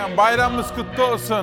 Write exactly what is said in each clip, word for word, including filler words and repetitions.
Türkiye'm, bayramımız kutlu olsun.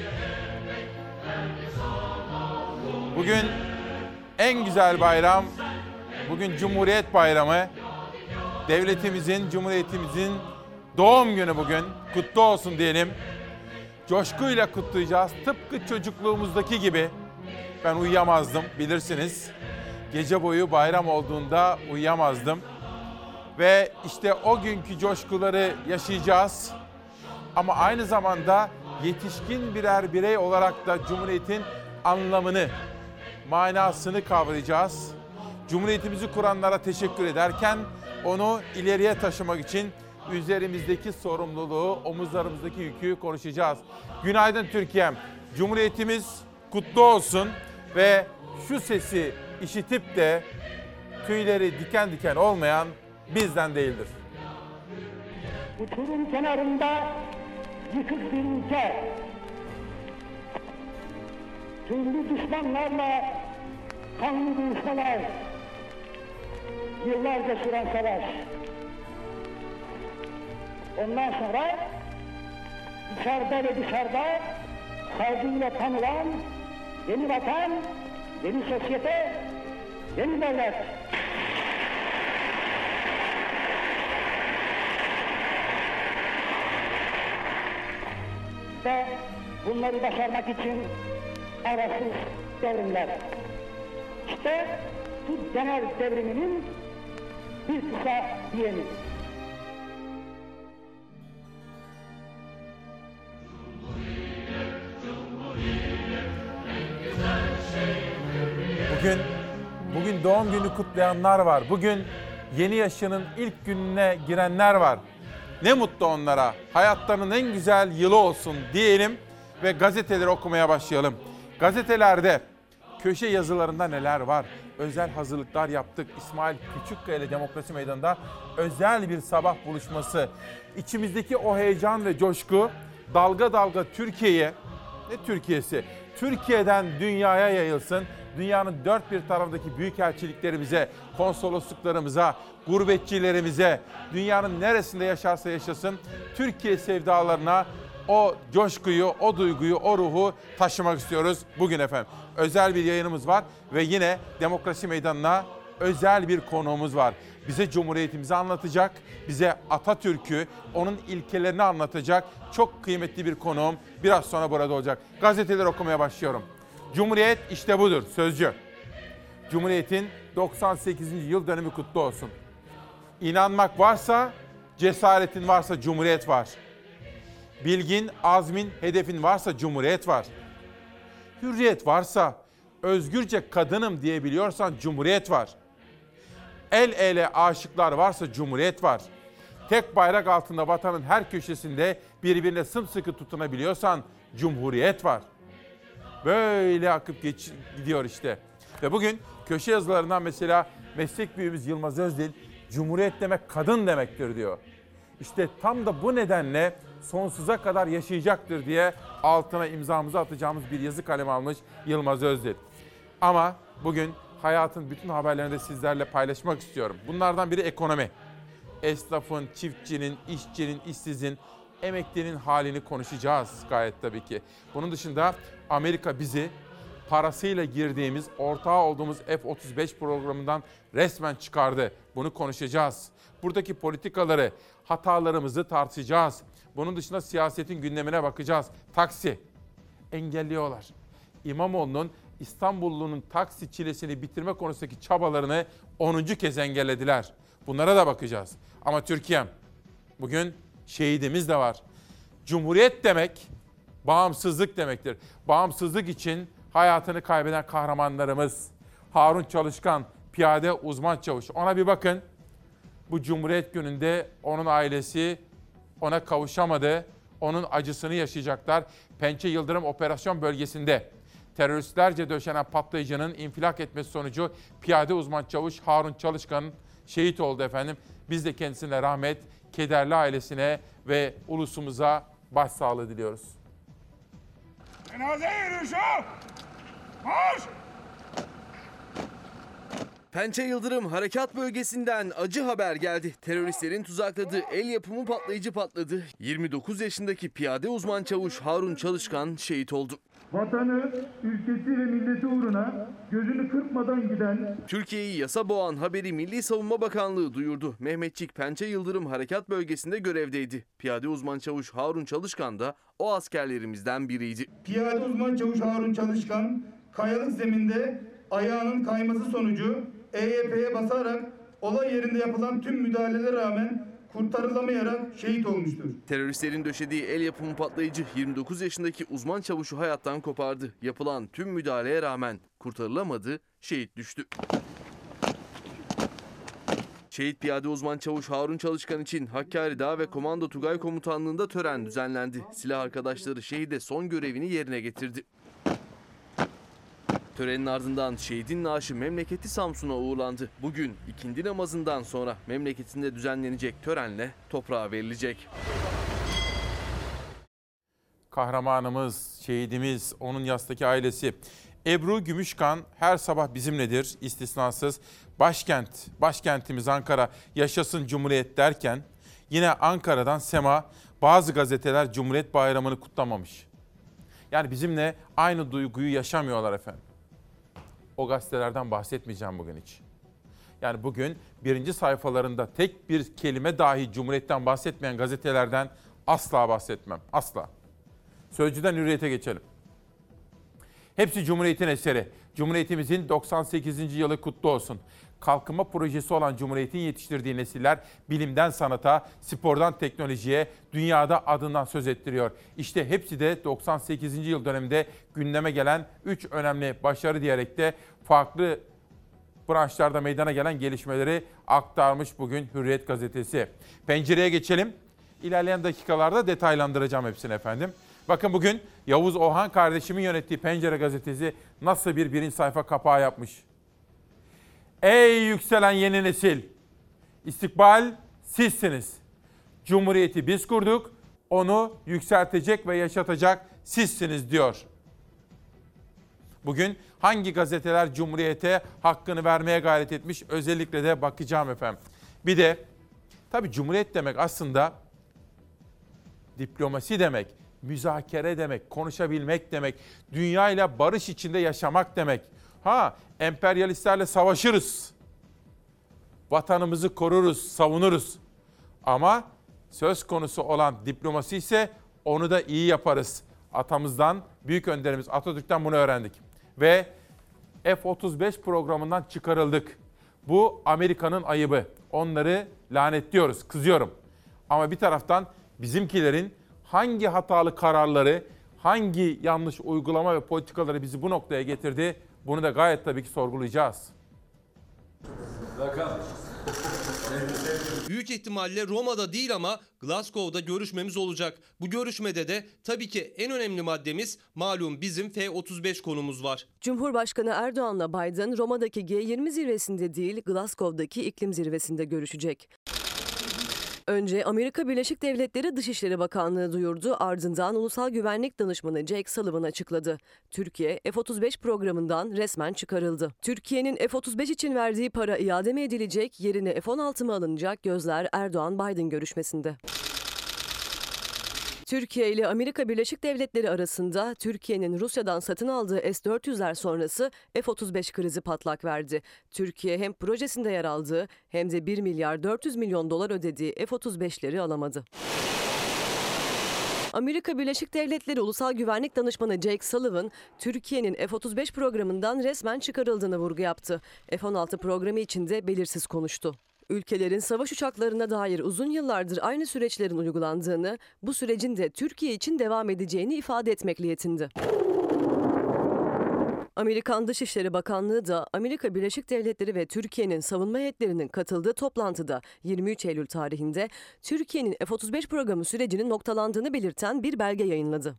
Bugün en güzel bayram, bugün Cumhuriyet Bayramı. Devletimizin, Cumhuriyetimizin doğum günü bugün. Kutlu olsun diyelim. Coşkuyla kutlayacağız. Tıpkı çocukluğumuzdaki gibi. Ben uyuyamazdım, bilirsiniz. Gece boyu bayram olduğunda uyuyamazdım. Ve işte o günkü coşkuları yaşayacağız. Ama aynı zamanda yetişkin birer birey olarak da Cumhuriyet'in anlamını, manasını kavrayacağız. Cumhuriyetimizi kuranlara teşekkür ederken onu ileriye taşımak için üzerimizdeki sorumluluğu, omuzlarımızdaki yükü konuşacağız. Günaydın Türkiye'm. Cumhuriyetimiz kutlu olsun ve şu sesi işitip de tüyleri diken diken olmayan bizden değildir. Uçurum kenarında yıkık bir ülke, türlü düşmanlarla kanlı dövüşmeler, yıllarca süren savaş. Ondan sonra içeride ve dışarıda saygıyla tanılan yeni vatan, yeni sosyete, yeni devlet. Ve bunları başarmak için arasız devrimler. İşte bu genel devriminin bir kısa diyeni. Bugün, bugün doğum günü kutlayanlar var. Bugün yeni yaşının ilk gününe girenler var. Ne mutlu onlara. Hayatlarının en güzel yılı olsun diyelim ve gazeteleri okumaya başlayalım. Gazetelerde, köşe yazılarında neler var? Özel hazırlıklar yaptık. İsmail Küçükkaya ile Demokrasi Meydanı'nda özel bir sabah buluşması. İçimizdeki o heyecan ve coşku dalga dalga Türkiye'ye, ne Türkiye'si? Türkiye'den dünyaya yayılsın. Dünyanın dört bir tarafındaki büyükelçiliklerimize, konsolosluklarımıza, gurbetçilerimize, dünyanın neresinde yaşarsa yaşasın, Türkiye sevdalarına o coşkuyu, o duyguyu, o ruhu taşımak istiyoruz bugün efendim. Özel bir yayınımız var ve yine Demokrasi Meydanı'na özel bir konuğumuz var. Bize Cumhuriyetimizi anlatacak, bize Atatürk'ü, onun ilkelerini anlatacak çok kıymetli bir konuğum biraz sonra burada olacak. Gazeteleri okumaya başlıyorum. Cumhuriyet işte budur, sözcü. Cumhuriyet'in doksan sekizinci yıl dönümü kutlu olsun. İnanmak varsa, cesaretin varsa Cumhuriyet var. Bilgin, azmin, hedefin varsa Cumhuriyet var. Hürriyet varsa, özgürce kadınım diyebiliyorsan Cumhuriyet var. El ele aşıklar varsa Cumhuriyet var. Tek bayrak altında vatanın her köşesinde birbirine sımsıkı tutunabiliyorsan Cumhuriyet var. Böyle akıp geç, gidiyor işte. Ve bugün köşe yazılarından mesela meslek büyüğümüz Yılmaz Özdil, Cumhuriyet demek kadın demektir diyor. İşte tam da bu nedenle sonsuza kadar yaşayacaktır diye altına imzamızı atacağımız bir yazı kalemi almış Yılmaz Özdil. Ama bugün hayatın bütün haberlerini de sizlerle paylaşmak istiyorum. Bunlardan biri ekonomi. Esnafın, çiftçinin, işçinin, işsizin, emeklinin halini konuşacağız gayet tabii ki. Bunun dışında Amerika bizi parasıyla girdiğimiz, ortağı olduğumuz F otuz beş programından resmen çıkardı. Bunu konuşacağız. Buradaki politikaları, hatalarımızı tartışacağız. Bunun dışında siyasetin gündemine bakacağız. Taksi engelliyorlar. İmamoğlu'nun İstanbullunun taksi çilesini bitirme konusundaki çabalarını onuncu kez engellediler. Bunlara da bakacağız. Ama Türkiye'm, bugün şehidimiz de var. Cumhuriyet demek bağımsızlık demektir. Bağımsızlık için hayatını kaybeden kahramanlarımız. Harun Çalışkan, piyade uzman çavuş. Ona bir bakın. Bu Cumhuriyet gününde onun ailesi ona kavuşamadı. Onun acısını yaşayacaklar. Pençe Yıldırım operasyon bölgesinde teröristlerce döşenen patlayıcının infilak etmesi sonucu piyade uzman çavuş Harun Çalışkan şehit oldu efendim. Biz de kendisine rahmet, kederli ailesine ve ulusumuza başsağlığı diliyoruz. Cenaze yürüyüşü! Marş! Pençe Yıldırım Harekat Bölgesi'nden acı haber geldi. Teröristlerin tuzakladığı el yapımı patlayıcı patladı. yirmi dokuz yaşındaki piyade uzman çavuş Harun Çalışkan şehit oldu. Vatanı, ülkesi ve milleti uğruna gözünü kırpmadan giden... Türkiye'yi yasa boğan haberi Milli Savunma Bakanlığı duyurdu. Mehmetçik Pençe Yıldırım Harekat Bölgesi'nde görevdeydi. Piyade uzman çavuş Harun Çalışkan da o askerlerimizden biriydi. Piyade uzman çavuş Harun Çalışkan, kayalık zeminde ayağının kayması sonucu E Y P'ye basarak olay yerinde yapılan tüm müdahalelere rağmen kurtarılamayarak şehit olmuştur. Teröristlerin döşediği el yapımı patlayıcı yirmi dokuz yaşındaki uzman çavuşu hayattan kopardı. Yapılan tüm müdahaleye rağmen kurtarılamadı, şehit düştü. Şehit piyade uzman çavuş Harun Çalışkan için Hakkari Dağ ve Komando Tugay Komutanlığı'nda tören düzenlendi. Silah arkadaşları şehide son görevini yerine getirdi. Törenin ardından şehidin naaşı memleketi Samsun'a uğurlandı. Bugün ikindi namazından sonra memleketinde düzenlenecek törenle toprağa verilecek. Kahramanımız, şehidimiz, onun yastaki ailesi. Ebru Gümüşkan her sabah bizimledir, istisnasız. Başkent, başkentimiz Ankara yaşasın Cumhuriyet derken yine Ankara'dan Sema bazı gazeteler Cumhuriyet Bayramı'nı kutlamamış. Yani bizimle aynı duyguyu yaşamıyorlar efendim. O gazetelerden bahsetmeyeceğim bugün hiç. Yani bugün birinci sayfalarında tek bir kelime dahi Cumhuriyet'ten bahsetmeyen gazetelerden asla bahsetmem. Asla. Sözcüden Hürriyet'e geçelim. Hepsi Cumhuriyet'in eseri. Cumhuriyetimizin doksan sekizinci yılı kutlu olsun. Kalkınma projesi olan Cumhuriyet'in yetiştirdiği nesiller bilimden sanata, spordan teknolojiye, dünyada adından söz ettiriyor. İşte hepsi de doksan sekizinci yıl döneminde gündeme gelen üç önemli başarı diyerek de farklı branşlarda meydana gelen gelişmeleri aktarmış bugün Hürriyet gazetesi. Pencereye geçelim. İlerleyen dakikalarda detaylandıracağım hepsini efendim. Bakın bugün Yavuz Ohan kardeşimin yönettiği Pencere gazetesi nasıl bir birinci sayfa kapağı yapmış. Ey yükselen yeni nesil, istikbal sizsiniz. Cumhuriyeti biz kurduk, onu yükseltecek ve yaşatacak sizsiniz diyor. Bugün hangi gazeteler Cumhuriyete hakkını vermeye gayret etmiş özellikle de bakacağım efendim. Bir de tabii Cumhuriyet demek aslında diplomasi demek, müzakere demek, konuşabilmek demek, dünyayla barış içinde yaşamak demek. Ha, emperyalistlerle savaşırız. Vatanımızı koruruz, savunuruz. Ama söz konusu olan diplomasi ise onu da iyi yaparız. Atamızdan, büyük önderimiz Atatürk'ten bunu öğrendik. Ve F otuz beş programından çıkarıldık. Bu Amerika'nın ayıbı. Onları lanetliyoruz, kızıyorum. Ama bir taraftan bizimkilerin hangi hatalı kararları, hangi yanlış uygulama ve politikaları bizi bu noktaya getirdi, bunu da gayet tabii ki sorgulayacağız. Büyük ihtimalle Roma'da değil ama Glasgow'da görüşmemiz olacak. Bu görüşmede de tabii ki en önemli maddemiz malum bizim F otuz beş konumuz var. Cumhurbaşkanı Erdoğan'la Biden Roma'daki G yirmi zirvesinde değil Glasgow'daki iklim zirvesinde görüşecek. Önce Amerika Birleşik Devletleri Dışişleri Bakanlığı duyurdu, ardından Ulusal Güvenlik Danışmanı Jake Sullivan açıkladı. Türkiye F otuz beş programından resmen çıkarıldı. Türkiye'nin F otuz beş için verdiği para iade mi edilecek, yerine F on altı mı alınacak gözler Erdoğan-Biden görüşmesinde. Türkiye ile Amerika Birleşik Devletleri arasında Türkiye'nin Rusya'dan satın aldığı S dört yüzler sonrası F otuz beş krizi patlak verdi. Türkiye hem projesinde yer aldığı hem de bir milyar dört yüz milyon dolar ödediği F otuz beşleri alamadı. Amerika Birleşik Devletleri Ulusal Güvenlik Danışmanı Jake Sullivan, Türkiye'nin F otuz beş programından resmen çıkarıldığını vurgu yaptı. F on altı programı için de belirsiz konuştu. Ülkelerin savaş uçaklarına dair uzun yıllardır aynı süreçlerin uygulandığını, bu sürecin de Türkiye için devam edeceğini ifade etmekle yetindi. Amerikan Dışişleri Bakanlığı da Amerika Birleşik Devletleri ve Türkiye'nin savunma heyetlerinin katıldığı toplantıda yirmi üç Eylül tarihinde Türkiye'nin F otuz beş programı sürecinin noktalandığını belirten bir belge yayınladı.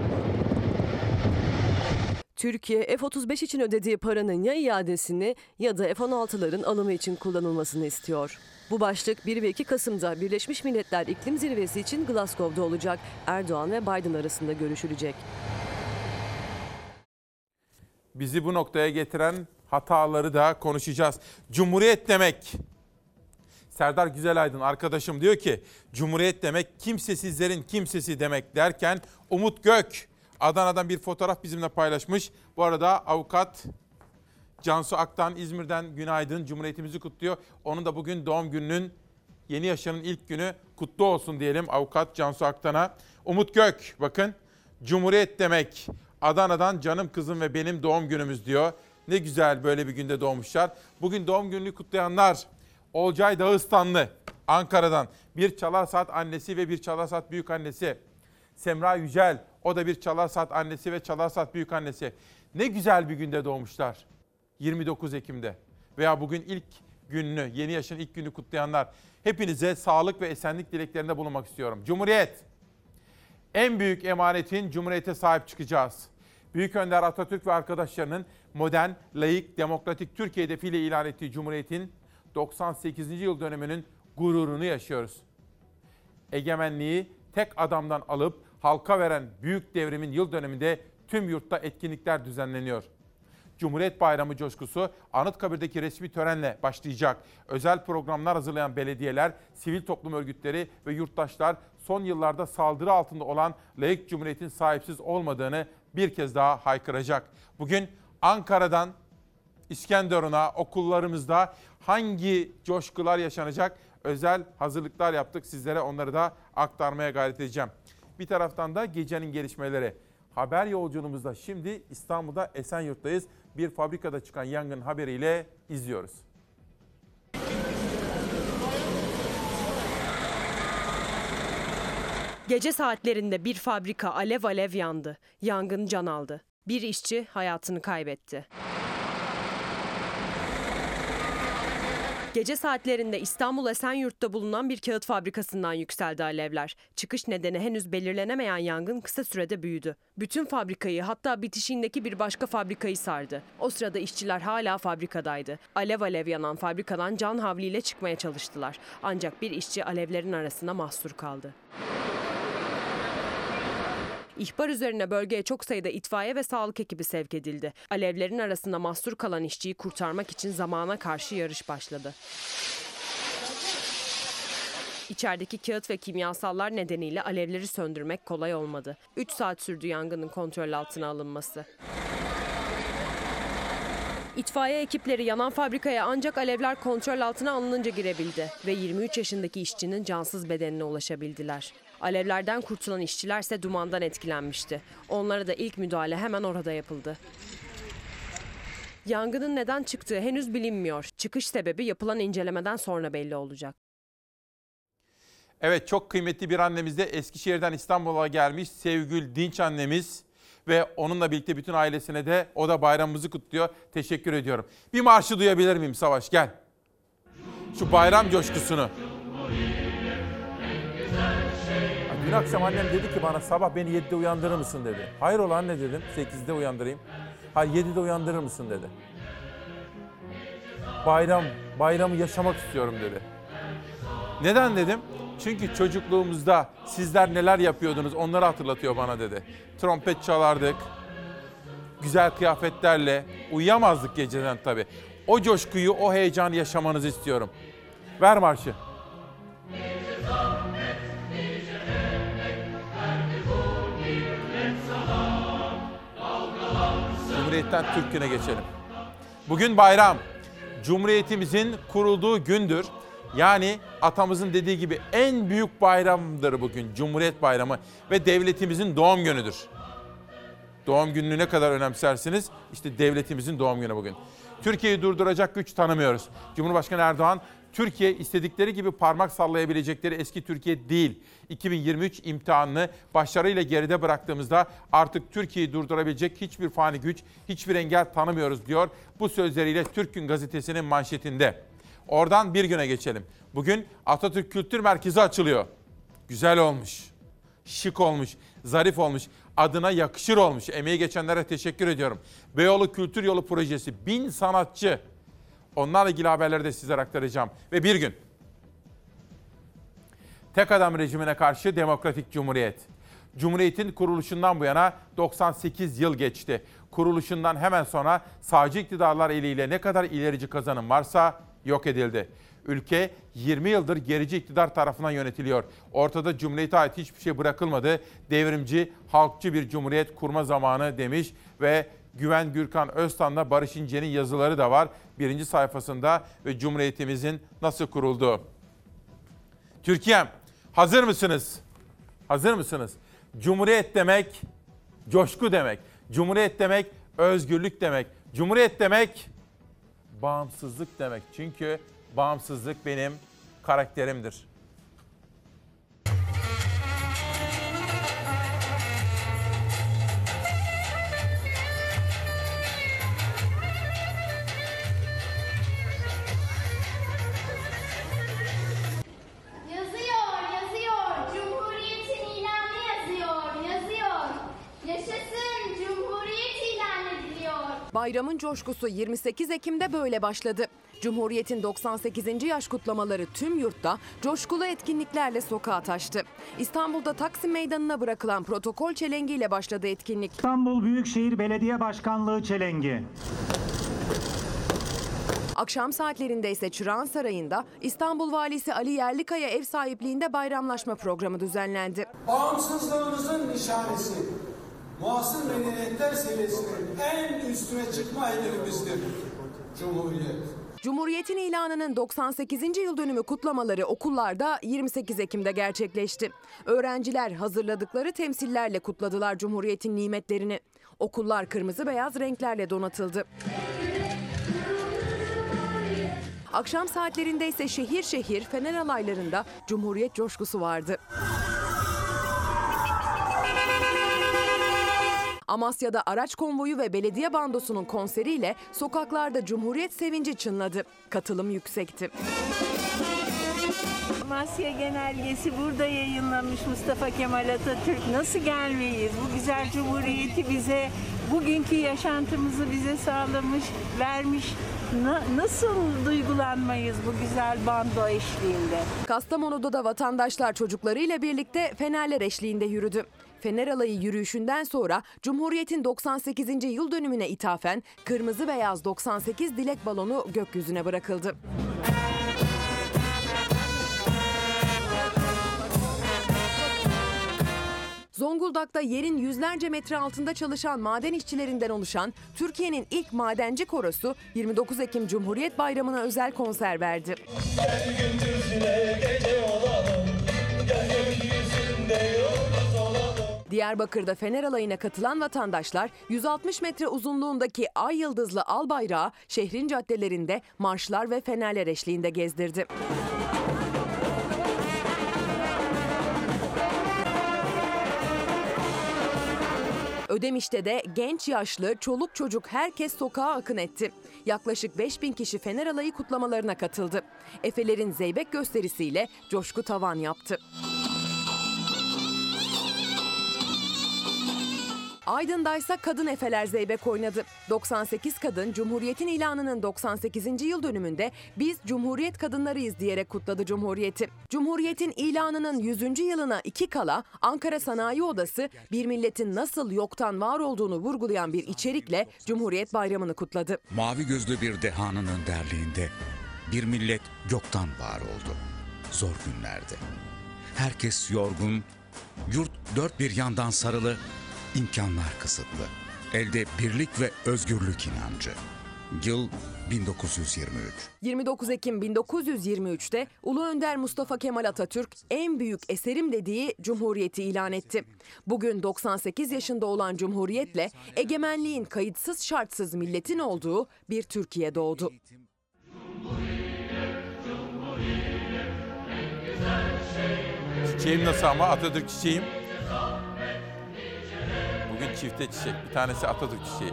Türkiye F otuz beş için ödediği paranın ya iadesini ya da F on altıların alımı için kullanılmasını istiyor. Bu başlık bir ve iki Kasım'da Birleşmiş Milletler İklim Zirvesi için Glasgow'da olacak. Erdoğan ve Biden arasında görüşülecek. Bizi bu noktaya getiren hataları da konuşacağız. Cumhuriyet demek. Serdar Güzelaydın arkadaşım diyor ki Cumhuriyet demek kimsesizlerin kimsesi demek derken Umut Gök Adana'dan bir fotoğraf bizimle paylaşmış. Bu arada avukat Cansu Aktan İzmir'den günaydın, Cumhuriyetimizi kutluyor. Onun da bugün doğum gününün, yeni yaşının ilk günü kutlu olsun diyelim avukat Cansu Aktan'a. Umut Gök bakın Cumhuriyet demek Adana'dan canım kızım ve benim doğum günümüz diyor. Ne güzel böyle bir günde doğmuşlar. Bugün doğum gününü kutlayanlar Olcay Dağıstanlı Ankara'dan bir Çalar Saat annesi ve bir Çalar Saat büyük annesi. Semra Yücel o da bir Çalar Saat annesi ve Çalar Saat büyük annesi. Ne güzel bir günde doğmuşlar. yirmi dokuz Ekim'de veya bugün ilk gününü, yeni yaşın ilk günü kutlayanlar. Hepinize sağlık ve esenlik dileklerinde bulunmak istiyorum. Cumhuriyet, en büyük emanetin Cumhuriyet'e sahip çıkacağız. Büyük Önder Atatürk ve arkadaşlarının modern, laik, demokratik Türkiye hedefiyle ilan ettiği Cumhuriyet'in doksan sekizinci yıl dönümünün gururunu yaşıyoruz. Egemenliği tek adamdan alıp halka veren büyük devrimin yıl dönümünde tüm yurtta etkinlikler düzenleniyor. Cumhuriyet Bayramı coşkusu Anıtkabir'deki resmi törenle başlayacak. Özel programlar hazırlayan belediyeler, sivil toplum örgütleri ve yurttaşlar son yıllarda saldırı altında olan laik cumhuriyetin sahipsiz olmadığını bir kez daha haykıracak. Bugün Ankara'dan İskenderun'a, okullarımızda hangi coşkular yaşanacak? Özel hazırlıklar yaptık. Sizlere onları da aktarmaya gayret edeceğim. Bir taraftan da gecenin gelişmeleri. Haber yolculuğumuzda şimdi İstanbul'da Esenyurt'tayız. Bir fabrikada çıkan yangın haberiyle izliyoruz. Gece saatlerinde bir fabrika alev alev yandı. Yangın can aldı. Bir işçi hayatını kaybetti. Gece saatlerinde İstanbul Esenyurt'ta bulunan bir kağıt fabrikasından yükseldi alevler. Çıkış nedeni henüz belirlenemeyen yangın kısa sürede büyüdü. Bütün fabrikayı, hatta bitişiğindeki bir başka fabrikayı sardı. O sırada işçiler hala fabrikadaydı. Alev alev yanan fabrikadan can havliyle çıkmaya çalıştılar. Ancak bir işçi alevlerin arasında mahsur kaldı. İhbar üzerine bölgeye çok sayıda itfaiye ve sağlık ekibi sevk edildi. Alevlerin arasında mahsur kalan işçiyi kurtarmak için zamana karşı yarış başladı. İçerideki kağıt ve kimyasallar nedeniyle alevleri söndürmek kolay olmadı. üç saat sürdü yangının kontrol altına alınması. İtfaiye ekipleri yanan fabrikaya ancak alevler kontrol altına alınınca girebildi ve yirmi üç yaşındaki işçinin cansız bedenine ulaşabildiler. Alevlerden kurtulan işçiler ise dumandan etkilenmişti. Onlara da ilk müdahale hemen orada yapıldı. Yangının neden çıktığı henüz bilinmiyor. Çıkış sebebi yapılan incelemeden sonra belli olacak. Evet, çok kıymetli bir annemiz de Eskişehir'den İstanbul'a gelmiş Sevgül Dinç annemiz ve onunla birlikte bütün ailesine de o da bayramımızı kutluyor. Teşekkür ediyorum. Bir marşı duyabilir miyim Savaş? Gel. Şu bayram coşkusunu. Dün akşam annem dedi ki bana sabah beni yedide uyandırır mısın dedi. Hayrola anne dedim, sekizde uyandırayım. Hayır yedide uyandırır mısın dedi. Bayram, bayramı yaşamak istiyorum dedi. Neden dedim? Çünkü çocukluğumuzda sizler neler yapıyordunuz onları hatırlatıyor bana dedi. Trompet çalardık, güzel kıyafetlerle, uyuyamazdık geceden tabii. O coşkuyu, o heyecanı yaşamanızı istiyorum. Ver marşı. Cumhuriyet'ten Türk Günü'ne geçelim. Bugün bayram. Cumhuriyetimizin kurulduğu gündür. Yani atamızın dediği gibi en büyük bayramdır bugün. Cumhuriyet Bayramı ve devletimizin doğum günüdür. Doğum gününü ne kadar önemsersiniz? İşte devletimizin doğum günü bugün. Türkiye'yi durduracak güç tanımıyoruz. Cumhurbaşkanı Erdoğan, Türkiye istedikleri gibi parmak sallayabilecekleri eski Türkiye değil. iki bin yirmi üç imtihanını başarıyla geride bıraktığımızda artık Türkiye'yi durdurabilecek hiçbir fani güç, hiçbir engel tanımıyoruz diyor. Bu sözleriyle Türk Gün gazetesinin manşetinde. Oradan bir güne geçelim. Bugün Atatürk Kültür Merkezi açılıyor. Güzel olmuş, şık olmuş, zarif olmuş, adına yakışır olmuş. Emeği geçenlere teşekkür ediyorum. Beyoğlu Kültür Yolu Projesi, bin sanatçı. Onlarla ilgili haberleri de sizlere aktaracağım. Ve bir gün. Tek adam rejimine karşı demokratik cumhuriyet. Cumhuriyet'in kuruluşundan bu yana doksan sekiz yıl geçti. Kuruluşundan hemen sonra sağcı iktidarlar eliyle ne kadar ilerici kazanım varsa yok edildi. Ülke yirmi yıldır gerici iktidar tarafından yönetiliyor. Ortada Cumhuriyet'e ait hiçbir şey bırakılmadı. Devrimci, halkçı bir cumhuriyet kurma zamanı demiş ve Güven Gürkan Öztan'la Barış İnce'nin yazıları da var birinci sayfasında ve Cumhuriyetimizin nasıl kurulduğu. Türkiye'm, hazır mısınız? Hazır mısınız? Cumhuriyet demek coşku demek. Cumhuriyet demek özgürlük demek. Cumhuriyet demek bağımsızlık demek. Çünkü bağımsızlık benim karakterimdir. Yazıyor, yazıyor. Cumhuriyetin ilanı yazıyor, yazıyor. Yaşasın, Cumhuriyet ilan ediliyor. Bayramın coşkusu yirmi sekiz Ekim'de böyle başladı. Cumhuriyet'in doksan sekizinci yaş kutlamaları tüm yurtta coşkulu etkinliklerle sokağa taştı. İstanbul'da Taksim Meydanı'na bırakılan protokol çelengiyle başladı etkinlik. İstanbul Büyükşehir Belediye Başkanlığı çelengi. Akşam saatlerinde ise Çırağan Sarayı'nda İstanbul Valisi Ali Yerlikaya ev sahipliğinde bayramlaşma programı düzenlendi. Bağımsızlığımızın nişanesi, muasır medeniyetler seviyesinin en üstüne çıkma hedefimizdir. Cumhuriyet. Cumhuriyet'in ilanının doksan sekizinci yıl dönümü kutlamaları okullarda yirmi sekiz Ekim'de gerçekleşti. Öğrenciler hazırladıkları temsillerle kutladılar Cumhuriyet'in nimetlerini. Okullar kırmızı beyaz renklerle donatıldı. Akşam saatlerinde ise şehir şehir fener alaylarında Cumhuriyet coşkusu vardı. Amasya'da araç konvoyu ve belediye bandosunun konseriyle sokaklarda Cumhuriyet sevinci çınladı. Katılım yüksekti. Amasya Genelgesi burada yayınlanmış. Mustafa Kemal Atatürk, nasıl gelmeyiz? Bu güzel Cumhuriyeti bize, bugünkü yaşantımızı bize sağlamış, vermiş. Na, nasıl duygulanmayız bu güzel bando eşliğinde? Kastamonu'da da vatandaşlar çocuklarıyla birlikte fenerler eşliğinde yürüdü. Fener alayı yürüyüşünden sonra Cumhuriyet'in doksan sekizinci yıl dönümüne ithafen kırmızı beyaz doksan sekiz dilek balonu gökyüzüne bırakıldı. Zonguldak'ta yerin yüzlerce metre altında çalışan maden işçilerinden oluşan Türkiye'nin ilk madenci korosu yirmi dokuz Ekim Cumhuriyet Bayramı'na özel konser verdi. Gel gündüzüne gece olalım, gel gökyüzünde yıldız olalım. Diyarbakır'da fener alayına katılan vatandaşlar yüz altmış metre uzunluğundaki ay yıldızlı al bayrağı şehrin caddelerinde marşlar ve fenerler eşliğinde gezdirdi. Ödemiş'te de genç yaşlı, çoluk çocuk herkes sokağa akın etti. Yaklaşık beş bin kişi fener alayı kutlamalarına katıldı. Efelerin zeybek gösterisiyle coşku tavan yaptı. Aydın'da ise kadın efeler zeybek oynadı. doksan sekiz kadın Cumhuriyet'in ilanının doksan sekizinci yıl dönümünde biz Cumhuriyet kadınlarıyız diyerek kutladı Cumhuriyet'i. Cumhuriyet'in ilanının yüzüncü yılına iki kala Ankara Sanayi Odası bir milletin nasıl yoktan var olduğunu vurgulayan bir içerikle Cumhuriyet Bayramı'nı kutladı. Mavi gözlü bir dehanın önderliğinde bir millet yoktan var oldu. Zor günlerde. Herkes yorgun, yurt dört bir yandan sarılı, İmkanlar kısıtlı. Elde birlik ve özgürlük inancı. Yıl bin dokuz yüz yirmi üç. yirmi dokuz Ekim bin dokuz yüz yirmi üç'te Ulu Önder Mustafa Kemal Atatürk en büyük eserim dediği Cumhuriyeti ilan etti. Bugün doksan sekiz yaşında olan Cumhuriyet'le egemenliğin kayıtsız şartsız milletin olduğu bir Türkiye doğdu. Çiçeğim nasıl ama Atatürk çiçeğim? Bugün çifte çiçek. Bir tanesi Atatürk çiçeği.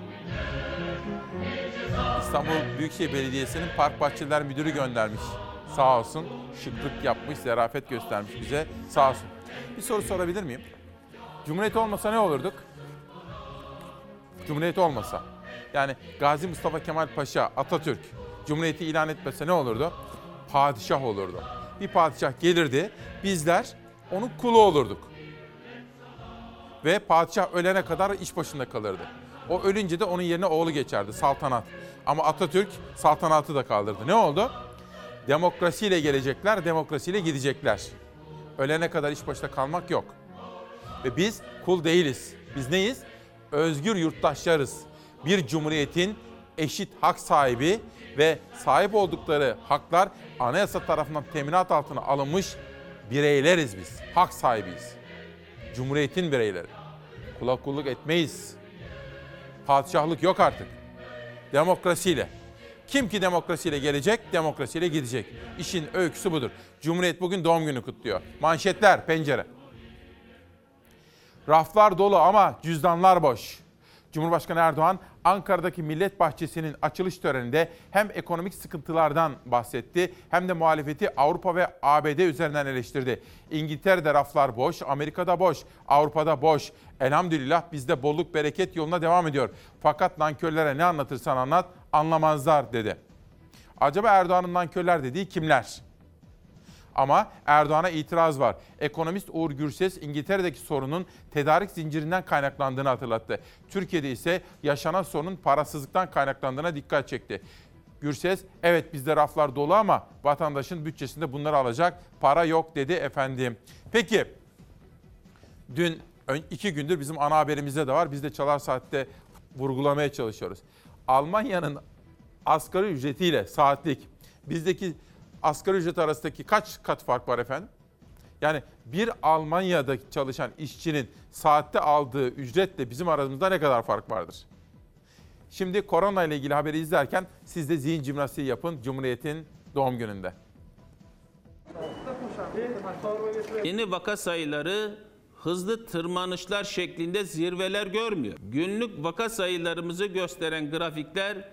İstanbul Büyükşehir Belediyesi'nin Park Bahçeler Müdürü göndermiş. Sağ olsun. Şıklık yapmış, zarafet göstermiş bize. Sağ olsun. Bir soru sorabilir miyim? Cumhuriyet olmasa ne olurduk? Cumhuriyet olmasa. Yani Gazi Mustafa Kemal Paşa, Atatürk Cumhuriyeti ilan etmese ne olurdu? Padişah olurdu. Bir padişah gelirdi, bizler onun kulu olurduk. Ve padişah ölene kadar iş başında kalırdı. O ölünce de onun yerine oğlu geçerdi, saltanat. Ama Atatürk saltanatı da kaldırdı. Ne oldu? Demokrasiyle gelecekler, demokrasiyle gidecekler. Ölene kadar iş başında kalmak yok. Ve biz kul değiliz. Biz neyiz? Özgür yurttaşlarız. Bir cumhuriyetin eşit hak sahibi ve sahip oldukları haklar anayasa tarafından teminat altına alınmış bireyleriz biz. Hak sahibiyiz. Cumhuriyetin bireyleri. Kula kulluk etmeyiz. Padişahlık yok artık. Demokrasiyle. Kim ki demokrasiyle gelecek, demokrasiyle gidecek. İşin öyküsü budur. Cumhuriyet bugün doğum günü kutluyor. Manşetler, pencere. Raflar dolu ama cüzdanlar boş. Cumhurbaşkanı Erdoğan, Ankara'daki Millet Bahçesi'nin açılış töreninde hem ekonomik sıkıntılardan bahsetti hem de muhalefeti Avrupa ve A B D üzerinden eleştirdi. İngiltere'de raflar boş, Amerika'da boş, Avrupa'da boş. Elhamdülillah bizde bolluk bereket yoluna devam ediyor. Fakat nankörlere ne anlatırsan anlat anlamazlar dedi. Acaba Erdoğan'ın nankörler dediği kimler? Ama Erdoğan'a itiraz var. Ekonomist Uğur Gürses İngiltere'deki sorunun tedarik zincirinden kaynaklandığını hatırlattı. Türkiye'de ise yaşanan sorunun parasızlıktan kaynaklandığına dikkat çekti. Gürses, evet bizde raflar dolu ama vatandaşın bütçesinde bunları alacak para yok dedi efendim. Peki, dün iki gündür bizim ana haberimizde de var. Biz de Çalar Saat'te vurgulamaya çalışıyoruz. Almanya'nın asgari ücretiyle saatlik bizdeki asgari ücret arasındaki kaç kat fark var efendim? Yani bir Almanya'da çalışan işçinin saatte aldığı ücretle bizim aramızda ne kadar fark vardır? Şimdi korona ile ilgili haberi izlerken siz de zihin jimnastiği yapın Cumhuriyet'in doğum gününde. Yeni vaka sayıları hızlı tırmanışlar şeklinde zirveler görmüyor. Günlük vaka sayılarımızı gösteren grafikler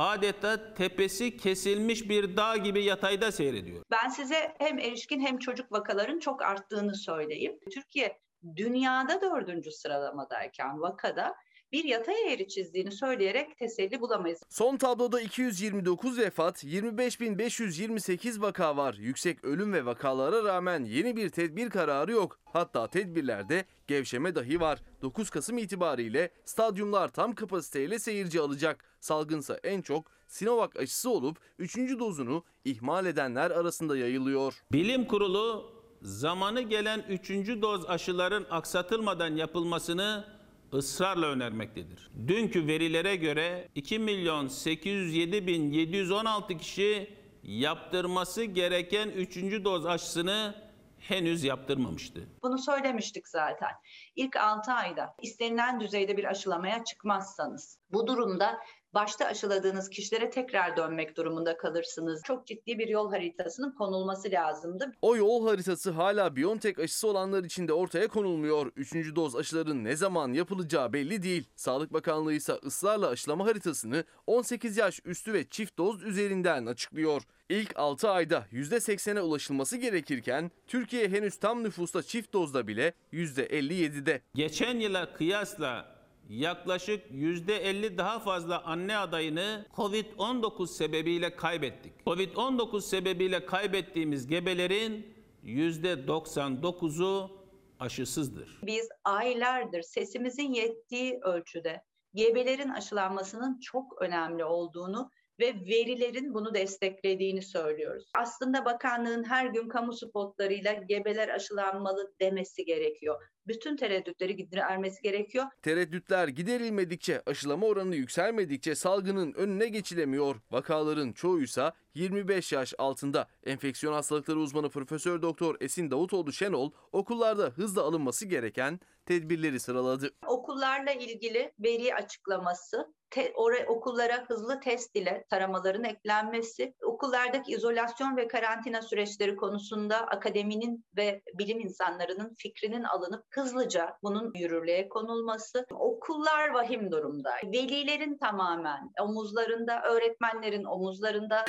adeta tepesi kesilmiş bir dağ gibi yatayda seyrediyor. Ben size hem erişkin hem çocuk vakaların çok arttığını söyleyeyim. Türkiye dünyada dördüncü sıralamadayken vakada bir yatay eğri çizdiğini söyleyerek teselli bulamayız. Son tabloda iki yüz yirmi dokuz vefat, yirmi beş bin beş yüz yirmi sekiz vaka var. Yüksek ölüm ve vakalara rağmen yeni bir tedbir kararı yok. Hatta tedbirlerde gevşeme dahi var. dokuz Kasım itibariyle stadyumlar tam kapasiteyle seyirci alacak. Salgınsa en çok Sinovac aşısı olup üçüncü dozunu ihmal edenler arasında yayılıyor. Bilim Kurulu zamanı gelen üçüncü doz aşıların aksatılmadan yapılmasını ısrarla önermektedir. Dünkü verilere göre iki milyon sekiz yüz yedi bin yedi yüz on altı kişi yaptırması gereken üçüncü doz aşısını henüz yaptırmamıştı. Bunu söylemiştik zaten. İlk altı ayda istenilen düzeyde bir aşılamaya çıkmazsanız bu durumda başta aşıladığınız kişilere tekrar dönmek durumunda kalırsınız. Çok ciddi bir yol haritasının konulması lazımdı. O yol haritası hala BioNTech aşısı olanlar için de ortaya konulmuyor. Üçüncü doz aşıların ne zaman yapılacağı belli değil. Sağlık Bakanlığı ise ısrarla aşılama haritasını on sekiz yaş üstü ve çift doz üzerinden açıklıyor. İlk altı ayda yüzde seksene ulaşılması gerekirken Türkiye henüz tam nüfusta çift dozda bile yüzde elli yedide. Geçen yıla kıyasla yaklaşık yüzde elli daha fazla anne adayını kovid on dokuz sebebiyle kaybettik. kovid on dokuz sebebiyle kaybettiğimiz gebelerin yüzde doksan dokuzu aşısızdır. Biz aylardır sesimizin yettiği ölçüde gebelerin aşılanmasının çok önemli olduğunu ve verilerin bunu desteklediğini söylüyoruz. Aslında bakanlığın her gün kamu spotlarıyla gebeler aşılanmalı demesi gerekiyor. Bütün tereddütleri gidermesi gerekiyor. Tereddütler giderilmedikçe, aşılama oranı yükselmedikçe salgının önüne geçilemiyor. Vakaların çoğuysa yirmi beş yaş altında. Enfeksiyon hastalıkları uzmanı Profesör Doktor Esin Davutoğlu Şenol okullarda hızla alınması gereken tedbirleri sıraladı. Okullarla ilgili veri açıklaması, te, oraya, okullara hızlı test ile taramaların eklenmesi, okullardaki izolasyon ve karantina süreçleri konusunda akademinin ve bilim insanlarının fikrinin alınıp hızlıca bunun yürürlüğe konulması. Okullar vahim durumda. Velilerin tamamen omuzlarında, öğretmenlerin omuzlarında.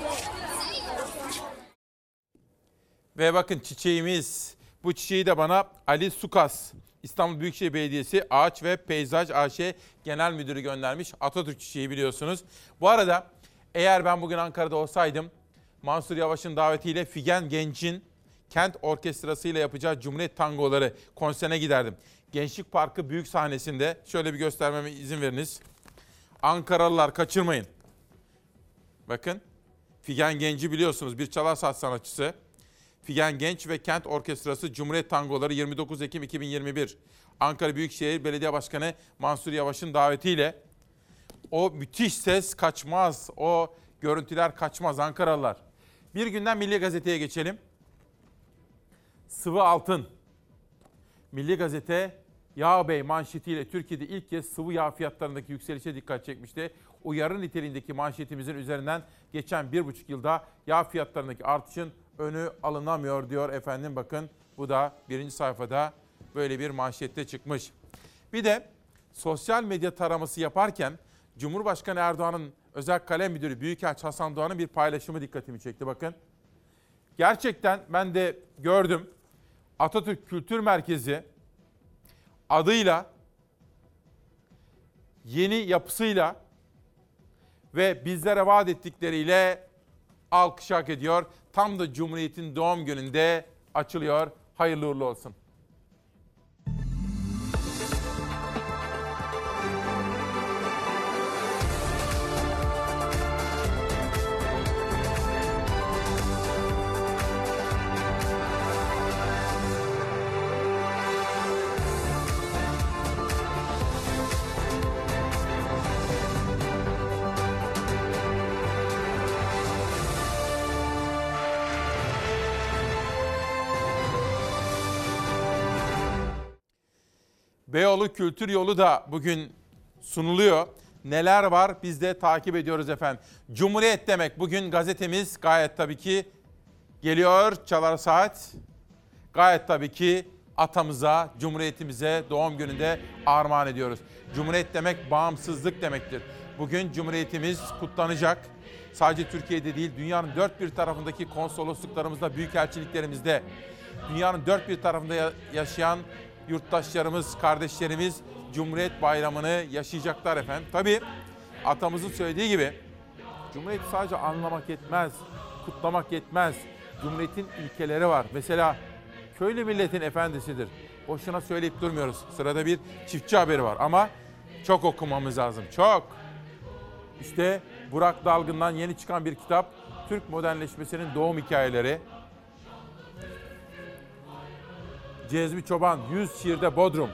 Ve bakın çiçeğimiz, bu çiçeği de bana Ali Sukas, İstanbul Büyükşehir Belediyesi Ağaç ve Peyzaj A Ş Genel Müdürü göndermiş. Atatürk çiçeği biliyorsunuz. Bu arada eğer ben bugün Ankara'da olsaydım Mansur Yavaş'ın davetiyle Figen Genç'in Kent Orkestrası ile yapacağı Cumhuriyet Tangoları konserine giderdim. Gençlik Parkı büyük sahnesinde şöyle bir göstermeme izin veriniz. Ankaralılar kaçırmayın. Bakın Figen Genç'i biliyorsunuz, bir çalar saat sanatçısı. Figen Genç ve Kent Orkestrası Cumhuriyet Tangoları yirmi dokuz Ekim iki bin yirmi bir. Ankara Büyükşehir Belediye Başkanı Mansur Yavaş'ın davetiyle. O müthiş ses kaçmaz, o görüntüler kaçmaz Ankaralılar. Bir günden Milli Gazete'ye geçelim. Sıvı altın. Milli Gazete, Yağ Bey manşetiyle Türkiye'de ilk kez sıvı yağ fiyatlarındaki yükselişe dikkat çekmişti. Uyarı niteliğindeki manşetimizin üzerinden geçen bir buçuk yılda yağ fiyatlarındaki artışın önü alınamıyor diyor efendim. Bakın bu da birinci sayfada böyle bir manşette çıkmış. Bir de sosyal medya taraması yaparken Cumhurbaşkanı Erdoğan'ın özel kalem müdürü Büyükelçi Hasan Doğan'ın bir paylaşımı dikkatimi çekti bakın. Gerçekten ben de gördüm. Atatürk Kültür Merkezi adıyla, yeni yapısıyla ve bizlere vaat ettikleriyle alkış hak ediyor. Tam da Cumhuriyet'in doğum gününde açılıyor. Hayırlı uğurlu olsun. Beyoğlu Kültür Yolu da bugün sunuluyor. Neler var biz de takip ediyoruz efendim. Cumhuriyet demek bugün gazetemiz gayet tabii ki geliyor çalar saat. Gayet tabii ki atamıza, Cumhuriyetimize doğum gününde armağan ediyoruz. Cumhuriyet demek bağımsızlık demektir. Bugün Cumhuriyetimiz kutlanacak. Sadece Türkiye'de değil, dünyanın dört bir tarafındaki konsolosluklarımızda, büyükelçiliklerimizde, dünyanın dört bir tarafında yaşayan yurttaşlarımız, kardeşlerimiz Cumhuriyet Bayramı'nı yaşayacaklar efendim. Tabii atamızın söylediği gibi Cumhuriyet sadece anlamak yetmez, kutlamak yetmez. Cumhuriyet'in ilkeleri var. Mesela köylü milletin efendisidir. Boşuna söyleyip durmuyoruz. Sırada bir çiftçi haberi var ama çok okumamız lazım, çok. İşte Burak Dalgın'dan yeni çıkan bir kitap. Türk modernleşmesinin doğum hikayeleri. Cezmi Çoban, yüz şiirde Bodrum.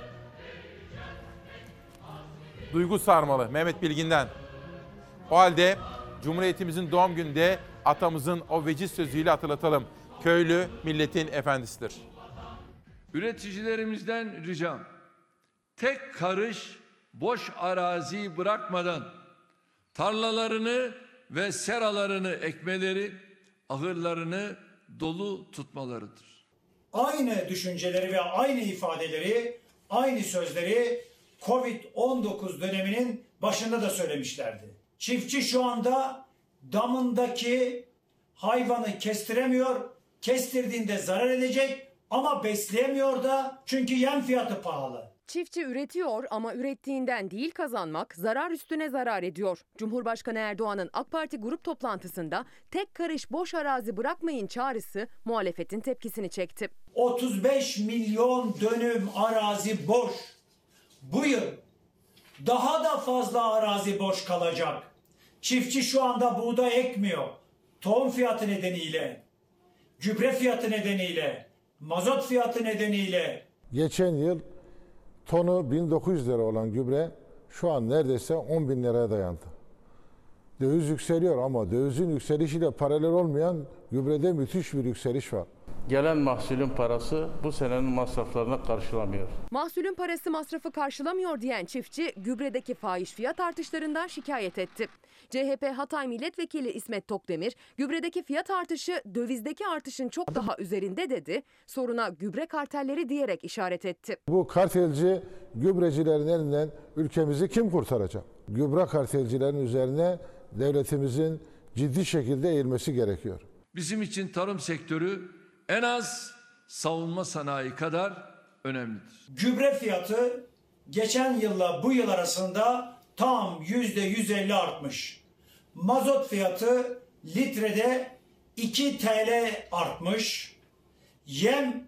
Duygu Sarmalı, Mehmet Bilgin'den. O halde Cumhuriyetimizin doğum gününde atamızın o veciz sözüyle hatırlatalım. Köylü milletin efendisidir. Üreticilerimizden ricam, tek karış boş arazi bırakmadan tarlalarını ve seralarını ekmeleri, ahırlarını dolu tutmalarıdır. Aynı düşünceleri ve aynı ifadeleri, aynı sözleri kovid on dokuz döneminin başında da söylemişlerdi. Çiftçi şu anda damındaki hayvanı kestiremiyor, kestirdiğinde zarar edecek ama besleyemiyor da çünkü yem fiyatı pahalı. Çiftçi üretiyor ama ürettiğinden değil kazanmak, zarar üstüne zarar ediyor. Cumhurbaşkanı Erdoğan'ın AK Parti grup toplantısında tek karış boş arazi bırakmayın çağrısı muhalefetin tepkisini çekti. otuz beş milyon dönüm arazi boş. Bu yıl daha da fazla arazi boş kalacak. Çiftçi şu anda buğday ekmiyor. Tohum fiyatı nedeniyle, gübre fiyatı nedeniyle, mazot fiyatı nedeniyle. Geçen yıl tonu bin dokuz yüz lira olan gübre şu an neredeyse on bin liraya dayandı. Döviz yükseliyor ama dövizin yükselişiyle paralel olmayan gübrede müthiş bir yükseliş var. Gelen mahsulün parası bu senenin masraflarını karşılamıyor. Mahsulün parası masrafı karşılamıyor diyen çiftçi gübredeki fahiş fiyat artışlarından şikayet etti. C H P Hatay Milletvekili İsmet Tokdemir, gübredeki fiyat artışı dövizdeki artışın çok daha üzerinde dedi. Soruna gübre kartelleri diyerek işaret etti. Bu kartelci gübrecilerin elinden ülkemizi kim kurtaracak? Gübre kartelcilerin üzerine devletimizin ciddi şekilde eğilmesi gerekiyor. Bizim için tarım sektörü en az savunma sanayi kadar önemlidir. Gübre fiyatı geçen yılla bu yıl arasında tam yüzde yüz elli artmış. Mazot fiyatı litrede iki T L artmış. Yem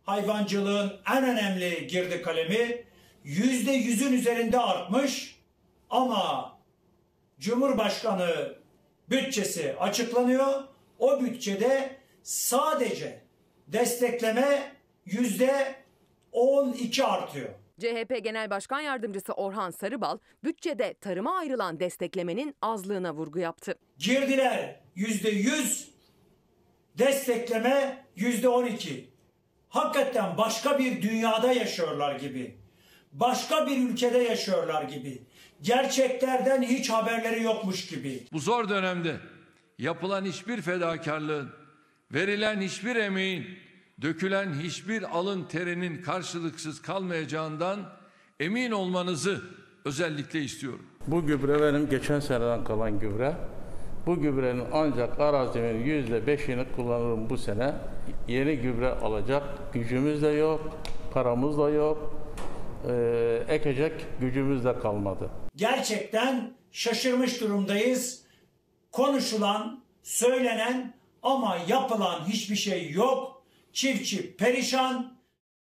hayvancılığın en önemli girdi kalemi yüzde yüzün üzerinde artmış ama Cumhurbaşkanı bütçesi açıklanıyor. O bütçede sadece destekleme yüzde on iki artıyor. C H P Genel Başkan Yardımcısı Orhan Sarıbal, bütçede tarıma ayrılan desteklemenin azlığına vurgu yaptı. Girdiler yüzde yüz, destekleme yüzde on iki. Hakikaten başka bir dünyada yaşıyorlar gibi. Başka bir ülkede yaşıyorlar gibi. Gerçeklerden hiç haberleri yokmuş gibi. Bu zor dönemde yapılan hiçbir fedakarlığın, verilen hiçbir emeğin, dökülen hiçbir alın terinin karşılıksız kalmayacağından emin olmanızı özellikle istiyorum. Bu gübre benim geçen seneden kalan gübre. Bu gübrenin ancak arazimin yüzde beşini kullanırım bu sene. Yeni gübre alacak gücümüz de yok, paramız da yok, ee, ekecek gücümüz de kalmadı. Gerçekten şaşırmış durumdayız. Konuşulan, söylenen ama yapılan hiçbir şey yok. Çiftçi perişan.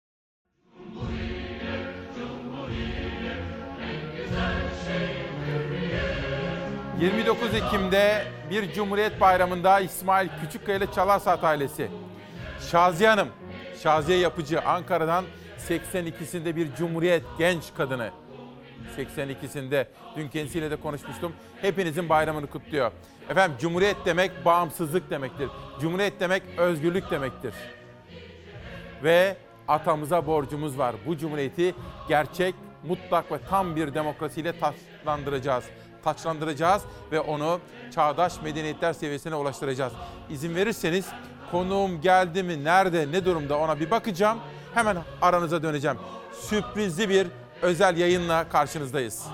yirmi dokuz Ekim'de bir Cumhuriyet Bayramı'nda İsmail Küçükkaya ile Çalarsat ailesi. Şaziye Hanım, Şaziye Yapıcı, Ankara'dan seksen ikisinde bir Cumhuriyet genç kadını. seksen ikisinde, dün kendisiyle de konuşmuştum. Hepinizin bayramını kutluyor. Efendim, Cumhuriyet demek bağımsızlık demektir. Cumhuriyet demek özgürlük demektir. Ve atamıza borcumuz var. Bu Cumhuriyeti gerçek, mutlak ve tam bir demokrasiyle taçlandıracağız. Taçlandıracağız ve onu çağdaş medeniyetler seviyesine ulaştıracağız. İzin verirseniz konuğum geldi mi, nerede, ne durumda ona bir bakacağım. Hemen aranıza döneceğim. Sürprizli bir özel yayınla karşınızdayız.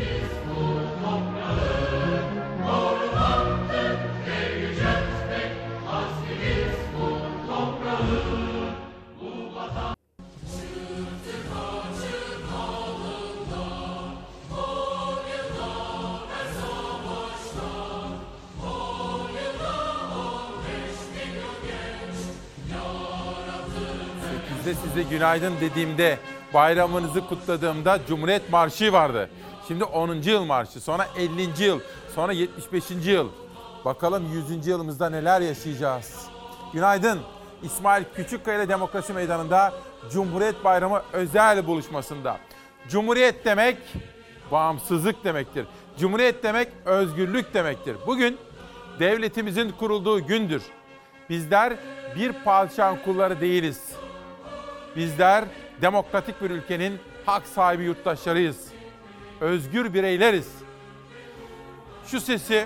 Size günaydın dediğimde, bayramınızı kutladığımda Cumhuriyet Marşı vardı. Şimdi onuncu yıl marşı, sonra ellinci yıl, sonra yetmiş beşinci yıl. Bakalım yüzüncü yılımızda neler yaşayacağız. Günaydın. İsmail Küçükkaya ile Demokrasi Meydanı'nda Cumhuriyet Bayramı özel buluşmasında. Cumhuriyet demek bağımsızlık demektir. Cumhuriyet demek özgürlük demektir. Bugün devletimizin kurulduğu gündür. Bizler bir padişahın kulları değiliz. Bizler demokratik bir ülkenin hak sahibi yurttaşlarıyız. Özgür bireyleriz. Şu sesi,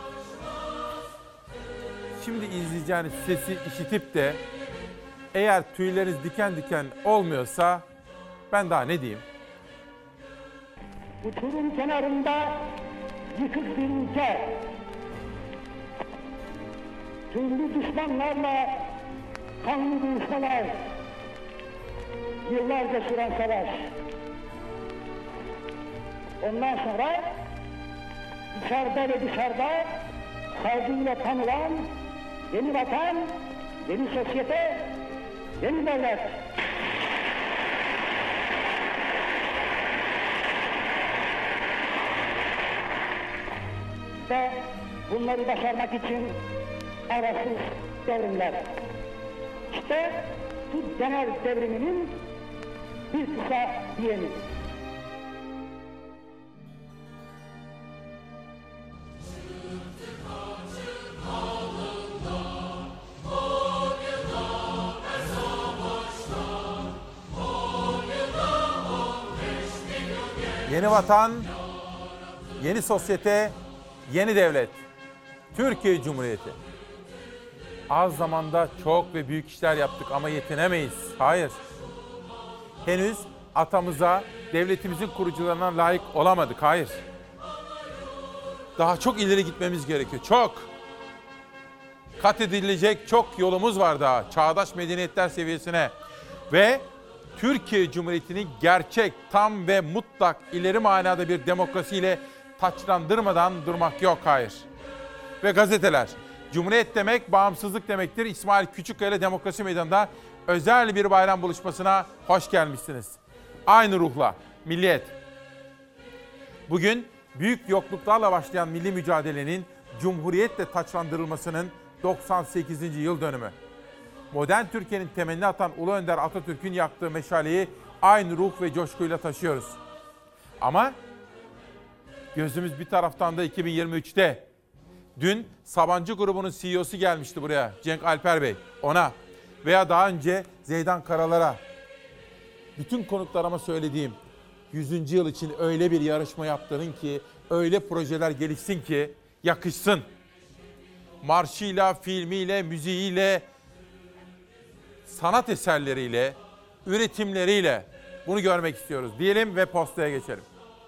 şimdi izleyeceğiniz sesi işitip de eğer tüyleriniz diken diken olmuyorsa ben daha ne diyeyim? Uçurum kenarında yıkık bir ülke. Türlü düşmanlarla kanlı dövüşmeler. Yıllarca süren savaş. Ondan sonra içeride ve dışarıda saygıyla tanılan yeni vatan, yeni sosyete, yeni devlet. Ve bunları başarmak için arasız devrimler. İşte bu genel devriminin bir kısa diyeni. Yeni vatan, yeni sosyete, yeni devlet. Türkiye Cumhuriyeti. Az zamanda çok ve büyük işler yaptık ama yetinemeyiz. Hayır. Henüz atamıza, devletimizin kurucularına layık olamadık. Hayır. Daha çok ileri gitmemiz gerekiyor. Çok. Kat edilecek çok yolumuz var daha. Çağdaş medeniyetler seviyesine. Ve Türkiye Cumhuriyeti'ni gerçek, tam ve mutlak ileri manada bir demokrasiyle taçlandırmadan durmak yok. Hayır. Ve gazeteler. Cumhuriyet demek bağımsızlık demektir. İsmail Küçükkaya ile Demokrasi Meydanı'nda özel bir bayram buluşmasına hoş gelmişsiniz. Aynı ruhla, milliyet. Bugün büyük yokluklarla başlayan milli mücadelenin Cumhuriyetle taçlandırılmasının doksan sekizinci yıl dönümü. Modern Türkiye'nin temelini atan Ulu Önder Atatürk'ün yaktığı meşaleyi aynı ruh ve coşkuyla taşıyoruz. Ama gözümüz bir taraftan da iki bin yirmi üçte. Dün Sabancı grubunun C E O'su gelmişti buraya, Cenk Alper Bey. Ona veya daha önce Zeydan Karalar'a. Bütün konuklarıma söylediğim yüzüncü yıl için öyle bir yarışma yaptırın ki, öyle projeler gelişsin ki yakışsın. Marşıyla, filmiyle, müziğiyle, sanat eserleriyle, üretimleriyle bunu görmek istiyoruz diyelim ve postaya geçelim.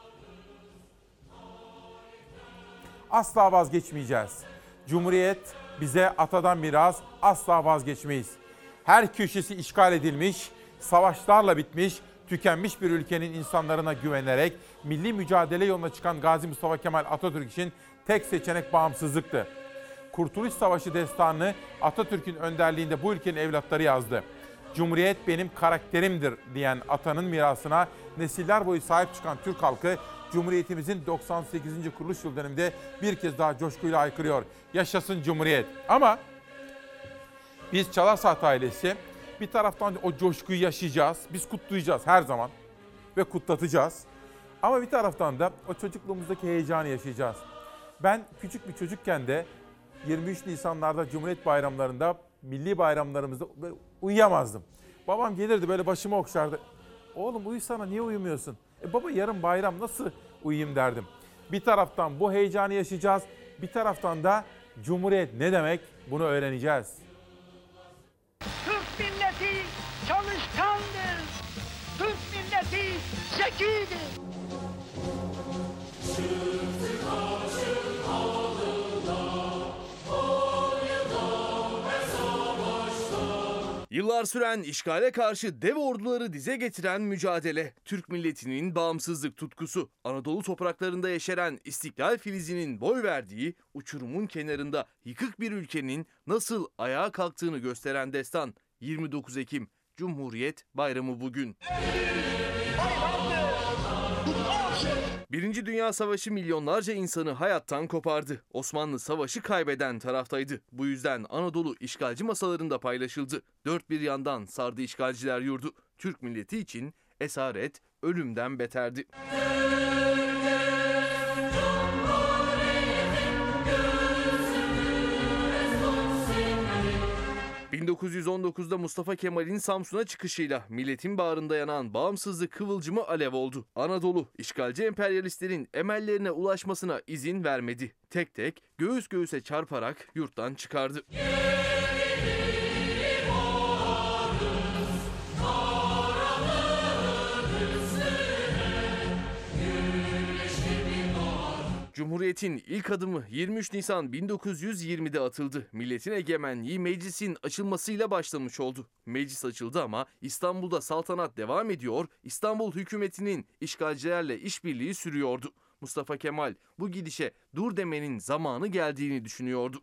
Asla vazgeçmeyeceğiz. Cumhuriyet bize atadan miras, asla vazgeçmeyiz. Her köşesi işgal edilmiş, savaşlarla bitmiş, tükenmiş bir ülkenin insanlarına güvenerek milli mücadele yoluna çıkan Gazi Mustafa Kemal Atatürk için tek seçenek bağımsızlıktı. Kurtuluş Savaşı destanını Atatürk'ün önderliğinde bu ülkenin evlatları yazdı. Cumhuriyet benim karakterimdir diyen atanın mirasına nesiller boyu sahip çıkan Türk halkı, Cumhuriyetimizin doksan sekizinci kuruluş yıl dönümünde bir kez daha coşkuyla haykırıyor. Yaşasın Cumhuriyet. Ama biz Çalarsaat ailesi bir taraftan o coşkuyu yaşayacağız. Biz kutlayacağız her zaman ve kutlatacağız. Ama bir taraftan da o çocukluğumuzdaki heyecanı yaşayacağız. Ben küçük bir çocukken de yirmi üç Nisanlarda, Cumhuriyet bayramlarında, milli bayramlarımızda uyuyamazdım. Babam gelirdi böyle başımı okşardı. Oğlum uyusana, niye uyumuyorsun? E baba yarın bayram, nasıl uyuyayım derdim. Bir taraftan bu heyecanı yaşayacağız. Bir taraftan da Cumhuriyet ne demek bunu öğreneceğiz. Türk milleti çalışkandır. Türk milleti zekidir. Yıllar süren işgale karşı dev orduları dize getiren mücadele, Türk milletinin bağımsızlık tutkusu, Anadolu topraklarında yeşeren istiklal filizinin boy verdiği, uçurumun kenarında yıkık bir ülkenin nasıl ayağa kalktığını gösteren destan. yirmi dokuz Ekim, Cumhuriyet Bayramı bugün. Birinci Dünya Savaşı milyonlarca insanı hayattan kopardı. Osmanlı savaşı kaybeden taraftaydı. Bu yüzden Anadolu işgalci masalarında paylaşıldı. Dört bir yandan sardı işgalciler yurdu. Türk milleti için esaret ölümden beterdi. bin dokuz yüz on dokuzda Mustafa Kemal'in Samsun'a çıkışıyla milletin bağrında yanan bağımsızlık kıvılcımı alev oldu. Anadolu, işgalci emperyalistlerin emellerine ulaşmasına izin vermedi. Tek tek göğüs göğüse çarparak yurttan çıkardı. Cumhuriyetin ilk adımı yirmi üç Nisan bin dokuz yüz yirmide atıldı. Milletin egemenliği meclisin açılmasıyla başlamış oldu. Meclis açıldı ama İstanbul'da saltanat devam ediyor, İstanbul hükümetinin işgalcilerle işbirliği sürüyordu. Mustafa Kemal bu gidişe dur demenin zamanı geldiğini düşünüyordu.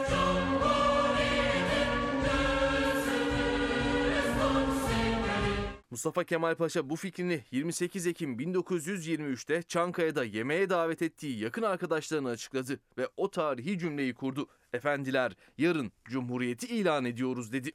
Mustafa Kemal Paşa bu fikrini yirmi sekiz Ekim bin dokuz yüz yirmi üçte Çankaya'da yemeğe davet ettiği yakın arkadaşlarına açıkladı ve o tarihi cümleyi kurdu. Efendiler, yarın Cumhuriyeti ilan ediyoruz dedi.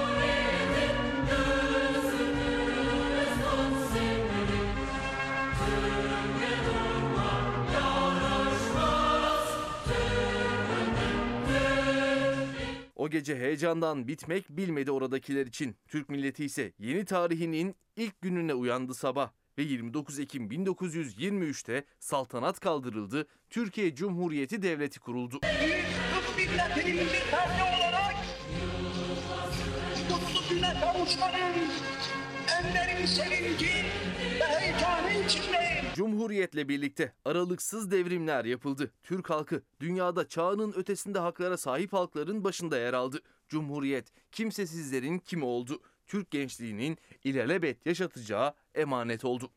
O gece heyecandan bitmek bilmedi oradakiler için. Türk milleti ise yeni tarihinin ilk gününe uyandı sabah ve yirmi dokuz Ekim bin dokuz yüz yirmi üçte saltanat kaldırıldı, Türkiye Cumhuriyeti Devleti kuruldu. Türk milletinin bir ferdi olarak mutlu güne kavuşmanın en derin sevinci ve heyecanı içindeyim. Cumhuriyetle birlikte aralıksız devrimler yapıldı. Türk halkı dünyada çağının ötesinde haklara sahip halkların başında yer aldı. Cumhuriyet kimsesizlerin kimi oldu. Türk gençliğinin ilelebet yaşatacağı emanet oldu.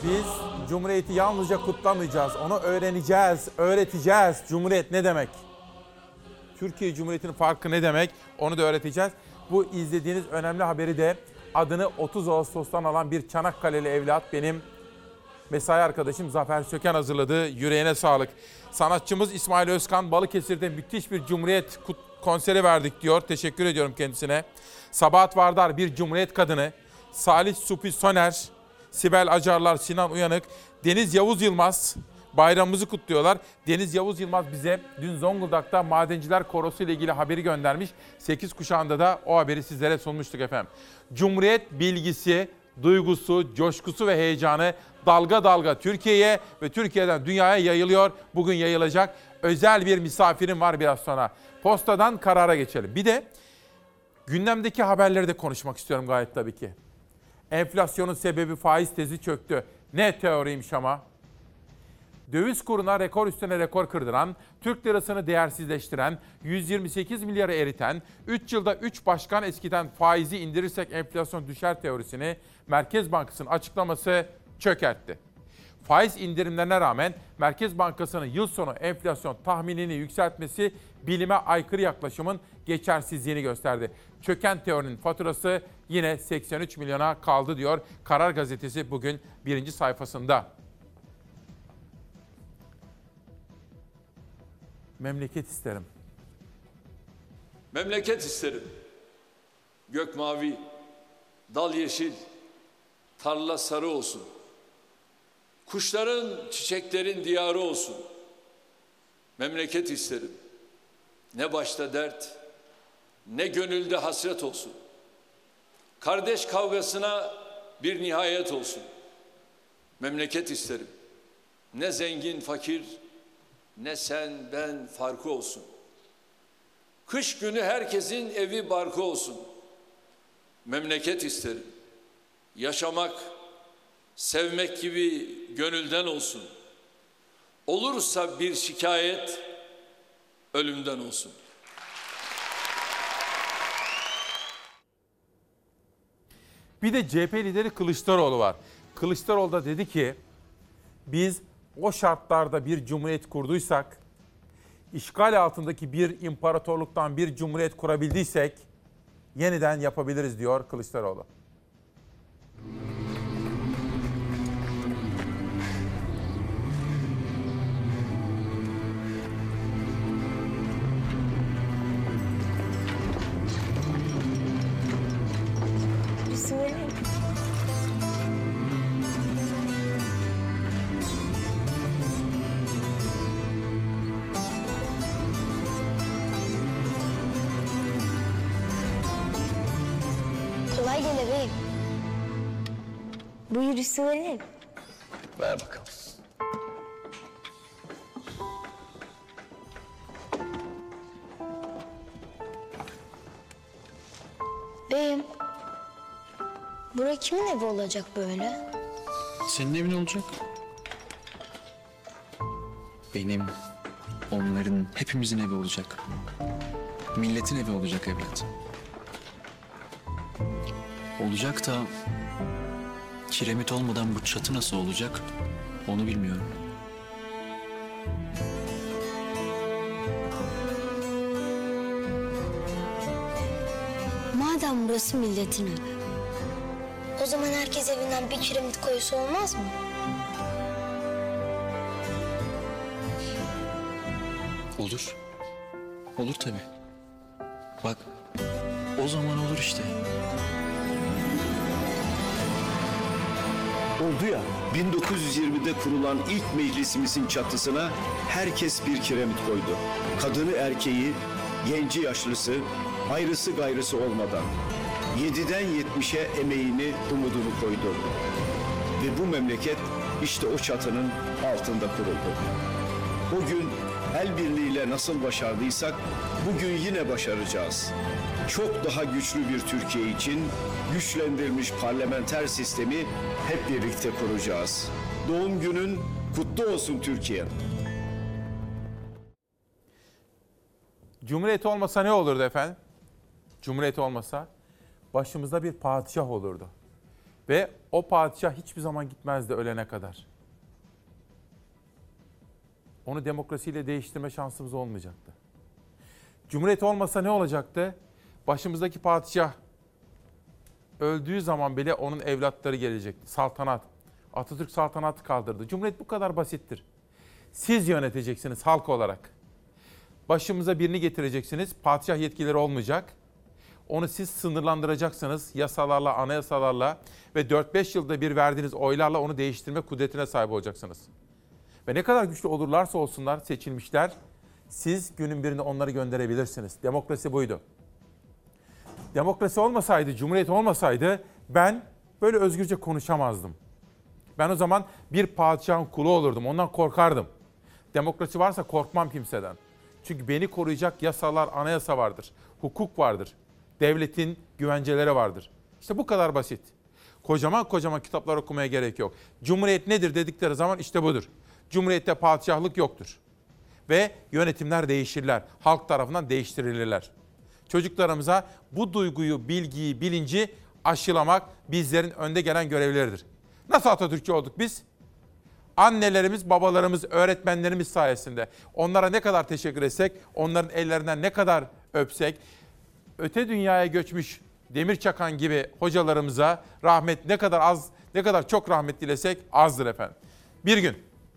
Biz Cumhuriyeti yalnızca kutlamayacağız. Onu öğreneceğiz, öğreteceğiz. Cumhuriyet ne demek? Türkiye Cumhuriyeti'nin farkı ne demek? Onu da öğreteceğiz. Bu izlediğiniz önemli haberi de adını otuz Ağustos'tan alan bir Çanakkale'li evlat benim mesai arkadaşım Zafer Söken hazırladı. Yüreğine sağlık. Sanatçımız İsmail Özkan Balıkesir'de müthiş bir Cumhuriyet konseri verdik diyor. Teşekkür ediyorum kendisine. Sabahat Vardar bir Cumhuriyet kadını. Salih Supi Soner, Sibel Acarlar, Sinan Uyanık, Deniz Yavuz Yılmaz bayramımızı kutluyorlar. Deniz Yavuz Yılmaz bize dün Zonguldak'ta Madenciler Korosu ile ilgili haberi göndermiş. sekiz kuşağında da o haberi sizlere sunmuştuk efendim. Cumhuriyet bilgisi, duygusu, coşkusu ve heyecanı dalga dalga Türkiye'ye ve Türkiye'den dünyaya yayılıyor. Bugün yayılacak. Özel bir misafirim var biraz sonra. Postadan karara geçelim. Bir de gündemdeki haberleri de konuşmak istiyorum gayet tabii ki. Enflasyonun sebebi faiz tezi çöktü. Ne teoriymiş ama. Döviz kuruna rekor üstüne rekor kırdıran, Türk lirasını değersizleştiren, yüz yirmi sekiz milyara eriten, üç yılda üç başkan eskiden faizi indirirsek enflasyon düşer teorisini Merkez Bankası'nın açıklaması çökertti. Faiz indirimlerine rağmen Merkez Bankası'nın yıl sonu enflasyon tahminini yükseltmesi bilime aykırı yaklaşımın geçersizliğini gösterdi. Çöken teorinin faturası yine seksen üç milyona kaldı diyor Karar Gazetesi bugün birinci sayfasında. Memleket isterim. Memleket isterim. Gök mavi, dal yeşil, tarla sarı olsun. Kuşların, çiçeklerin diyarı olsun. Memleket isterim. Ne başta dert, ne gönülde hasret olsun. Kardeş kavgasına bir nihayet olsun. Memleket isterim. Ne zengin fakir, ne sen ben farkı olsun. Kış günü herkesin evi barkı olsun. Memleket isterim. Yaşamak, sevmek gibi gönülden olsun. Olursa bir şikayet ölümden olsun. Bir de C H P lideri Kılıçdaroğlu var. Kılıçdaroğlu da dedi ki biz o şartlarda bir cumhuriyet kurduysak, işgal altındaki bir imparatorluktan bir cumhuriyet kurabildiysek yeniden yapabiliriz diyor Kılıçdaroğlu. Kolay gele beyim. Buyur üstüne. Ver bakalım. Beyim. Bura kimin evi olacak böyle? Senin evin olacak. Benim, onların, hepimizin evi olacak. Milletin evi olacak evlat. Olacak da kiremit olmadan bu çatı nasıl olacak onu bilmiyorum. Madem burası milletin evi, o zaman herkes evinden bir kiremit koyusu olmaz mı? Olur. Olur tabii. Bak, o zaman olur işte. Oldu ya, bin dokuz yüz yirmide kurulan ilk meclisimizin çatısına herkes bir kiremit koydu. Kadını erkeği, genci yaşlısı, ayrısı gayrısı olmadan. Yediden yetmişe emeğini, umudunu koydu. Ve bu memleket işte o çatının altında kuruldu. O gün el birliğiyle nasıl başardıysak bugün yine başaracağız. Çok daha güçlü bir Türkiye için güçlendirilmiş parlamenter sistemi hep birlikte kuracağız. Doğum günün kutlu olsun Türkiye. Cumhuriyet olmasa ne olurdu efendim? Cumhuriyet olmasa başımızda bir padişah olurdu. Ve o padişah hiçbir zaman gitmezdi ölene kadar. Onu demokrasiyle değiştirme şansımız olmayacaktı. Cumhuriyet olmasa ne olacaktı? Başımızdaki padişah öldüğü zaman bile onun evlatları gelecekti. Saltanat. Atatürk saltanatı kaldırdı. Cumhuriyet bu kadar basittir. Siz yöneteceksiniz halk olarak. Başımıza birini getireceksiniz. Padişah yetkileri olmayacak. Onu siz sınırlandıracaksınız yasalarla, anayasalarla ve dört beş yılda bir verdiğiniz oylarla onu değiştirme kudretine sahip olacaksınız. Ve ne kadar güçlü olurlarsa olsunlar seçilmişler, siz günün birinde onları gönderebilirsiniz. Demokrasi buydu. Demokrasi olmasaydı, cumhuriyet olmasaydı ben böyle özgürce konuşamazdım. Ben o zaman bir padişahın kulu olurdum, ondan korkardım. Demokrasi varsa korkmam kimseden. Çünkü beni koruyacak yasalar, anayasa vardır, hukuk vardır. Devletin güvenceleri vardır. İşte bu kadar basit. Kocaman kocaman kitaplar okumaya gerek yok. Cumhuriyet nedir dedikleri zaman işte budur. Cumhuriyette padişahlık yoktur. Ve yönetimler değişirler. Halk tarafından değiştirilirler. Çocuklarımıza bu duyguyu, bilgiyi, bilinci aşılamak bizlerin önde gelen görevleridir. Nasıl Atatürkçü olduk biz? Annelerimiz, babalarımız, öğretmenlerimiz sayesinde. Onlara ne kadar teşekkür etsek, onların ellerinden ne kadar öpsek, öte dünyaya göçmüş demir çakan gibi hocalarımıza rahmet ne kadar az, ne kadar çok rahmet dilesek azdır efendim. Bir gün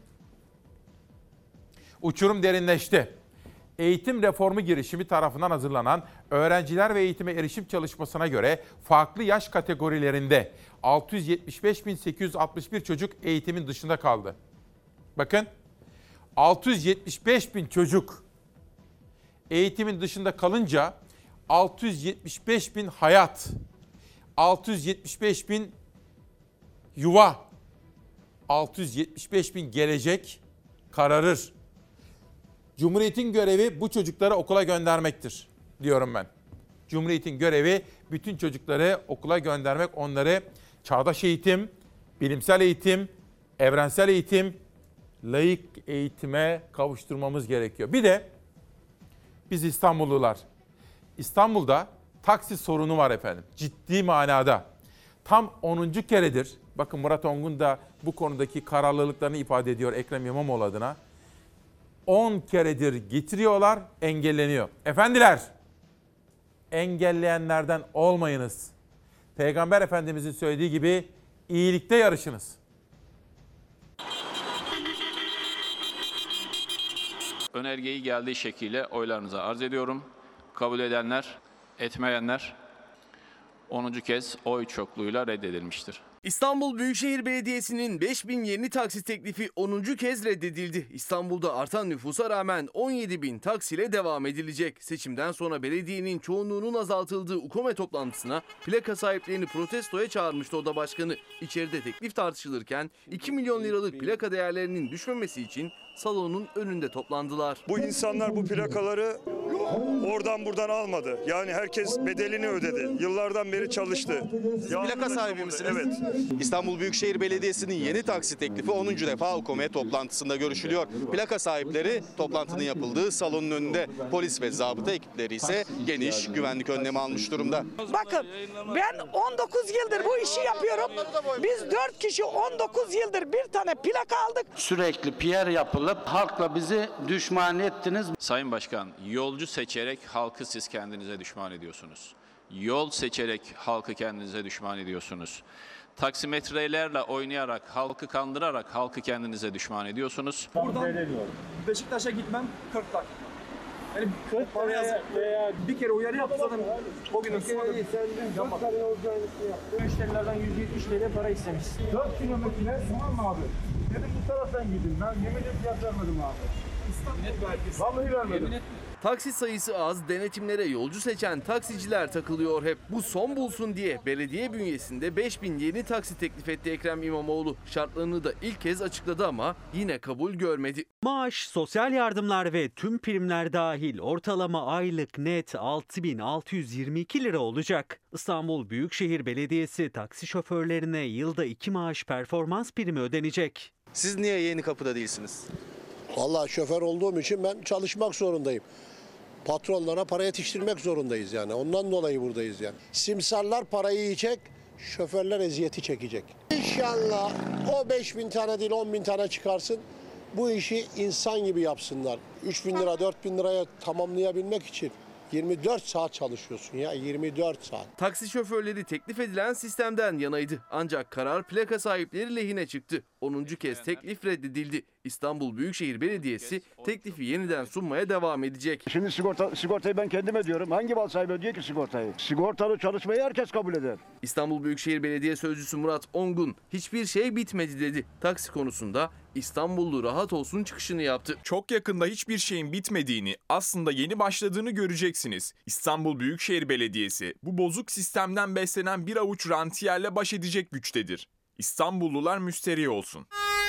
uçurum derinleşti. Eğitim reformu girişimi tarafından hazırlanan öğrenciler ve eğitime erişim çalışmasına göre farklı yaş kategorilerinde altı yüz yetmiş beş bin sekiz yüz altmış bir çocuk eğitimin dışında kaldı. Bakın, altı yüz yetmiş beş bin çocuk eğitimin dışında kalınca altı yüz yetmiş beş bin hayat, altı yüz yetmiş beş bin yuva, altı yüz yetmiş beş bin gelecek kararır. Cumhuriyetin görevi bu çocukları okula göndermektir diyorum ben. Cumhuriyetin görevi bütün çocukları okula göndermek, onları çağdaş eğitim, bilimsel eğitim, evrensel eğitim, laik eğitime kavuşturmamız gerekiyor. Bir de biz İstanbullular, İstanbul'da taksi sorunu var efendim. Ciddi manada. Tam onuncu keredir. Bakın Murat Ongun da bu konudaki kararlılıklarını ifade ediyor Ekrem İmamoğlu adına. on keredir getiriyorlar, engelleniyor. Efendiler, engelleyenlerden olmayınız. Peygamber Efendimizin söylediği gibi iyilikte yarışınız. Önergeyi geldiği şekliyle oylarınıza arz ediyorum. Kabul edenler, etmeyenler onuncu kez oy çokluğuyla reddedilmiştir. İstanbul Büyükşehir Belediyesi'nin beş bin yeni taksi teklifi onuncu kez reddedildi. İstanbul'da artan nüfusa rağmen on yedi bin taksiyle devam edilecek. Seçimden sonra belediyenin çoğunluğunun azaltıldığı UKOME toplantısına plaka sahiplerini protestoya çağırmıştı oda başkanı. İçeride teklif tartışılırken iki milyon liralık plaka değerlerinin düşmemesi için salonun önünde toplandılar. Bu insanlar bu plakaları oradan buradan almadı. Yani herkes bedelini ödedi. Yıllardan beri çalıştı. Siz plaka sahibi misiniz? Evet. İstanbul Büyükşehir Belediyesi'nin yeni taksi teklifi onuncu defa UKOME toplantısında görüşülüyor. Plaka sahipleri toplantının yapıldığı salonun önünde, polis ve zabıta ekipleri ise geniş güvenlik önlemi almış durumda. Bakın, ben on dokuz yıldır bu işi yapıyorum. Biz dört kişi on dokuz yıldır bir tane plaka aldık. Sürekli P R yapılıp halkla bizi düşman ettiniz. Sayın Başkan, yolcu seçerek halkı siz kendinize düşman ediyorsunuz. Yol seçerek halkı kendinize düşman ediyorsunuz. Taksimetrelerle oynayarak, halkı kandırarak halkı kendinize düşman ediyorsunuz. Buradan Beşiktaş'a gitmem kırk dakika. Yani kırk veya, veya bir kere uyarı yaptı zaten o gün ısınmadı. Yapmadı. Müşterilerden yüz yetmiş TL para istemiş. dört kilometre tamam mı abi? Dedim bu taraftan gidin. Ben yemin et fiyat vermedim abi. Vallahi vermedim. Taksi sayısı az, denetimlere yolcu seçen taksiciler takılıyor hep. Bu son bulsun diye belediye bünyesinde beş bin yeni taksi teklif etti Ekrem İmamoğlu. Şartlarını da ilk kez açıkladı ama yine kabul görmedi. Maaş, sosyal yardımlar ve tüm primler dahil ortalama aylık net altı bin altı yüz yirmi iki lira olacak. İstanbul Büyükşehir Belediyesi taksi şoförlerine yılda iki maaş performans primi ödenecek. Siz niye Yeni Kapı'da değilsiniz? Vallahi şoför olduğum için ben çalışmak zorundayım. Patronlara para yetiştirmek zorundayız yani. Ondan dolayı buradayız yani. Simsarlar parayı yiyecek, şoförler eziyeti çekecek. İnşallah o beş bin tane değil on bin tane çıkarsın. Bu işi insan gibi yapsınlar. üç bin lira dört bin liraya tamamlayabilmek için yirmi dört saat çalışıyorsun ya, yirmi dört saat. Taksi şoförleri teklif edilen sistemden yanaydı. Ancak karar plaka sahipleri lehine çıktı. onuncu kez teklif reddedildi. İstanbul Büyükşehir Belediyesi teklifi yeniden sunmaya devam edecek. Şimdi sigorta, sigortayı ben kendim ödüyorum. Hangi mal sahibi ödüyor ki sigortayı? Sigortalı çalışmayı herkes kabul eder. İstanbul Büyükşehir Belediye Sözcüsü Murat Ongun hiçbir şey bitmedi dedi. Taksi konusunda İstanbullu rahat olsun çıkışını yaptı. Çok yakında hiçbir şeyin bitmediğini, aslında yeni başladığını göreceksiniz. İstanbul Büyükşehir Belediyesi bu bozuk sistemden beslenen bir avuç rantiyerle baş edecek güçtedir. İstanbullular müsterih olsun.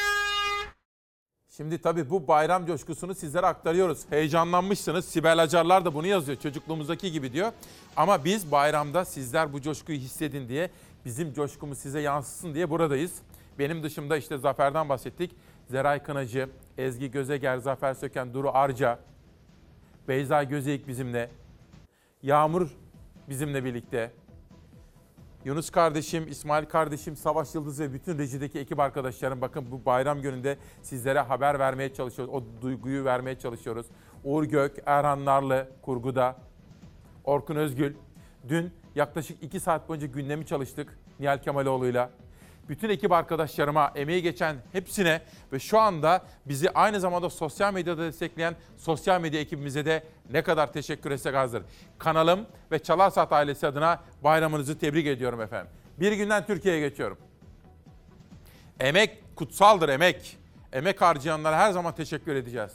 Şimdi tabii bu bayram coşkusunu sizlere aktarıyoruz. Heyecanlanmışsınız. Sibel Acarlar da bunu yazıyor. Çocukluğumuzdaki gibi diyor. Ama biz bayramda sizler bu coşkuyu hissedin diye, bizim coşkumuz size yansısın diye buradayız. Benim dışımda işte Zafer'den bahsettik. Zeray Kınacı, Ezgi Gözeger, Zafer Söken, Duru Arca, Beyza Gözeyik bizimle. Yağmur bizimle birlikte. Yunus kardeşim, İsmail kardeşim, Savaş Yıldız ve bütün rejideki ekip arkadaşlarım, bakın bu bayram gününde sizlere haber vermeye çalışıyoruz. O duyguyu vermeye çalışıyoruz. Uğur Gök, Erhan Narlı kurguda, Orkun Özgül. Dün yaklaşık iki saat boyunca gündemi çalıştık Nihal Kemaloğlu'yla. Bütün ekip arkadaşlarıma, emeği geçen hepsine ve şu anda bizi aynı zamanda sosyal medyada destekleyen sosyal medya ekibimize de ne kadar teşekkür etsek azdır. Kanalım ve Çalarsat ailesi adına bayramınızı tebrik ediyorum efendim. Bir günden Türkiye'ye geçiyorum. Emek kutsaldır, emek. Emek harcayanlara her zaman teşekkür edeceğiz.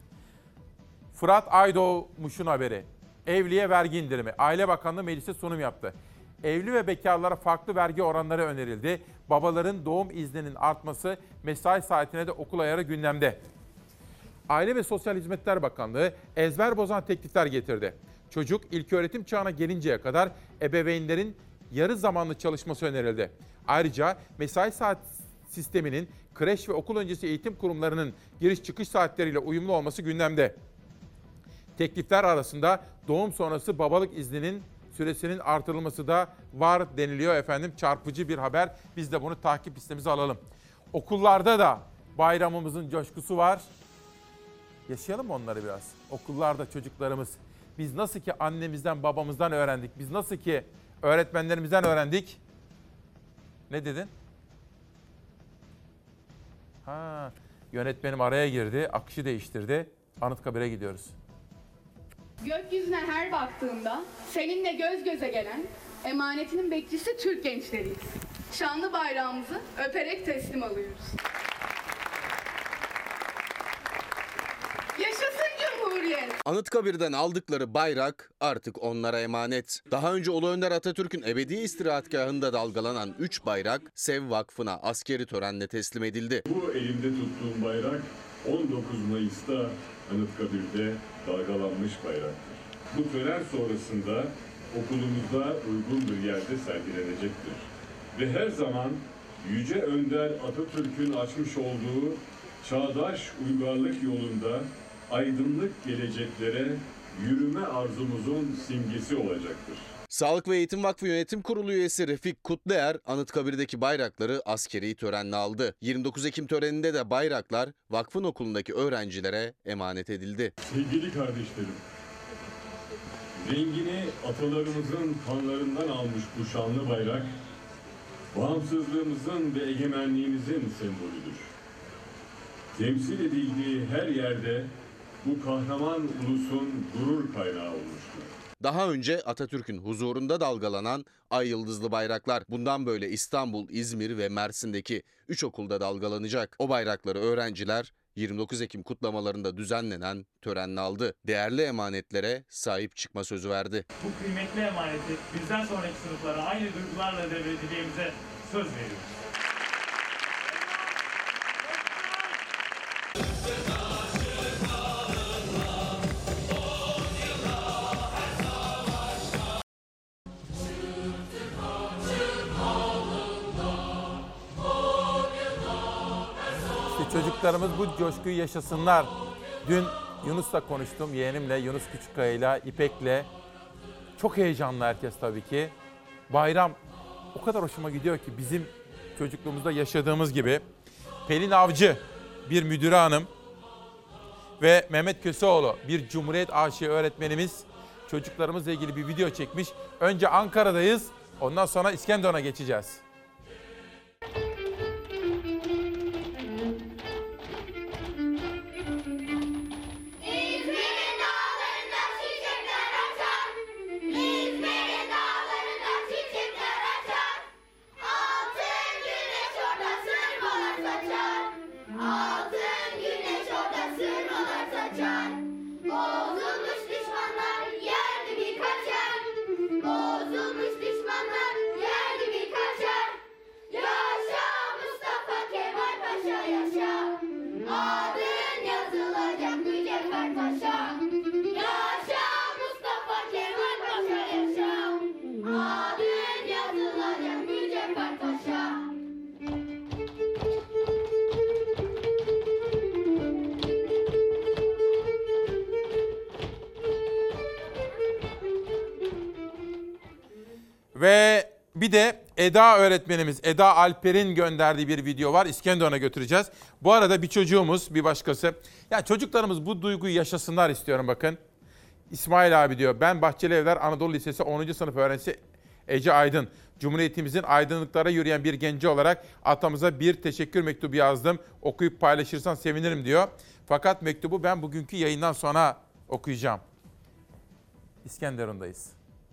Fırat Aydoğmuş'un haberi. Evliye vergi indirimi. Aile Bakanlığı meclise sunum yaptı. Evli ve bekarlara farklı vergi oranları önerildi. Babaların doğum izninin artması, mesai saatine de okul ayarı gündemde. Aile ve Sosyal Hizmetler Bakanlığı ezber bozan teklifler getirdi. Çocuk ilköğretim çağına gelinceye kadar ebeveynlerin yarı zamanlı çalışması önerildi. Ayrıca mesai saat sisteminin kreş ve okul öncesi eğitim kurumlarının giriş çıkış saatleriyle uyumlu olması gündemde. Teklifler arasında doğum sonrası babalık izninin süresinin artırılması da var deniliyor efendim. Çarpıcı bir haber. Biz de bunu takip listemize alalım. Okullarda da bayramımızın coşkusu var. Yaşayalım mı onları biraz? Okullarda çocuklarımız. Biz nasıl ki annemizden babamızdan öğrendik. Biz nasıl ki öğretmenlerimizden öğrendik. Ne dedin? Ha, yönetmenim araya girdi. Akışı değiştirdi. Anıtkabir'e gidiyoruz. Gökyüzüne her baktığımda seninle göz göze gelen emanetinin bekçisi Türk gençleriyiz. Şanlı bayrağımızı öperek teslim alıyoruz. Yaşasın Cumhuriyet! Anıtkabir'den aldıkları bayrak artık onlara emanet. Daha önce Ulu Önder Atatürk'ün ebedi istirahatgahında dalgalanan üç bayrak Sev Vakfı'na askeri törenle teslim edildi. Bu elimde tuttuğum bayrak on dokuz Mayıs'ta Anıtkabir'de dalgalanmış bayraktır. Bu tören sonrasında okulumuzda uygun bir yerde sergilenecektir. Ve her zaman Yüce Önder Atatürk'ün açmış olduğu çağdaş uygarlık yolunda aydınlık geleceklere yürüme arzumuzun simgesi olacaktır. Sağlık ve Eğitim Vakfı Yönetim Kurulu üyesi Refik Kutluer, Anıtkabir'deki bayrakları askeri törenle aldı. yirmi dokuz Ekim töreninde de bayraklar vakfın okulundaki öğrencilere emanet edildi. Sevgili kardeşlerim, rengini atalarımızın kanlarından almış bu şanlı bayrak, bağımsızlığımızın ve egemenliğimizin sembolüdür. Temsil edildiği her yerde bu kahraman ulusun gurur kaynağı olmuştur. Daha önce Atatürk'ün huzurunda dalgalanan ay yıldızlı bayraklar bundan böyle İstanbul, İzmir ve Mersin'deki üç okulda dalgalanacak. O bayrakları öğrenciler yirmi dokuz Ekim kutlamalarında düzenlenen törenle aldı. Değerli emanetlere sahip çıkma sözü verdi. Bu kıymetli emaneti bizden sonraki sınıflara aynı duygularla devredeceğimize söz veriyoruz. Çocuklarımız bu coşkuyu yaşasınlar. Dün Yunus'la konuştum, yeğenimle, Yunus Küçükkaya'yla, İpek'le. Çok heyecanlı herkes tabii ki. Bayram o kadar hoşuma gidiyor ki bizim çocukluğumuzda yaşadığımız gibi. Pelin Avcı bir müdüre hanım ve Mehmet Köseoğlu bir Cumhuriyet aşığı öğretmenimiz çocuklarımızla ilgili bir video çekmiş. Önce Ankara'dayız, ondan sonra İskenderun'a geçeceğiz. Ve bir de Eda öğretmenimiz, Eda Alper'in gönderdiği bir video var. İskenderun'a götüreceğiz. Bu arada bir çocuğumuz, bir başkası. Ya çocuklarımız bu duyguyu yaşasınlar istiyorum bakın. İsmail abi diyor, ben Bahçeli Evler Anadolu Lisesi onuncu sınıf öğrencisi Ece Aydın. Cumhuriyetimizin aydınlıklara yürüyen bir genci olarak atamıza bir teşekkür mektubu yazdım. Okuyup paylaşırsan sevinirim diyor. Fakat mektubu ben bugünkü yayından sonra okuyacağım. İskenderun'dayız.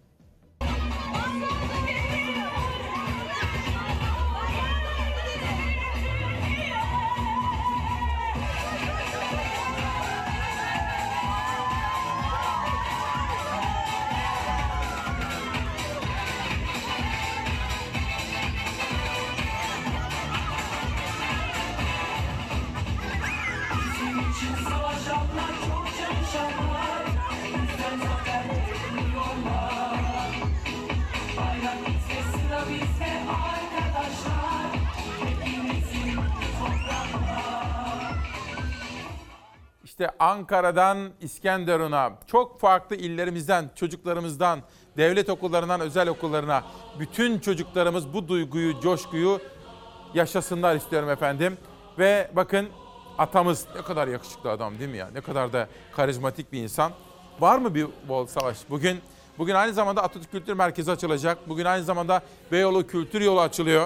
İşte Ankara'dan İskenderun'a, çok farklı illerimizden, çocuklarımızdan, devlet okullarından özel okullarına bütün çocuklarımız bu duyguyu, coşkuyu yaşasınlar istiyorum efendim. Ve bakın atamız ne kadar yakışıklı adam değil mi ya? Ne kadar da karizmatik bir insan. Var mı bir bol savaş? Bugün bugün aynı zamanda Atatürk Kültür Merkezi açılacak. Bugün aynı zamanda Beyoğlu Kültür Yolu açılıyor.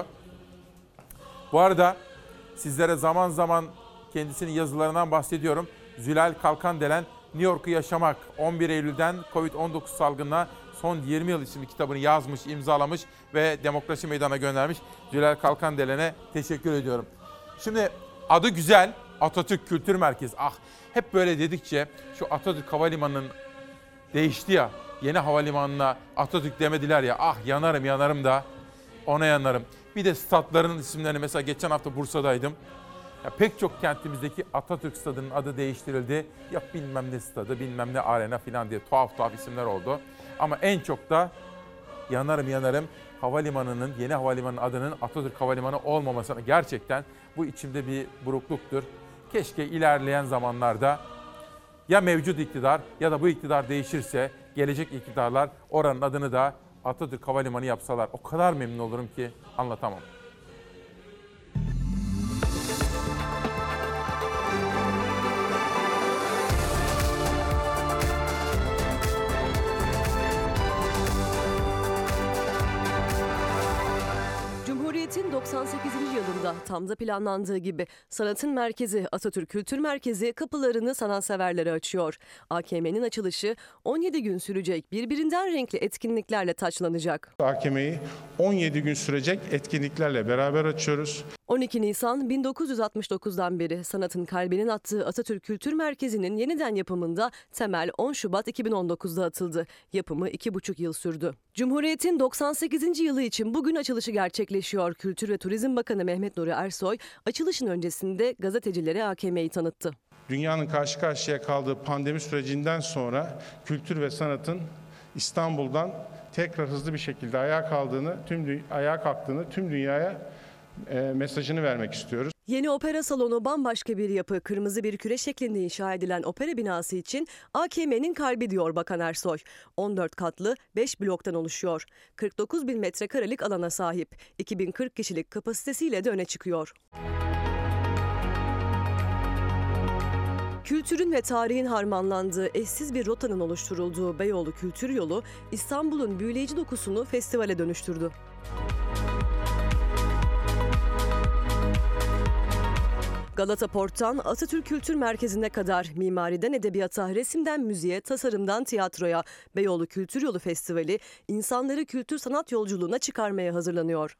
Bu arada sizlere zaman zaman kendisinin yazılarından bahsediyorum. Zülal Kalkandelen New York'u yaşamak on bir Eylül'den kovid on dokuz salgınına son yirmi yıl isimli kitabını yazmış, imzalamış ve Demokrasi Meydanı'na göndermiş. Zülal Kalkandelen'e teşekkür ediyorum. Şimdi adı güzel Atatürk Kültür Merkezi. Ah hep böyle dedikçe şu Atatürk Havalimanı'nın değişti ya. Yeni havalimanına Atatürk demediler ya. Ah yanarım yanarım da ona yanarım. Bir de statların isimlerini mesela geçen hafta Bursa'daydım. Ya pek çok kentimizdeki Atatürk Stadı'nın adı değiştirildi. Ya bilmem ne stadı, bilmem ne arena falan diye tuhaf tuhaf isimler oldu. Ama en çok da yanarım yanarım havalimanının, yeni havalimanının adının Atatürk Havalimanı olmamasına gerçekten bu içimde bir burukluktur. Keşke ilerleyen zamanlarda ya mevcut iktidar ya da bu iktidar değişirse gelecek iktidarlar oranın adını da Atatürk Havalimanı yapsalar. O kadar memnun olurum ki anlatamam. Cumhuriyet'in doksan sekizinci yılında tam da planlandığı gibi sanatın merkezi Atatürk Kültür Merkezi kapılarını sanatseverlere açıyor. A K M'nin açılışı on yedi gün sürecek birbirinden renkli etkinliklerle taçlanacak. A K M'yi on yedi gün sürecek etkinliklerle beraber açıyoruz. on iki Nisan bin dokuz yüz altmış dokuzdan beri sanatın kalbinin attığı Atatürk Kültür Merkezi'nin yeniden yapımında temel on Şubat iki bin on dokuzda atıldı. Yapımı iki buçuk yıl sürdü. Cumhuriyet'in doksan sekizinci yılı için bugün açılışı gerçekleşiyor. Kültür ve Turizm Bakanı Mehmet Nuri Ersoy açılışın öncesinde gazetecilere A K M'yi tanıttı. Dünyanın karşı karşıya kaldığı pandemi sürecinden sonra kültür ve sanatın İstanbul'dan tekrar hızlı bir şekilde ayağa kaldığını, tüm ayağa kalktığını tüm dünyaya e, mesajını vermek istiyoruz. Yeni opera salonu bambaşka bir yapı, kırmızı bir küre şeklinde inşa edilen opera binası için A K M'nin kalbi diyor Bakan Ersoy. on dört katlı beş bloktan oluşuyor. kırk dokuz bin metrekarelik alana sahip. iki bin kırk kişilik kapasitesiyle de öne çıkıyor. Kültürün ve tarihin harmanlandığı, eşsiz bir rotanın oluşturulduğu Beyoğlu Kültür Yolu, İstanbul'un büyüleyici dokusunu festivale dönüştürdü. Galata Port'tan Atatürk Kültür Merkezi'ne kadar mimariden edebiyata, resimden müziğe, tasarımdan tiyatroya Beyoğlu Kültür Yolu Festivali insanları kültür sanat yolculuğuna çıkarmaya hazırlanıyor.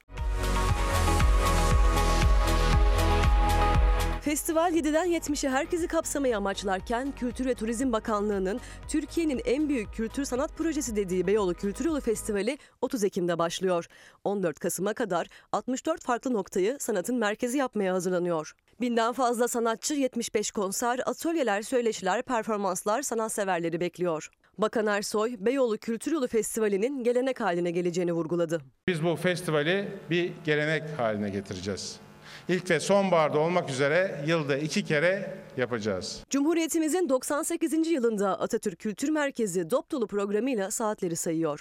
Festival yediden yetmişe herkesi kapsamayı amaçlarken Kültür ve Turizm Bakanlığı'nın Türkiye'nin en büyük kültür sanat projesi dediği Beyoğlu Kültür Yolu Festivali otuz Ekim'de başlıyor. on dört Kasım'a kadar altmış dört farklı noktayı sanatın merkezi yapmaya hazırlanıyor. Binden fazla sanatçı, yetmiş beş konser, atölyeler, söyleşiler, performanslar sanatseverleri bekliyor. Bakan Ersoy, Beyoğlu Kültür Yolu Festivali'nin gelenek haline geleceğini vurguladı. Biz bu festivali bir gelenek haline getireceğiz. İlk ve sonbaharda olmak üzere yılda iki kere yapacağız. Cumhuriyetimizin doksan sekizinci yılında Atatürk Kültür Merkezi dop dolu programıyla saatleri sayıyor.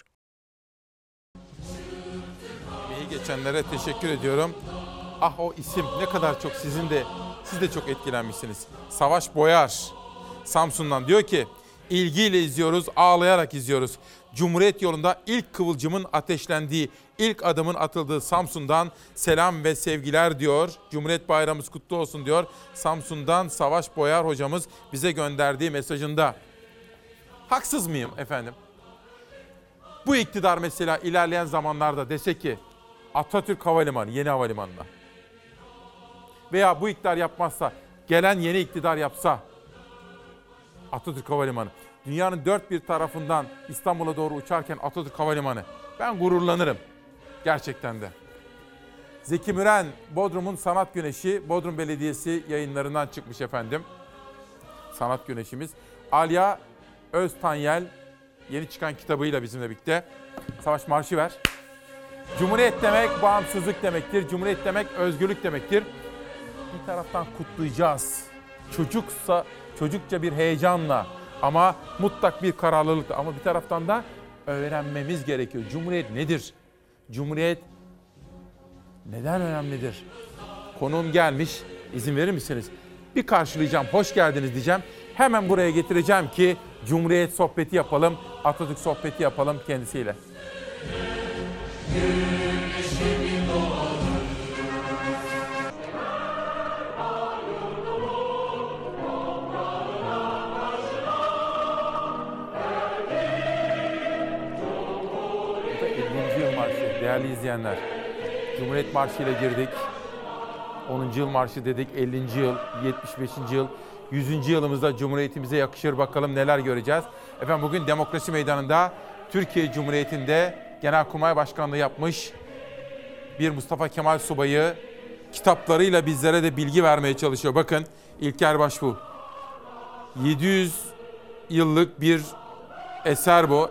İyi geçenlere teşekkür ediyorum. Ah o isim ne kadar çok sizin de, siz de çok etkilenmişsiniz. Savaş Boyar, Samsun'dan diyor ki, ilgiyle izliyoruz, ağlayarak izliyoruz. Cumhuriyet yolunda ilk kıvılcımın ateşlendiği, ilk adımın atıldığı Samsun'dan selam ve sevgiler diyor. Cumhuriyet Bayramımız kutlu olsun diyor. Samsun'dan Savaş Boyar hocamız bize gönderdiği mesajında. Haksız mıyım efendim? Bu iktidar mesela ilerleyen zamanlarda dese ki Atatürk Havalimanı, yeni havalimanına veya bu iktidar yapmazsa, gelen yeni iktidar yapsa Atatürk Havalimanı, dünyanın dört bir tarafından İstanbul'a doğru uçarken Atatürk Havalimanı, ben gururlanırım gerçekten de. Zeki Müren, Bodrum'un Sanat Güneşi, Bodrum Belediyesi yayınlarından çıkmış efendim. Sanat Güneşimiz. Alya Öztanyel yeni çıkan kitabıyla bizimle birlikte. Savaş marşı ver. Cumhuriyet demek bağımsızlık demektir. Cumhuriyet demek özgürlük demektir. Bir taraftan kutlayacağız. Çocuksa çocukça bir heyecanla ama mutlak bir kararlılıkla, ama bir taraftan da öğrenmemiz gerekiyor. Cumhuriyet nedir? Cumhuriyet neden önemlidir? Konuğum gelmiş. İzin verir misiniz? Bir karşılayacağım. Hoş geldiniz diyeceğim. Hemen buraya getireceğim ki Cumhuriyet sohbeti yapalım. Atatürk sohbeti yapalım kendisiyle. ellinci yıl marşı değerli izleyenler. Cumhuriyet Marşı ile girdik. onuncu yıl marşı dedik. ellinci yıl, yetmiş beşinci yıl, yüzüncü yılımızda Cumhuriyetimize yakışır, bakalım neler göreceğiz. Efendim bugün Demokrasi Meydanı'nda Türkiye Cumhuriyeti'nde Genelkurmay Başkanlığı yapmış bir Mustafa Kemal Subayı kitaplarıyla bizlere de bilgi vermeye çalışıyor. Bakın İlker Başbuğ. yedi yüz yıllık bir eser bu.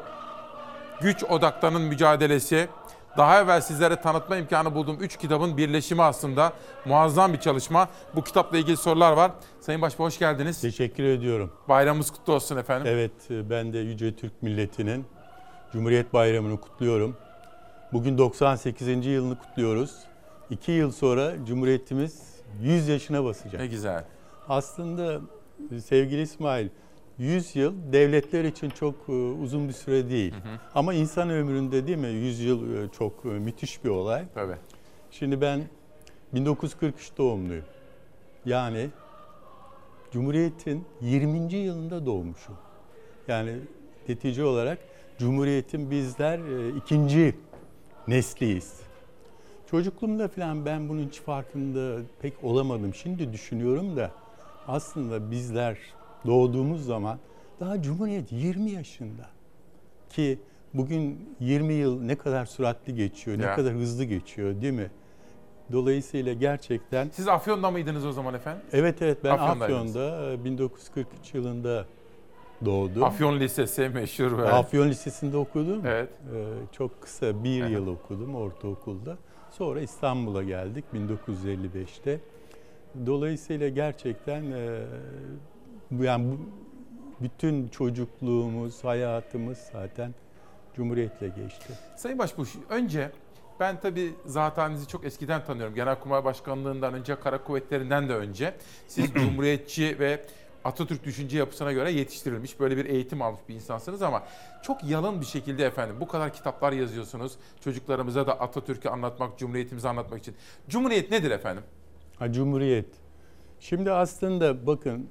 Güç odaklarının mücadelesi. Daha evvel sizlere tanıtma imkanı bulduğum üç kitabın birleşimi aslında. Muazzam bir çalışma. Bu kitapla ilgili sorular var. Sayın Başbuğ hoş geldiniz. Teşekkür ediyorum. Bayramımız kutlu olsun efendim. Evet, ben de Yüce Türk milletinin Cumhuriyet Bayramı'nı kutluyorum. Bugün doksan sekizinci yılını kutluyoruz. İki yıl sonra Cumhuriyetimiz yüz yaşına basacak. Ne güzel. Aslında sevgili İsmail, yüz yıl devletler için çok uzun bir süre değil. Hı hı. Ama insan ömründe değil mi? yüz yıl çok müthiş bir olay. Tabii. Şimdi ben bin dokuz yüz kırk üç doğumluyum. Yani Cumhuriyet'in yirminci yılında doğmuşum. Yani netice olarak Cumhuriyet'in bizler ikinci nesliyiz. Çocukluğumda falan ben bunun hiç farkında pek olamadım. Şimdi düşünüyorum da aslında bizler doğduğumuz zaman daha Cumhuriyet yirmi yaşında. Ki bugün yirmi yıl ne kadar süratli geçiyor, ya. Ne kadar hızlı geçiyor değil mi? Dolayısıyla gerçekten... Siz Afyon'da mıydınız o zaman efendim? Evet evet ben Afyon'daydınız. Afyon'da bin dokuz yüz kırk üç yılında doğdum. Afyon Lisesi meşhur. Böyle. Afyon Lisesi'nde okudum. Evet. Ee, çok kısa bir yıl okudum ortaokulda. Sonra İstanbul'a geldik bin dokuz yüz elli beşte. Dolayısıyla gerçekten e, yani bu, bütün çocukluğumuz, hayatımız zaten Cumhuriyet'le geçti. Sayın Başbuğ, önce ben tabii zatenizi çok eskiden tanıyorum. Genelkurmay Başkanlığından önce, Kara Kuvvetleri'nden de önce. Siz Cumhuriyetçi ve Atatürk düşünce yapısına göre yetiştirilmiş, böyle bir eğitim almış bir insansınız ama çok yalın bir şekilde efendim bu kadar kitaplar yazıyorsunuz. Çocuklarımıza da Atatürk'ü anlatmak, Cumhuriyetimizi anlatmak için. Cumhuriyet nedir efendim? Ha, Cumhuriyet. Şimdi aslında bakın,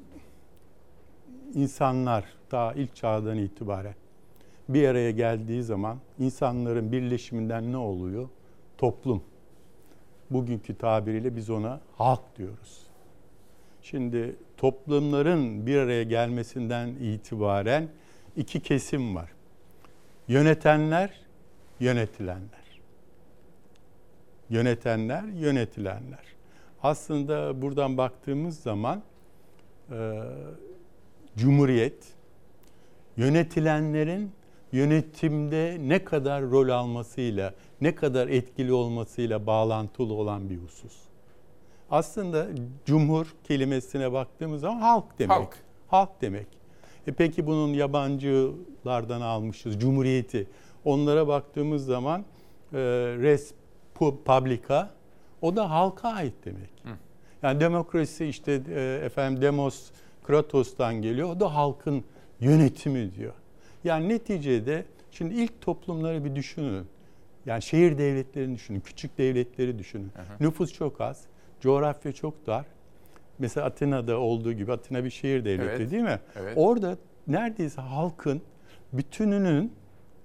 insanlar daha ilk çağdan itibaren bir araya geldiği zaman insanların birleşiminden ne oluyor? Toplum. Bugünkü tabiriyle biz ona halk diyoruz. Şimdi toplumların bir araya gelmesinden itibaren iki kesim var. Yönetenler, yönetilenler. Yönetenler, yönetilenler. Aslında buradan baktığımız zaman e, Cumhuriyet, yönetilenlerin yönetimde ne kadar rol almasıyla, ne kadar etkili olmasıyla bağlantılı olan bir husus. Aslında cumhur kelimesine baktığımız zaman halk demek. Halk. Halk demek. E peki bunun yabancılardan almışız, cumhuriyeti. Onlara baktığımız zaman e, res publica, o da halka ait demek. Hı. Yani demokrasi işte e, efendim demos Kratos'tan geliyor. O da halkın yönetimi diyor. Yani neticede şimdi ilk toplumları bir düşünün. Yani şehir devletlerini düşünün, küçük devletleri düşünün. Hı hı. Nüfus çok az, coğrafya çok dar. Mesela Atina'da olduğu gibi, Atina bir şehir devleti, evet, değil mi? Evet. Orada neredeyse halkın bütününün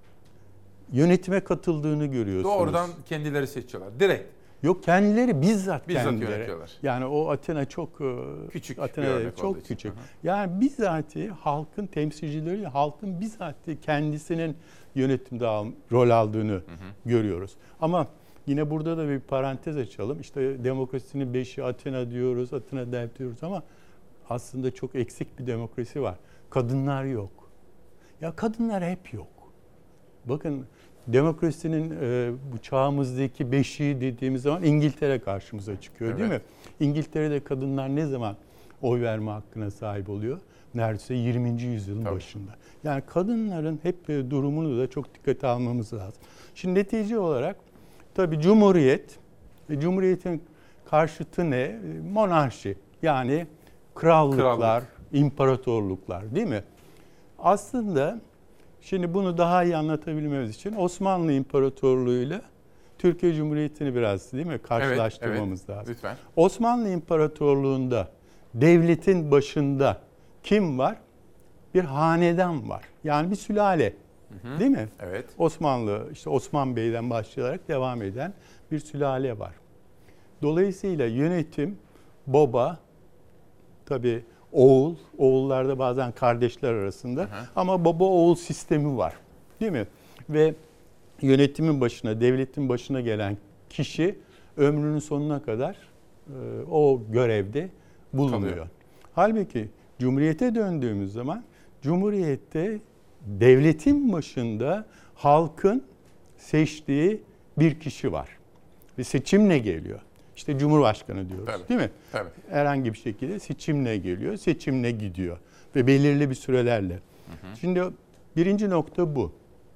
yönetime katıldığını görüyorsunuz. Doğrudan kendileri seçiyorlar, direkt. Yok, kendileri bizzat, bizzat kendileri. yönetiyorlar. Yani o Atina çok küçük, Atina çok küçük. Hı hı. Yani bizzati halkın temsilcileri, halkın bizzati kendisinin yönetimde al, rol aldığını hı hı. görüyoruz. Ama yine burada da bir parantez açalım. İşte demokrasinin beşi Atina diyoruz, Atina devleti diyoruz ama aslında çok eksik bir demokrasi var. Kadınlar yok. Ya kadınlar hep yok. Bakın, demokrasinin e, bu çağımızdaki beşiği dediğimiz zaman İngiltere karşımıza çıkıyor, evet, değil mi? İngiltere'de kadınlar ne zaman oy verme hakkına sahip oluyor? Neredeyse yirminci yüzyılın Tabii. başında. Yani kadınların hep e, durumunu da çok dikkate almamız lazım. Şimdi netice olarak tabii Cumhuriyet, e, Cumhuriyet'in karşıtı ne? E, monarşi, yani krallıklar, Krallık. imparatorluklar, değil mi? Aslında şimdi bunu daha iyi anlatabilmemiz için Osmanlı İmparatorluğu'yla Türkiye Cumhuriyeti'ni biraz, değil mi, karşılaştırmamız evet, evet. lazım. Lütfen. Osmanlı İmparatorluğu'nda devletin başında kim var? Bir hanedan var. Yani bir sülale. Hı hı. Değil mi? Evet. Osmanlı, işte Osman Bey'den başlayarak devam eden bir sülale var. Dolayısıyla yönetim baba, tabii oğul, oğullarda bazen kardeşler arasında, hı hı, ama baba oğul sistemi var. Değil mi? Ve yönetimin başına, devletin başına gelen kişi ömrünün sonuna kadar e, o görevde bulunuyor. Kalıyor. Halbuki Cumhuriyete döndüğümüz zaman Cumhuriyette devletin başında halkın seçtiği bir kişi var. Ve seçimle geliyor. İşte Cumhurbaşkanı diyoruz, tabii, değil mi? Tabii. Herhangi bir şekilde seçimle geliyor, seçimle gidiyor ve belirli bir sürelerle. Hı hı. Şimdi birinci nokta bu.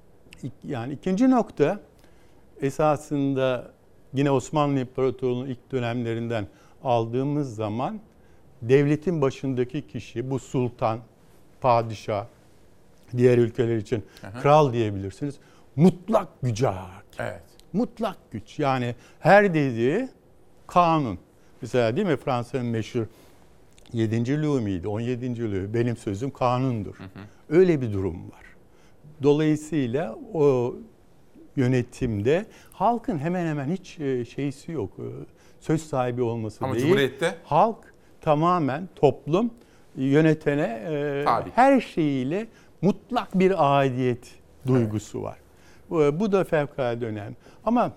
Yani ikinci nokta esasında yine Osmanlı İmparatorluğu'nun ilk dönemlerinden aldığımız zaman devletin başındaki kişi, bu sultan, padişah, diğer ülkeler için hı hı. kral diyebilirsiniz. Mutlak güce hakim. Evet. Mutlak güç. Yani her dediği kanun. Mesela değil mi, Fransa'nın meşhur yedinci Louis miydi? on yedinci Louis. Benim sözüm kanundur. Hı hı. Öyle bir durum var. Dolayısıyla o yönetimde halkın hemen hemen hiç şeysi yok. Söz sahibi olması Ama değil. Ama Cumhuriyet'te? Halk tamamen, toplum yönetene e, her şeyiyle mutlak bir aidiyet duygusu evet. var. Bu, bu da fevkalade önemli. Ama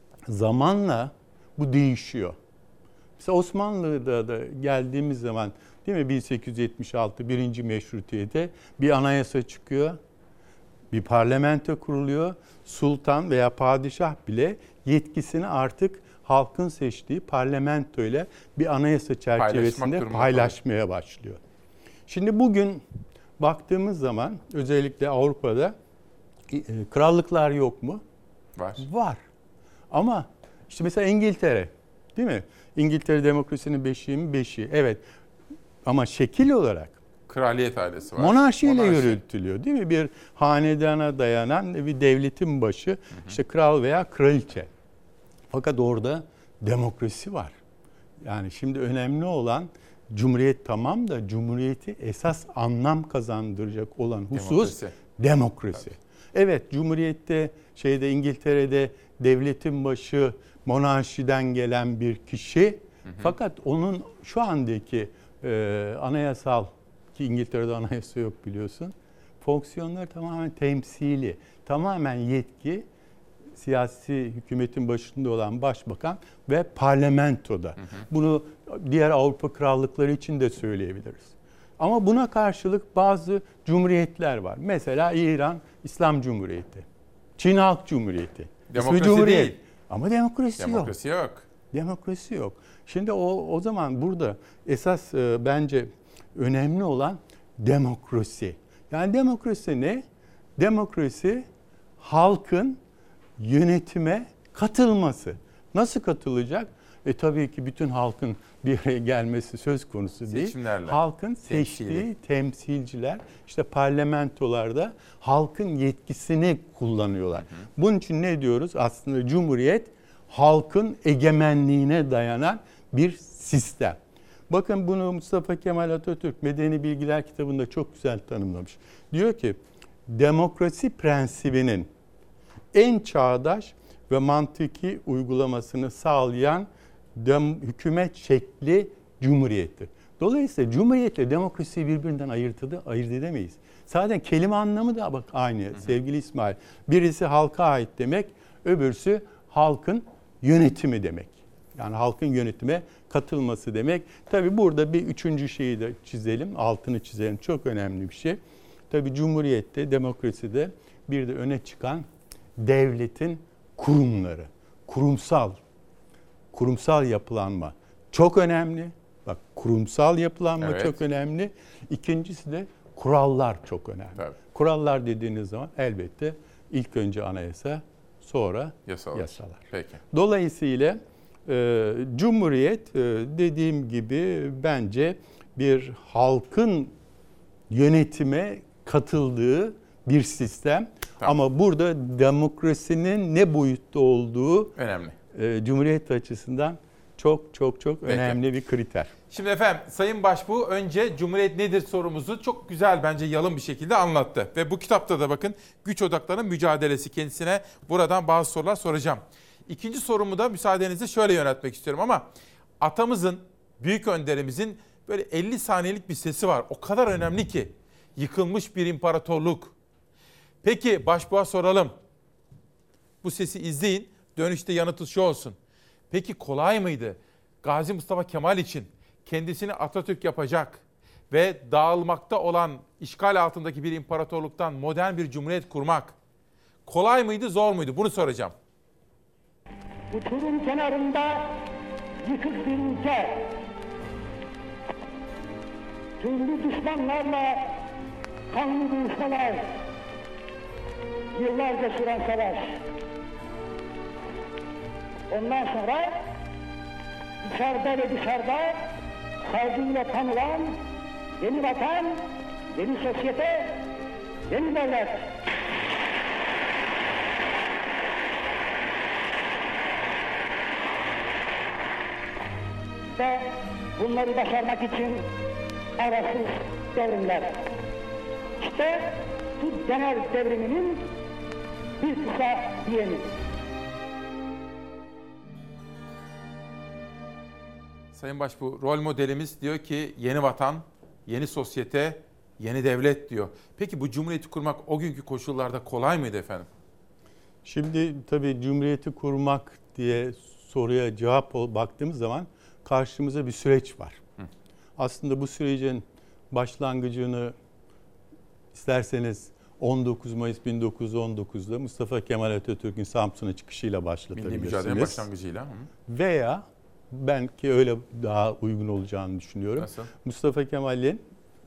zamanla bu değişiyor. Mesela Osmanlı'da da geldiğimiz zaman, değil mi, bin sekiz yüz yetmiş altı birinci meşrutiyete bir anayasa çıkıyor. Bir parlamento kuruluyor. Sultan veya padişah bile yetkisini artık halkın seçtiği parlamento ile bir anayasa çerçevesinde paylaşmaya başlıyor. Şimdi bugün baktığımız zaman özellikle Avrupa'da krallıklar yok mu? Var. Var. Ama işte mesela İngiltere, değil mi? İngiltere demokrasinin beşiği mi? Beşiği. Evet. Ama şekil olarak kraliyet ailesi var. Monarşiyle Monarşi. yürütülüyor, değil mi? Bir hanedana dayanan bir devletin başı, hı hı. işte kral veya kraliçe. Fakat orada demokrasi var. Yani şimdi önemli olan Cumhuriyet tamam da Cumhuriyeti esas anlam kazandıracak olan husus demokrasi. demokrasi. Evet. Evet, Cumhuriyet'te şeyde İngiltere'de devletin başı monarşiden gelen bir kişi, hı hı. fakat onun şu andaki e, anayasal, ki İngiltere'de anayasa yok biliyorsun, fonksiyonları tamamen temsili, tamamen yetki siyasi hükümetin başında olan başbakan ve parlamentoda. Hı hı. Bunu diğer Avrupa krallıkları için de söyleyebiliriz. Ama buna karşılık bazı cumhuriyetler var. Mesela İran İslam Cumhuriyeti, Çin Halk Cumhuriyeti. Demokrasi Cumhuriyet. değil. Ama demokrasi, demokrasi yok. yok. Demokrasi yok. Şimdi o o zaman burada esas e, bence önemli olan demokrasi. Yani demokrasi ne? Demokrasi halkın yönetime katılması. Nasıl katılacak? E tabii ki bütün halkın bir araya gelmesi söz konusu değil. Seçimlerle. Halkın seçtiği Temsili. temsilciler işte parlamentolarda halkın yetkisini kullanıyorlar. Hı hı. Bunun için ne diyoruz? Aslında Cumhuriyet halkın egemenliğine dayanan bir sistem. Bakın bunu Mustafa Kemal Atatürk Medeni Bilgiler kitabında çok güzel tanımlamış. Diyor ki demokrasi prensibinin en çağdaş ve mantıki uygulamasını sağlayan dem- hükümet şekli cumhuriyettir. Dolayısıyla cumhuriyetle demokrasiyi birbirinden ayırt, ede- ayırt edemeyiz. Zaten kelime anlamı da bak aynı, hı hı. sevgili İsmail. Birisi halka ait demek, öbürsü halkın yönetimi demek. Yani halkın yönetime katılması demek. Tabii burada bir üçüncü şeyi de çizelim, altını çizelim. Çok önemli bir şey. Tabii cumhuriyette, demokraside bir de öne çıkan devletin kurumları, kurumsal, kurumsal yapılanma çok önemli. Bak kurumsal yapılanma evet. çok önemli. İkincisi de kurallar çok önemli. Tabii. Kurallar dediğiniz zaman elbette ilk önce anayasa, sonra yasalar. yasalar. Peki. Dolayısıyla e, Cumhuriyet e, dediğim gibi bence bir halkın yönetime katıldığı bir sistem. Tamam. Ama burada demokrasinin ne boyutta olduğu önemli. E, Cumhuriyet açısından çok çok çok Peki. önemli bir kriter. Şimdi efendim Sayın Başbuğ önce Cumhuriyet nedir sorumuzu çok güzel bence yalın bir şekilde anlattı. Ve bu kitapta da bakın güç odaklarının mücadelesi, kendisine buradan bazı sorular soracağım. İkinci sorumu da müsaadenizle şöyle yöneltmek istiyorum ama atamızın, büyük önderimizin böyle elli saniyelik bir sesi var. O kadar önemli ki yıkılmış bir imparatorluk. Peki Başbuğ'a soralım. Bu sesi izleyin. Dönüşte yanıtı şu olsun. Peki kolay mıydı Gazi Mustafa Kemal için kendisini Atatürk yapacak ve dağılmakta olan işgal altındaki bir imparatorluktan modern bir cumhuriyet kurmak kolay mıydı, zor muydu? Bunu soracağım. Uçurum kenarında yıkık bir ülke, türlü düşmanlarla kanlı dövüşmeler, yıllarca süren savaş. Ondan sonra içeride ve dışarıda saygıyla tanılan yeni vatan, yeni sosyete, yeni devlet. Ve bunları başarmak için arasız devrimler. İşte bu genel devriminin bir kısa diyeni. Sayın Başbuğ, rol modelimiz diyor ki yeni vatan, yeni sosyete, yeni devlet diyor. Peki bu cumhuriyeti kurmak o günkü koşullarda kolay mıydı efendim? Şimdi tabii cumhuriyeti kurmak diye soruya cevap baktığımız zaman karşımıza bir süreç var. Hı. Aslında bu sürecin başlangıcını isterseniz on dokuz Mayıs bin dokuz yüz on dokuzda Mustafa Kemal Atatürk'ün Samsun'a çıkışıyla başlatabilirsiniz. Milli mücadelenin başlangıcıyla. Hı. Veya belki öyle daha uygun olacağını düşünüyorum. Nasıl? Mustafa Kemal'in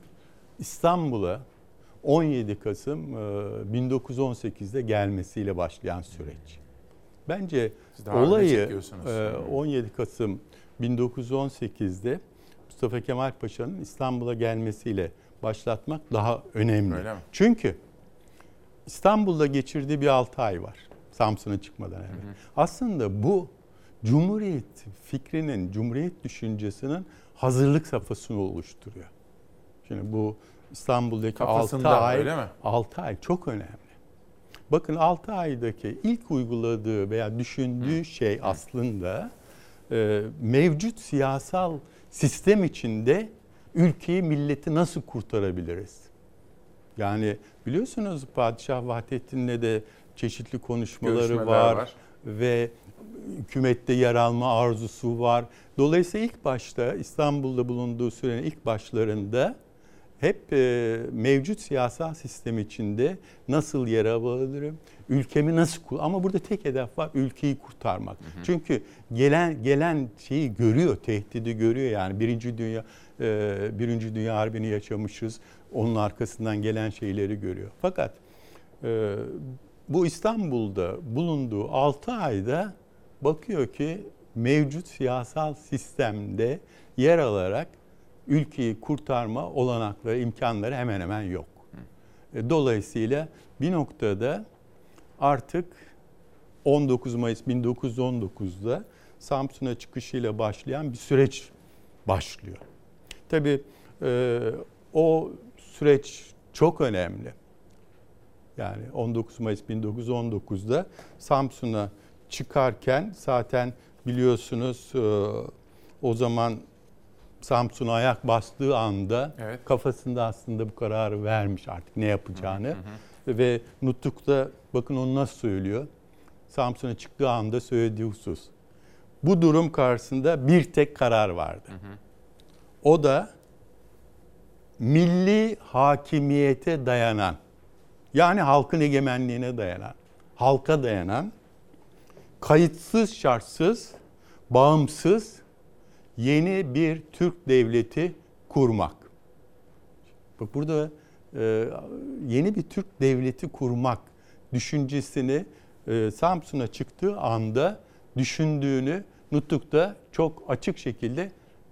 İstanbul'a on yedi Kasım bin dokuz yüz on sekizde gelmesiyle başlayan süreç. Bence olayı on yedi Kasım bin dokuz yüz on sekizde Mustafa Kemal Paşa'nın İstanbul'a gelmesiyle başlatmak daha önemli. Öyle mi? Çünkü İstanbul'da geçirdiği bir altı ay var Samsun'a çıkmadan evvel. Hı hı. Aslında bu Cumhuriyet fikrinin, Cumhuriyet düşüncesinin hazırlık safhasını oluşturuyor. Şimdi bu İstanbul'daki altı ay, altı ay çok önemli. Bakın altı aydaki ilk uyguladığı veya düşündüğü Hı. şey aslında e, mevcut siyasal sistem içinde ülkeyi, milleti nasıl kurtarabiliriz? Yani biliyorsunuz Padişah Vahdettin'le de çeşitli konuşmaları var, var ve hükümette yer alma arzusu var. Dolayısıyla ilk başta İstanbul'da bulunduğu sürenin ilk başlarında hep e, mevcut siyasal sistem içinde nasıl yer alabilirim, ülkemi nasıl kur ama burada tek hedef var, ülkeyi kurtarmak. Hı hı. Çünkü gelen gelen şeyi görüyor, tehdidi görüyor yani Birinci Dünya e, Birinci Dünya Harbi'ni yaşamışız, onun arkasından gelen şeyleri görüyor. Fakat e, bu İstanbul'da bulunduğu altı ayda bakıyor ki mevcut siyasal sistemde yer alarak ülkeyi kurtarma olanakları, imkanları hemen hemen yok. Dolayısıyla bir noktada artık on dokuz Mayıs bin dokuz yüz on dokuzda Samsun'a çıkışıyla başlayan bir süreç başlıyor. Tabii e, o süreç çok önemli. Yani on dokuz Mayıs bin dokuz yüz on dokuzda Samsun'a çıkarken zaten biliyorsunuz e, o zaman Samsun'a ayak bastığı anda evet. kafasında aslında bu kararı vermiş artık ne yapacağını. Hı hı. Ve nutukta bakın onu nasıl söylüyor. Samsun'a çıktığı anda söylediği husus. Bu durum karşısında bir tek karar vardı. Hı hı. O da milli hakimiyete dayanan, yani halkın egemenliğine dayanan, halka dayanan, kayıtsız şartsız, bağımsız yeni bir Türk devleti kurmak. Bak burada e, yeni bir Türk devleti kurmak düşüncesini e, Samsun'a çıktığı anda düşündüğünü nutukta çok açık şekilde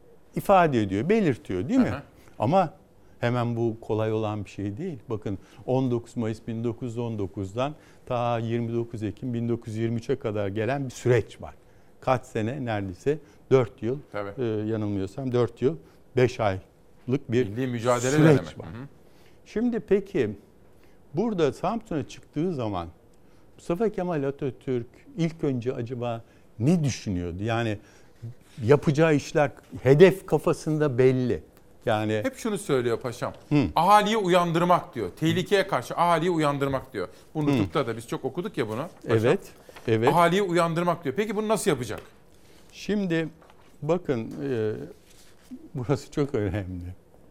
ifade ediyor, belirtiyor değil mi? Hı hı. Ama hemen bu kolay olan bir şey değil. Bakın on dokuz Mayıs bin dokuz yüz on dokuzdan ta yirmi dokuz Ekim bin dokuz yüz yirmi üçe kadar gelen bir süreç var. Kaç sene? Neredeyse dört yıl. E, yanılmıyorsam dört yıl, beş aylık bir milli mücadele süreç demek. Var. Hı hı. Şimdi peki burada Samsun'a çıktığı zaman Mustafa Kemal Atatürk ilk önce acaba ne düşünüyordu? Yani yapacağı işler, hedef kafasında belli. Yani hep şunu söylüyor paşam. Hı. Ahaliyi uyandırmak diyor. Tehlikeye karşı ahaliyi uyandırmak diyor. Bu nutukta da biz çok okuduk ya bunu. Paşam. Evet. Evet. Ahaliyi uyandırmak diyor. Peki bunu nasıl yapacak? Şimdi bakın e, burası çok önemli.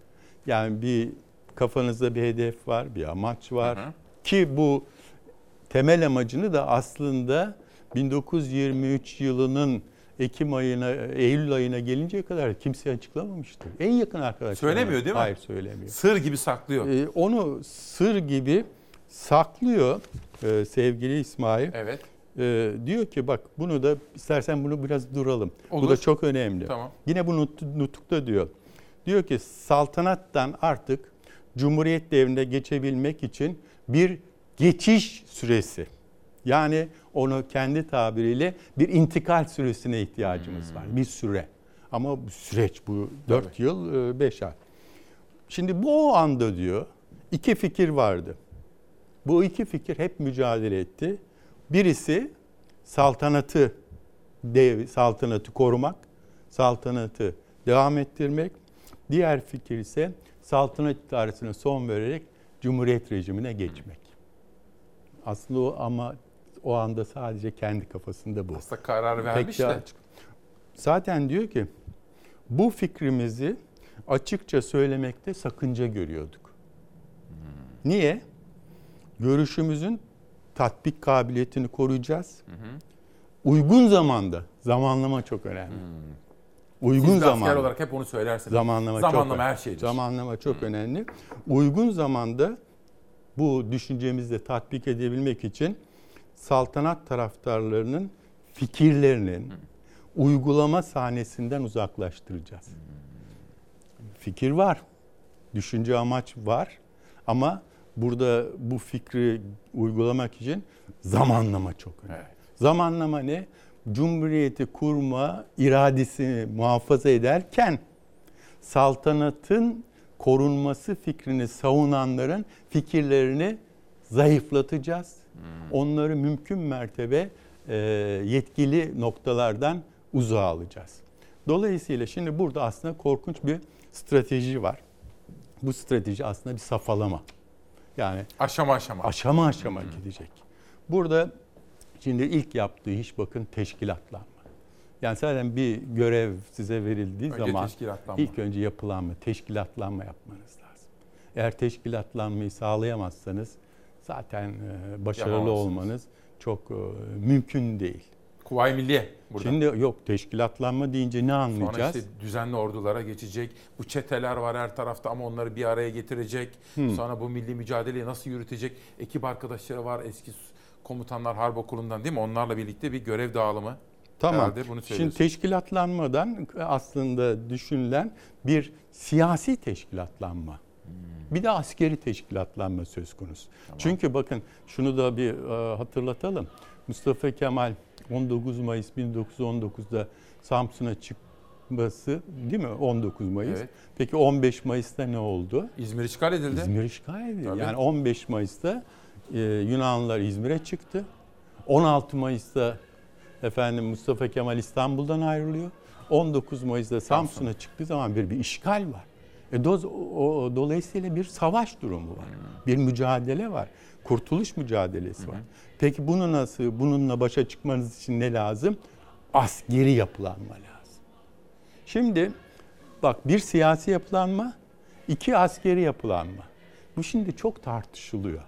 Yani bir kafanızda bir hedef var, bir amaç var. Hı hı. Ki bu temel amacını da aslında bin dokuz yüz yirmi üç yılının Ekim ayına, Eylül ayına gelinceye kadar kimse açıklamamıştır. En yakın arkadaşlar. Söylemiyor değil mi? Hayır, söylemiyor. Sır gibi saklıyor. Ee, onu sır gibi saklıyor ee, sevgili İsmail. Evet. Ee, diyor ki bak bunu da istersen bunu biraz duralım. Olur. Bu da çok önemli. Tamam. Yine bu nut- nutukta diyor. Diyor ki saltanattan artık Cumhuriyet devrine geçebilmek için bir geçiş süresi. Yani onu kendi tabiriyle bir intikal süresine ihtiyacımız hmm. var. Bir süre. Ama bu süreç bu dört yıl beş ay. Şimdi bu o anda diyor iki fikir vardı. Bu iki fikir hep mücadele etti. Birisi saltanatı dev, saltanatı korumak, saltanatı devam ettirmek. Diğer fikir ise saltanat idaresine son vererek Cumhuriyet rejimine geçmek. Aslında o ama o anda sadece kendi kafasında bu. Aslında karar vermiş de. Açık. Zaten diyor ki bu fikrimizi açıkça söylemekte sakınca görüyorduk. Hmm. Niye? görüşümüzün tatbik kabiliyetini koruyacağız. Hı hı. Uygun zamanda, zamanlama çok önemli. Hmm. Uygun Siz de zamanda. asker olarak hep onu söylersiniz. Zamanlama, zamanlama çok her şeydir. Zamanlama çok hmm. önemli. Uygun zamanda bu düşüncemizi de tatbik edebilmek için saltanat taraftarlarının fikirlerinin hmm. uygulama sahnesinden uzaklaştıracağız. Hmm. Fikir var, düşünce amaç var ama burada bu fikri uygulamak için zamanlama çok önemli. Evet. Zamanlama ne? Cumhuriyeti kurma iradesini muhafaza ederken saltanatın korunması fikrini savunanların fikirlerini zayıflatacağız. Hmm. Onları mümkün mertebe e, yetkili noktalardan uzağa alacağız. Dolayısıyla şimdi burada aslında korkunç bir strateji var. Bu strateji aslında bir safhalama. Yani aşama aşama. Aşama aşama hmm. gidecek. Burada şimdi ilk yaptığı iş bakın teşkilatlanma. Yani zaten bir görev size verildiği önce zaman ilk önce yapılanma, teşkilatlanma yapmanız lazım. Eğer teşkilatlanmayı sağlayamazsanız zaten başarılı olmanız çok mümkün değil. Kuvayi Milliye burada. Şimdi yok teşkilatlanma deyince ne anlayacağız? Sonra işte düzenli ordulara geçecek. Bu çeteler var her tarafta ama onları bir araya getirecek. Hmm. Sonra bu milli mücadeleyi nasıl yürütecek? Ekip arkadaşları var eski komutanlar harp okulundan değil mi? Onlarla birlikte bir görev dağılımı. Tamam. Bunu şimdi teşkilatlanmadan aslında düşünülen bir siyasi teşkilatlanma. Hmm. Bir de askeri teşkilatlanma söz konusu. Tamam. Çünkü bakın şunu da bir uh, hatırlatalım. Mustafa Kemal on dokuz Mayıs bin dokuz yüz on dokuzda Samsun'a çıkması değil mi? on dokuz Mayıs. Evet. Peki on beş Mayıs'ta ne oldu? İzmir işgal edildi. İzmir işgal edildi. Tabii. Yani on beş Mayıs'ta e, Yunanlılar İzmir'e çıktı. on altı Mayıs'ta efendim Mustafa Kemal İstanbul'dan ayrılıyor. on dokuz Mayıs'ta Samsun'a çıktığı zaman bir bir işgal var. E, do, o, dolayısıyla bir savaş durumu var. Hmm. Bir mücadele var. Kurtuluş mücadelesi var. Hı hı. Peki bunu nasıl, bununla başa çıkmanız için ne lazım? Askeri yapılanma lazım. Şimdi bak bir siyasi yapılanma, iki askeri yapılanma. Bu şimdi çok tartışılıyor.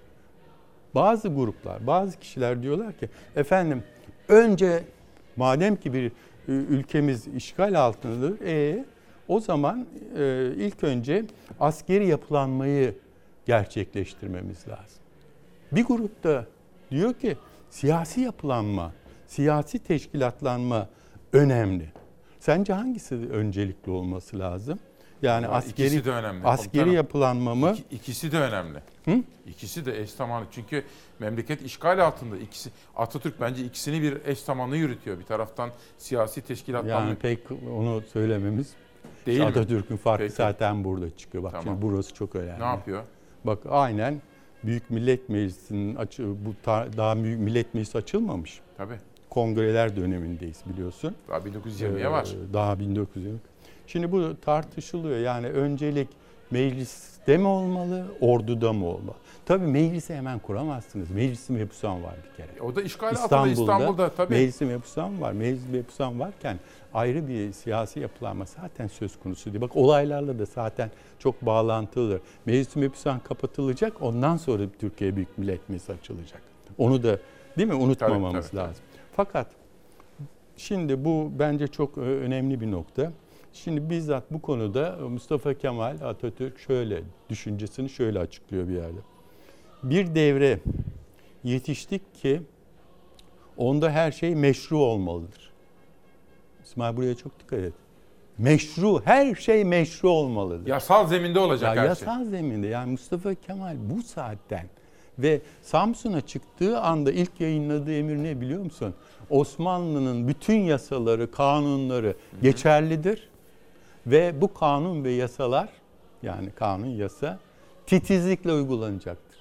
Bazı gruplar, bazı kişiler diyorlar ki efendim önce madem ki bir ülkemiz işgal altındadır, e, o zaman e, ilk önce askeri yapılanmayı gerçekleştirmemiz lazım. Bir grupta diyor ki siyasi yapılanma, siyasi teşkilatlanma önemli. Sence hangisi öncelikli olması lazım? Yani Ama askeri de önemli. askeri Komutanım, yapılanma mı? İki, ikisi de önemli. Hı? İkisi de eş zamanlı. Çünkü memleket işgal altında. İkisi Atatürk bence ikisini bir eş zamanlı yürütüyor. Bir taraftan siyasi teşkilatlanma. Yani pek onu söylememiz değil mi? Atatürk'ün farkı Peki. zaten burada çıkıyor. Bak Tamam. şimdi burası çok önemli. Ne yapıyor? Bak aynen Büyük Millet Meclisi'nin açı, bu ta, daha Büyük Millet Meclisi açılmamış. Tabii. Kongreler dönemindeyiz biliyorsun. Daha bin dokuz yüz yirmiye ee, var. Daha bin dokuz yüz yirmi. Şimdi bu tartışılıyor. Yani öncelik mecliste mi olmalı, orduda mı olmalı? Tabii meclisi hemen kuramazsınız. Meclis-i Mebusan var bir kere. O da işgal İstanbul'da, altında İstanbul'da tabii. Meclis-i Mebusan var. Meclis-i Mebusan varken ayrı bir siyasi yapılanma zaten söz konusu değil. Bak olaylarla da zaten çok bağlantılıdır. Meclis-i Mebusan kapatılacak. Ondan sonra Türkiye Büyük Millet Meclisi açılacak. Onu da değil mi unutmamamız tabii, tabii, lazım. Tabii. Fakat şimdi bu bence çok önemli bir nokta. Şimdi bizzat bu konuda Mustafa Kemal Atatürk şöyle düşüncesini şöyle açıklıyor bir yerde. Bir devre yetiştik ki onda her şey meşru olmalıdır. İsmail buraya çok dikkat et. Meşru, her şey meşru olmalıdır. Yasal zeminde olacak ya, her yasal şey. Yasal zeminde. Yani Mustafa Kemal bu saatten ve Samsun'a çıktığı anda ilk yayınladığı emir ne biliyor musun? Osmanlı'nın bütün yasaları, kanunları Hı-hı. geçerlidir. Ve bu kanun ve yasalar, yani kanun, yasa titizlikle uygulanacaktır.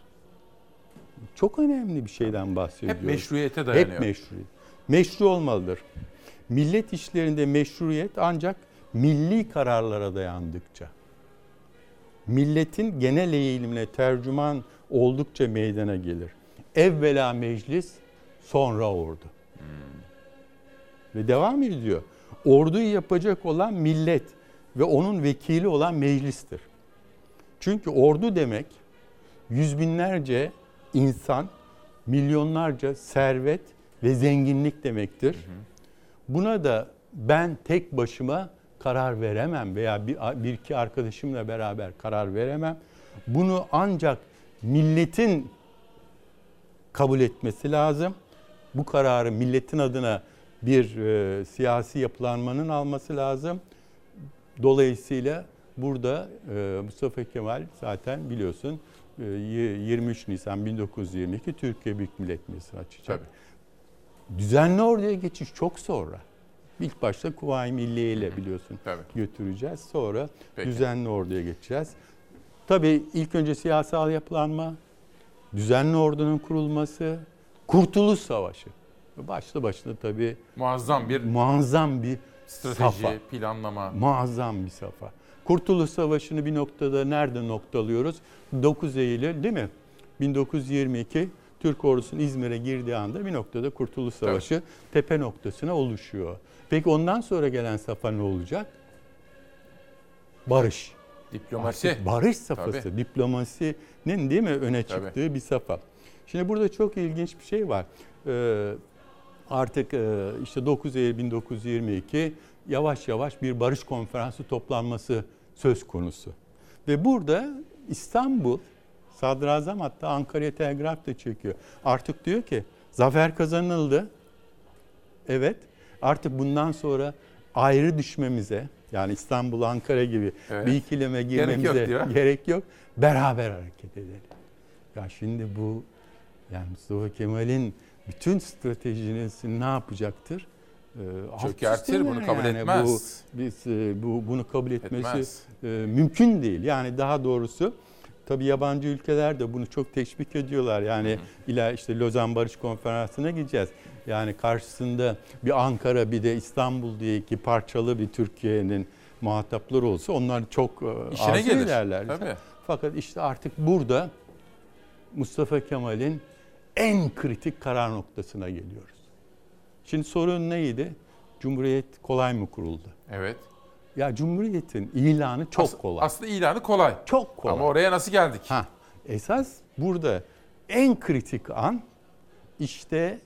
Çok önemli bir şeyden bahsediyoruz. Hep meşruiyete dayanıyor. Hep meşruiyet. Meşru olmalıdır. Millet işlerinde meşruiyet ancak milli kararlara dayandıkça, milletin genel eğilimine tercüman oldukça meydana gelir. Evvela meclis, sonra ordu. Hmm. Ve devam ediyor. Orduyu yapacak olan millet ve onun vekili olan meclistir. Çünkü ordu demek yüz binlerce insan, milyonlarca servet ve zenginlik demektir. Hı hı. Buna da ben tek başıma karar veremem veya bir, bir iki arkadaşımla beraber karar veremem. Bunu ancak milletin kabul etmesi lazım. Bu kararı milletin adına bir e, siyasi yapılanmanın alması lazım. Dolayısıyla burada e, Mustafa Kemal zaten biliyorsun e, yirmi üç Nisan bin dokuz yüz yirmi iki Türkiye Büyük Millet Meclisi'ni açacak. Tabii. Düzenli orduya geçiş çok sonra. İlk başta Kuvayi Milliye ile biliyorsun Tabii. götüreceğiz. Sonra Peki. düzenli orduya geçeceğiz. Tabii ilk önce siyasal yapılanma, düzenli ordunun kurulması, Kurtuluş Savaşı. Başlı başına tabii muazzam bir muazzam bir strateji, safa. planlama. Muazzam bir safa. Kurtuluş Savaşı'nı bir noktada nerede noktalıyoruz? dokuz Eylül değil mi? bin dokuz yüz yirmi iki Türk ordusunun İzmir'e girdiği anda bir noktada Kurtuluş Savaşı Tabii. tepe noktasına oluşuyor. Peki ondan sonra gelen safa ne olacak? Barış. Diplomasi. Artık barış safhası. Tabii. Diplomasinin değil mi öne çıktığı Tabii. bir safa. Şimdi burada çok ilginç bir şey var. Ee, artık e, işte dokuz Eylül bin dokuz yüz yirmi iki yavaş yavaş bir barış konferansı toplanması söz konusu. Ve burada İstanbul, Sadrazam hatta Ankara'ya telgraf da çekiyor. Artık diyor ki zafer kazanıldı. Evet. Artık bundan sonra ayrı düşmemize, yani İstanbul, Ankara gibi evet. bir ikileme girmemize gerek yok, gerek yok. Beraber hareket edelim. Ya şimdi bu yani Mustafa Kemal'in bütün stratejisini ne yapacaktır? Ee, Çökertir, bunu kabul yani etmez. Bu, biz, bu bunu kabul etmesi e, mümkün değil. Yani daha doğrusu tabii yabancı ülkeler de bunu çok teşvik ediyorlar. Yani Hı. ila işte Lozan Barış Konferansı'na gideceğiz. Yani karşısında bir Ankara bir de İstanbul diye iki parçalı bir Türkiye'nin muhatapları olsa onlar çok İşine arzu gelir. ederler. Tabii. Fakat işte artık burada Mustafa Kemal'in en kritik karar noktasına geliyoruz. Şimdi sorun neydi? Cumhuriyet kolay mı kuruldu? Evet. Ya Cumhuriyet'in ilanı çok As- kolay. Aslında ilanı kolay. Çok kolay. Ama oraya nasıl geldik? Ha, esas burada en kritik an işte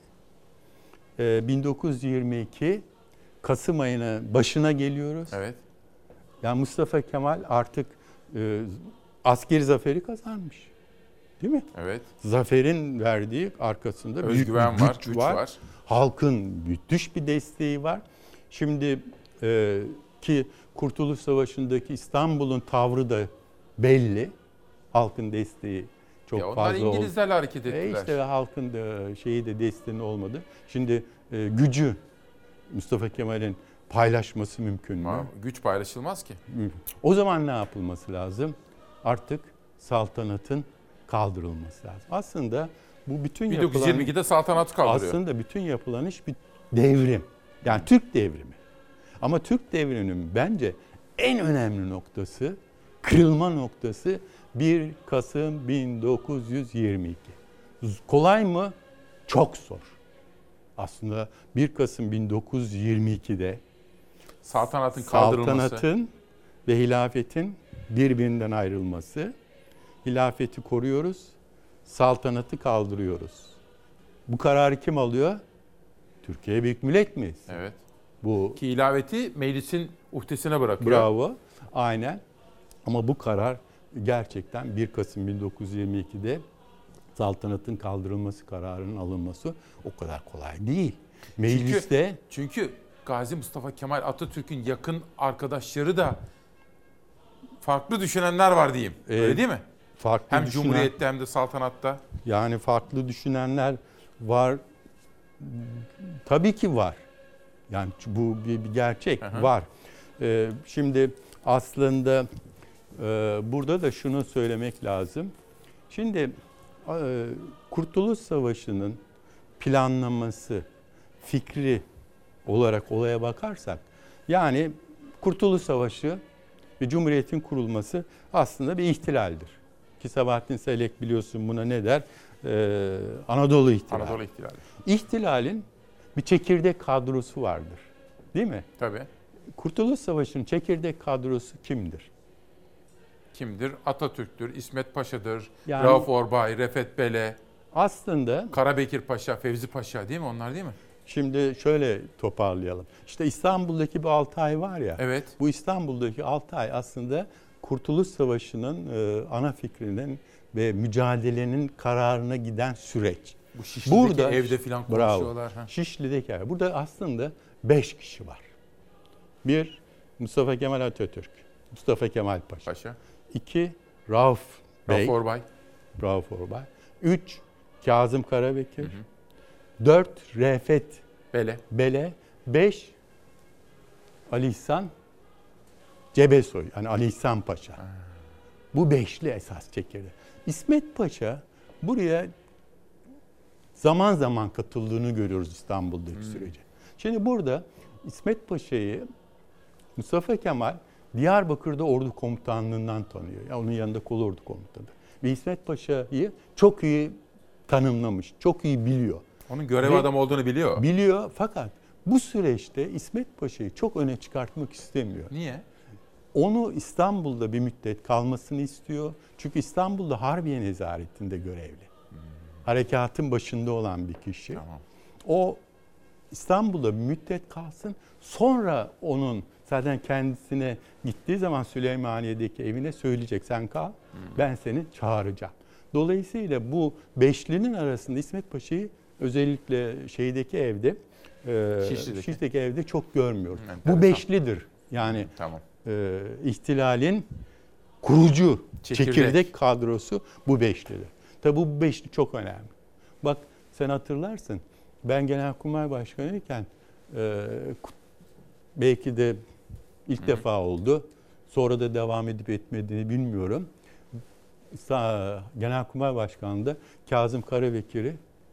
e, bin dokuz yüz yirmi iki Kasım ayının başına geliyoruz. Evet. Yani Mustafa Kemal artık e, askeri zaferi kazanmış. Değil mi? Evet. Zaferin verdiği arkasında özgüven büyük bir var, güç, güç var. var. Halkın müthiş bir desteği var. Şimdi e, ki Kurtuluş Savaşı'ndaki İstanbul'un tavrı da belli. Halkın desteği çok ya fazla oldu. Onlar İngilizlerle hareket ettiler. E işte halkın da şeyi de desteği olmadı. Şimdi e, gücü Mustafa Kemal'in paylaşması mümkün mü? Aa, güç paylaşılmaz ki. O zaman ne yapılması lazım? Artık saltanatın kaldırılması lazım. Aslında bu bütün bin dokuz yüz yirmi ikide saltanatı kaldırıyor. Aslında bütün yapılan iş bir devrim. Yani Türk devrimi. Ama Türk devriminin bence en önemli noktası, kırılma noktası bir Kasım bin dokuz yüz yirmi iki. Kolay mı? Çok zor. Aslında bir Kasım bin dokuz yüz yirmi ikide saltanatın kaldırılması, saltanatın ve hilafetin birbirinden ayrılması, hilafeti koruyoruz, saltanatı kaldırıyoruz. Bu kararı kim alıyor? Türkiye Büyük Millet Meclisi. Evet. Bu ki ilafeti meclisin uhdesine bırakıyor. Bravo. Aynen. Ama bu karar gerçekten bir Kasım bin dokuz yüz yirmi ikide saltanatın kaldırılması kararının alınması o kadar kolay değil. Mecliste çünkü, çünkü Gazi Mustafa Kemal Atatürk'ün yakın arkadaşları da farklı düşünenler var diyeyim. Ee, Öyle değil mi? Farklı hem düşünen, Cumhuriyet'te hem de saltanatta. Yani farklı düşünenler var. Tabii ki var. Yani bu bir, bir gerçek Aha. var. Ee, şimdi aslında e, burada da şunu söylemek lazım. Şimdi e, Kurtuluş Savaşı'nın planlaması, fikri olarak olaya bakarsak, yani Kurtuluş Savaşı ve Cumhuriyet'in kurulması aslında bir ihtilaldir. Ki Sabahattin Selek biliyorsun buna ne der? Ee, Anadolu ihtilali. Anadolu ihtilali. İhtilalin bir çekirdek kadrosu vardır. Değil mi? Tabii. Kurtuluş Savaşı'nın çekirdek kadrosu kimdir? Kimdir? Atatürk'tür, İsmet Paşa'dır, yani, Rauf Orbay, Refet Bele. aslında... Karabekir Paşa, Fevzi Paşa değil mi? Onlar değil mi? Şimdi şöyle toparlayalım. İşte İstanbul'daki bir Altay var ya. Evet. Bu İstanbul'daki Altay aslında Kurtuluş Savaşı'nın e, ana fikrinin ve mücadelenin kararına giden süreç. Bu Şişli'deki burada, evde falan konuşuyorlar. Bravo. Şişli'deki ev. Burada aslında beş kişi var. Bir, Mustafa Kemal Atatürk. Mustafa Kemal Paşa. Paşa. İki, Rauf Bey. Rauf Orbay. Rauf Orbay. Üç, Kazım Karabekir. Hı hı. Dört, Refet Bele. Bele. Beş, Ali İhsan Cebesoy. Yani Ali İhsan Paşa. Ha. Bu beşli esas çekirdeği. İsmet Paşa buraya zaman zaman katıldığını görüyoruz İstanbul'daki hmm. sürece. Şimdi burada İsmet Paşa'yı Mustafa Kemal Diyarbakır'da ordu komutanlığından tanıyor. Yani onun yanında kol ordu komutanı. Ve İsmet Paşa'yı çok iyi tanımlamış, çok iyi biliyor. Onun görev Ve adamı olduğunu biliyor. Biliyor fakat bu süreçte İsmet Paşa'yı çok öne çıkartmak istemiyor. Niye? Onu İstanbul'da bir müddet kalmasını istiyor. Çünkü İstanbul'da Harbiye Nezaretinde görevli. Hmm. Harekatın başında olan bir kişi. Tamam. O İstanbul'da bir müddet kalsın. Sonra onun zaten kendisine gittiği zaman Süleymaniye'deki evine söyleyecek. Sen kal, hmm. ben seni çağıracağım. Dolayısıyla bu beşlinin arasında İsmet Paşa'yı özellikle şeydeki evde, Şişli'deki, Şişli'deki evde çok görmüyoruz. Hmm, bu beşlidir. Yani tamam. e, ihtilalin kurucu çekirdek. çekirdek kadrosu bu beşlidir. Tabi bu beşli çok önemli. Bak sen hatırlarsın, ben Genelkurmay Başkanıyken e, belki de ilk Hı-hı. defa oldu. Sonra da devam edip etmediğini bilmiyorum. Genelkurmay Başkanı'nda Kazım Karabekir'i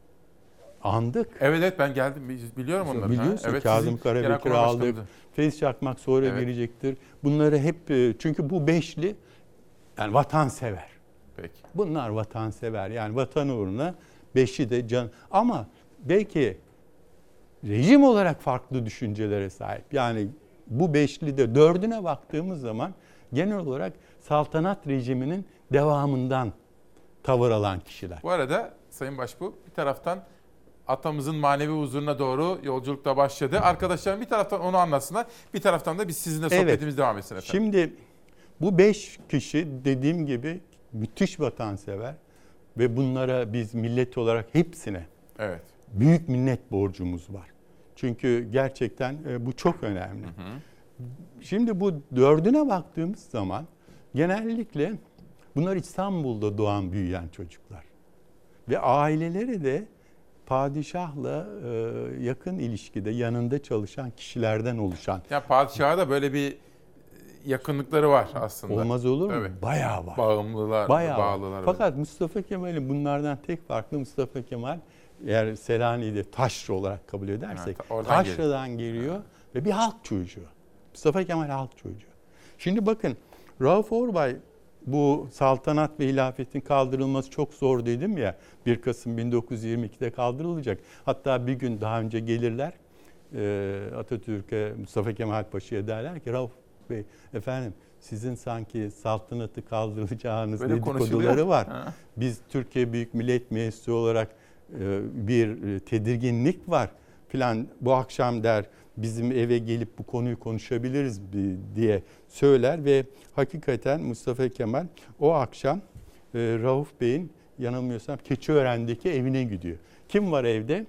andık. Evet evet ben geldim biliyorum onları. Biliyorsun evet, Kazım Karabekir'i aldık. Feyz Çakmak sonra evet. gelecektir. Bunları hep çünkü bu beşli yani vatansever. Peki. Bunlar vatansever yani vatan uğruna beşi de can ama belki rejim olarak farklı düşüncelere sahip. Yani bu beşli de dördüne baktığımız zaman genel olarak saltanat rejiminin devamından tavır alan kişiler. Bu arada Sayın Başbuğ bir taraftan atamızın manevi huzuruna doğru yolculukta başladı. Arkadaşlarım bir taraftan onu anlatsınlar, bir taraftan da biz sizinle sohbetimiz evet. devam etsin efendim. Şimdi bu beş kişi dediğim gibi müthiş vatansever ve bunlara biz millet olarak hepsine evet. büyük minnet borcumuz var. Çünkü gerçekten bu çok önemli. Hı hı. Şimdi bu dördüne baktığımız zaman genellikle bunlar İstanbul'da doğan büyüyen çocuklar. Ve aileleri de padişahla yakın ilişkide yanında çalışan kişilerden oluşan. Ya padişaha da böyle bir yakınlıkları var aslında. Olmaz olur mu? Evet. Bayağı var. Bağımlılar, Bayağı bağlılar. Var. Fakat Mustafa Kemal'in bunlardan tek farklı Mustafa Kemal eğer Selanik'de Taşra olarak kabul edersek evet, Taşra'dan geliyor. geliyor ve bir halk çocuğu. Mustafa Kemal halk çocuğu. Şimdi bakın Rauf Orbay bu saltanat ve hilafetin kaldırılması çok zor dedim ya. bir Kasım bin dokuz yüz yirmi ikide kaldırılacak. Hatta bir gün daha önce gelirler Atatürk'e, Mustafa Kemal Paşa'ya derler ki Rauf Bey efendim sizin sanki saltanatı kaldırılacağınız böyle dedikoduları var. Ha. Biz Türkiye Büyük Millet Meclisi olarak bir tedirginlik var filan bu akşam der bizim eve gelip bu konuyu konuşabiliriz diye söyler ve hakikaten Mustafa Kemal o akşam Rauf Bey'in yanılmıyorsam Keçiören'deki evine gidiyor. Kim var evde?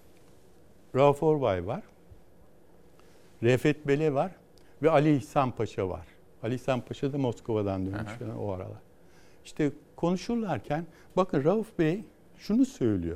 Rauf Orbay var. Refet Bele var ve Ali İhsan Paşa var. Ali İhsan Paşa da Moskova'dan dönmüş falan o aralar. İşte konuşurlarken bakın Rauf Bey şunu söylüyor.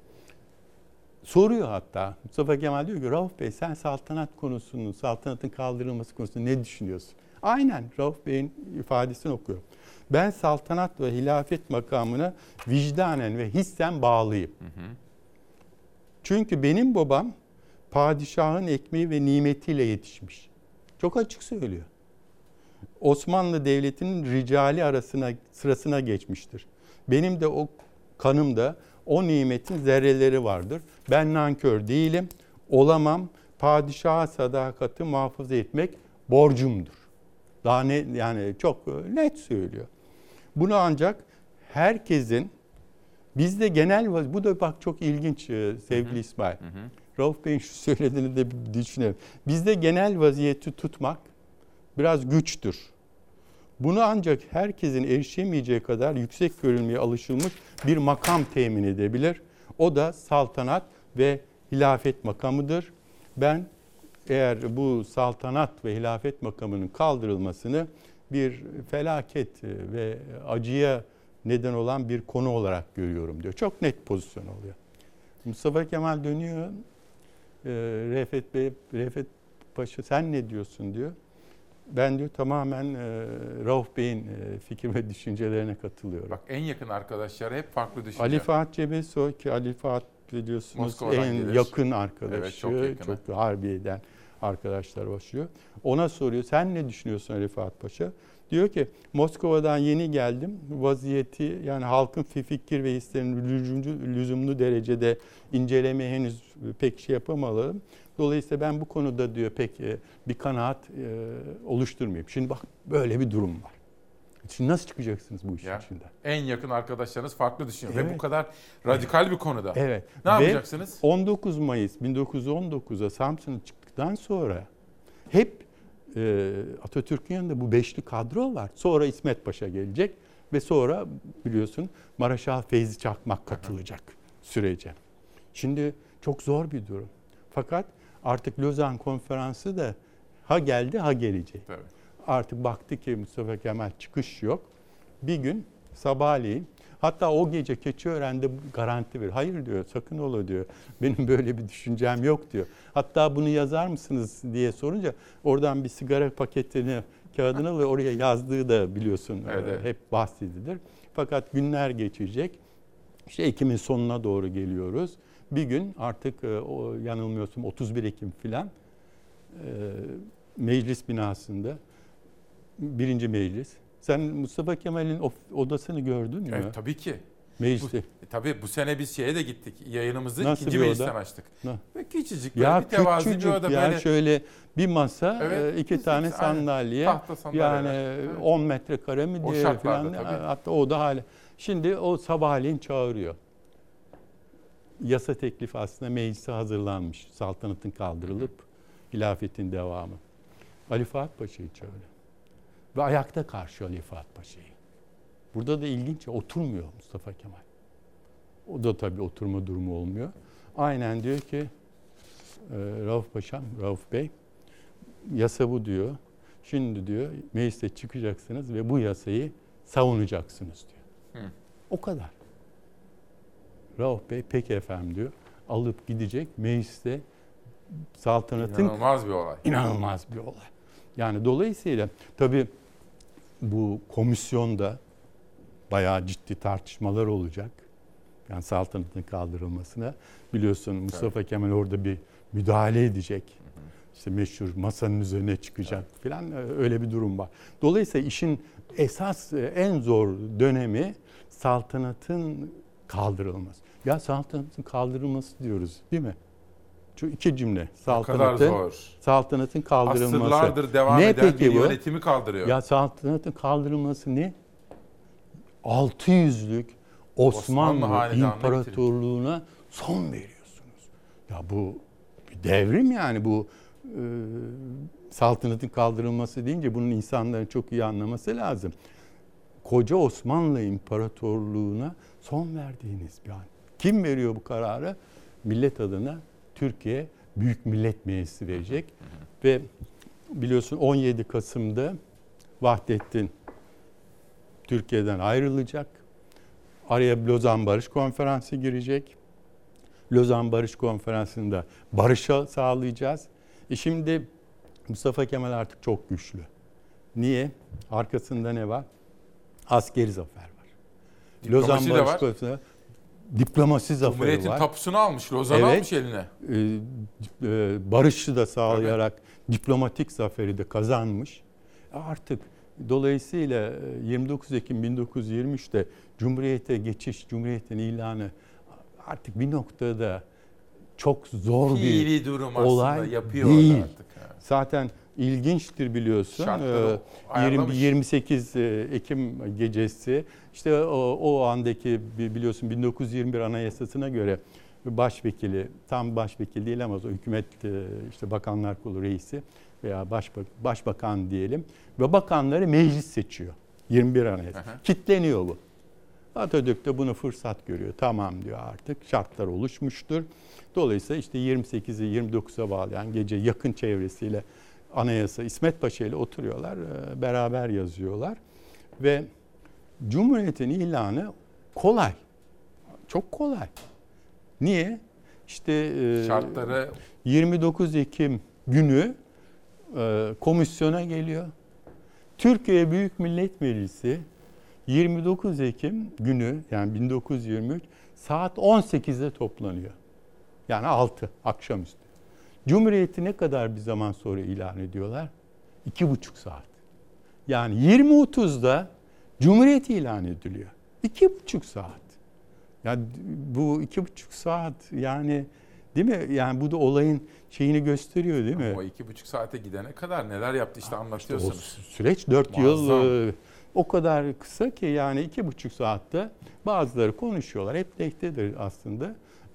Soruyor hatta. Mustafa Kemal diyor ki Rauf Bey sen saltanat konusunu, saltanatın kaldırılması konusunda ne düşünüyorsun? Aynen Rauf Bey'in ifadesini okuyorum. Ben saltanat ve hilafet makamına vicdanen ve hissen bağlıyım. Hı hı. Çünkü benim babam padişahın ekmeği ve nimetiyle yetişmiş. Çok açık söylüyor. Osmanlı Devleti'nin ricali arasına sırasına geçmiştir. Benim de o kanımda o nimetin zerreleri vardır. Ben nankör değilim, olamam. Padişaha sadakati muhafaza etmek borcumdur. Daha ne yani çok net söylüyor. Bunu ancak herkesin Bizde genel vaz bu da bak çok ilginç e, sevgili Hı-hı. İsmail. Hı-hı. Rauf Bey'in şu söylediğini de bir düşünelim. Bizde genel vaziyeti tutmak biraz güçtür. Bunu ancak herkesin erişemeyeceği kadar yüksek görülmeye alışılmış bir makam temin edebilir. O da saltanat ve hilafet makamıdır. Ben eğer bu saltanat ve hilafet makamının kaldırılmasını bir felaket ve acıya neden olan bir konu olarak görüyorum diyor. Çok net pozisyon oluyor. Mustafa Kemal dönüyor. E, Refet Bey, Refet Paşa sen ne diyorsun diyor. Ben diyor tamamen e, Rauf Bey'in e, fikir ve düşüncelerine katılıyorum. Bak en yakın arkadaşları hep farklı düşünce. Ali Fuat Cebesoy ki Ali Fuat biliyorsunuz Moskova'dan en gelir. yakın arkadaşı. Evet, çok yakın. Çok Harbiye'den arkadaşlar başlıyor. Ona soruyor sen ne düşünüyorsun Ali Fuat Paşa? Diyor ki Moskova'dan yeni geldim. Vaziyeti yani halkın fikir ve hislerini lüzumlu, lüzumlu derecede incelemeye henüz pek şey yapamadım. Dolayısıyla ben bu konuda diyor pek bir kanaat e, oluşturmayayım. Şimdi bak böyle bir durum var. Şimdi nasıl çıkacaksınız bu işin ya, içinden? En yakın arkadaşlarınız farklı düşünüyor Evet. ve bu kadar radikal bir konuda. Evet. Ne ve yapacaksınız? on dokuz Mayıs bin dokuz yüz on dokuz'a Samsun'a çıktıktan sonra hep e, Atatürk'ün yanında bu beşli kadro var. Sonra İsmet Paşa gelecek ve sonra biliyorsun Maraşal Feyzi Çakmak katılacak sürece. Şimdi çok zor bir durum. Fakat artık Lozan Konferansı da ha geldi ha gelecek. Tabii. Artık baktı ki Mustafa Kemal çıkış yok. Bir gün sabahleyin hatta o gece Keçiören'de garanti verir. Hayır diyor sakın ola diyor. Benim böyle bir düşüncem yok diyor. Hatta bunu yazar mısınız diye sorunca oradan bir sigara paketini kağıdını alıyor. Oraya yazdığı da biliyorsun evet, evet. hep bahsedilir. Fakat günler geçecek. İşte Ekim'in sonuna doğru geliyoruz. Bir gün artık o yanılmıyorsam otuz bir Ekim filan meclis binasında birinci meclis. Sen Mustafa Kemal'in odasını gördün mü? Evet tabii ki. Mecliste. Bu, e, tabii bu sene biz şeye de gittik. Yayınımızı Nasıl ikinci meclisten açtık. Ne? Ve küçücük böyle ya bir tevazi bir oda ya böyle. Şöyle bir masa, evet, iki tane aynen. sandalye. Tahta sandalye. Yani evet. on metrekare mi o diye falan. Tabii. Hatta o da hala. Şimdi o sabahleyin çağırıyor. Yasa teklifi aslında meclise hazırlanmış. Saltanatın kaldırılıp hilafetin devamı. Ali Fuat Paşa'yı çağırıyor. Ve ayakta karşı Ali Fuat Paşa'yı. Burada da ilginç oturmuyor Mustafa Kemal. O da tabii oturma durumu olmuyor. Aynen diyor ki Rauf Paşam, Rauf Bey yasa bu diyor. Şimdi diyor mecliste çıkacaksınız ve bu yasayı savunacaksınız diyor. Hı. O kadar. Rauf Bey peki efendim diyor. Alıp gidecek mecliste saltanatın... İnanılmaz bir olay. İnanılmaz bir olay. Yani dolayısıyla tabii bu komisyonda bayağı ciddi tartışmalar olacak. Yani saltanatın kaldırılmasına. Biliyorsun Mustafa tabii. Kemal orada bir müdahale edecek. Hı hı. İşte meşhur masanın üzerine çıkacak evet. falan öyle bir durum var. Dolayısıyla işin esas en zor dönemi saltanatın kaldırılması. Ya saltanatın kaldırılması diyoruz değil mi? Şu iki cümle. Saltanatın, saltanatın kaldırılması. Asırlardır devam ne eden peki bir bu? yönetimi kaldırıyor. Ya saltanatın kaldırılması ne? altı yüzlük Osmanlı, Osmanlı İmparatorluğu'na getirin. Son veriyorsunuz. Ya bu bir devrim yani bu e, saltanatın kaldırılması deyince bunun insanların çok iyi anlaması lazım. Koca Osmanlı İmparatorluğu'na son verdiğiniz bir an. Kim veriyor bu kararı? Millet adına Türkiye Büyük Millet Meclisi verecek. Hı hı. Ve biliyorsun on yedi Kasım'da Vahdettin Türkiye'den ayrılacak. Araya Lozan Barış Konferansı girecek. Lozan Barış Konferansı'nda barışa sağlayacağız. E şimdi Mustafa Kemal artık çok güçlü. Niye? Arkasında ne var? Askeri zafer var. Diplomasi Lozan Barış Konferansı'nda diplomasi zaferi var. Cumhuriyet'in tapusunu almış, Lozan'ı evet, almış eline. E, e, barışı da sağlayarak evet. diplomatik zaferi de kazanmış. Artık dolayısıyla yirmi dokuz Ekim bin dokuz yüz yirmi üçte Cumhuriyet'e geçiş, Cumhuriyet'in ilanı artık bir noktada çok zor bir durum olay yapıyor değil. Artık. Zaten ilginçtir biliyorsun. Şartları Ee, yirmi, yirmi sekiz Ekim gecesi işte o, o andaki biliyorsun bin dokuz yüz yirmi bir Anayasası'na göre başvekili, tam başvekil değil ama o hükümet işte bakanlar kurulu reisi veya başbak, başbakan diyelim ve bakanları meclis seçiyor. yirmi bir Anayasa. Aha. Kitleniyor bu. Atatürk de bunu fırsat görüyor. Tamam diyor, artık şartlar oluşmuştur. Dolayısıyla işte yirmi sekizi yirmi dokuza bağlayan gece yakın çevresiyle anayasa İsmet Paşa ile oturuyorlar. Beraber yazıyorlar. Ve Cumhuriyet'in ilanı kolay. Çok kolay. Niye? İşte şartları yirmi dokuz Ekim günü komisyona geliyor. Türkiye Büyük Millet Meclisi yirmi dokuz Ekim günü yani bin dokuz yüz yirmi üç saat on sekizde toplanıyor. Yani altı akşamüstü. Cumhuriyeti ne kadar bir zaman sonra ilan ediyorlar? iki buçuk saat. Yani yirmi otuzda Cumhuriyet ilan ediliyor. iki buçuk saat. Yani bu iki buçuk saat yani değil mi? Yani bu da olayın şeyini gösteriyor değil mi? O iki buçuk saate gidene kadar neler yaptı işte anlatıyorsunuz. İşte o süreç dört yıl o kadar kısa ki yani iki buçuk saatte bazıları konuşuyorlar. Hep lehtedir aslında.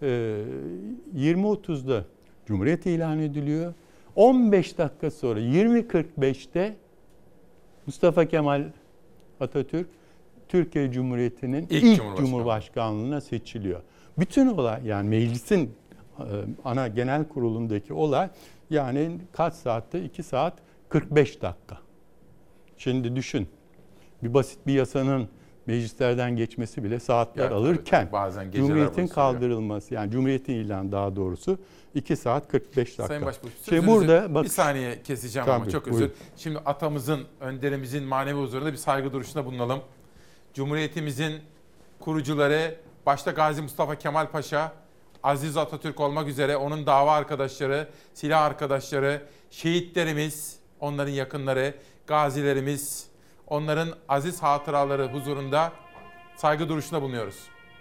yirmi otuzda Cumhuriyet ilan ediliyor. on beş dakika sonra yirmi kırk beşte Mustafa Kemal Atatürk Türkiye Cumhuriyeti'nin ilk, ilk Cumhurbaşkanı. Cumhurbaşkanlığına seçiliyor. Bütün olay yani meclisin ana genel kurulundaki olay yani kaç saatte? iki saat kırk beş dakika. Şimdi düşün. Bir basit bir yasanın meclislerden geçmesi bile saatler yani, alırken bazen Cumhuriyet'in kaldırılması yani Cumhuriyet'in ilanı daha doğrusu iki saat kırk beş dakika. Sayın Başbakan şey burada bak, bir saniye keseceğim tabii, ama çok özür. Buyurun. Şimdi atamızın, önderimizin manevi huzurunda bir saygı duruşunda bulunalım. Cumhuriyetimizin kurucuları başta Gazi Mustafa Kemal Paşa, Aziz Atatürk olmak üzere onun dava arkadaşları, silah arkadaşları, şehitlerimiz, onların yakınları, gazilerimiz, onların aziz hatıraları huzurunda saygı duruşunda bulunuyoruz.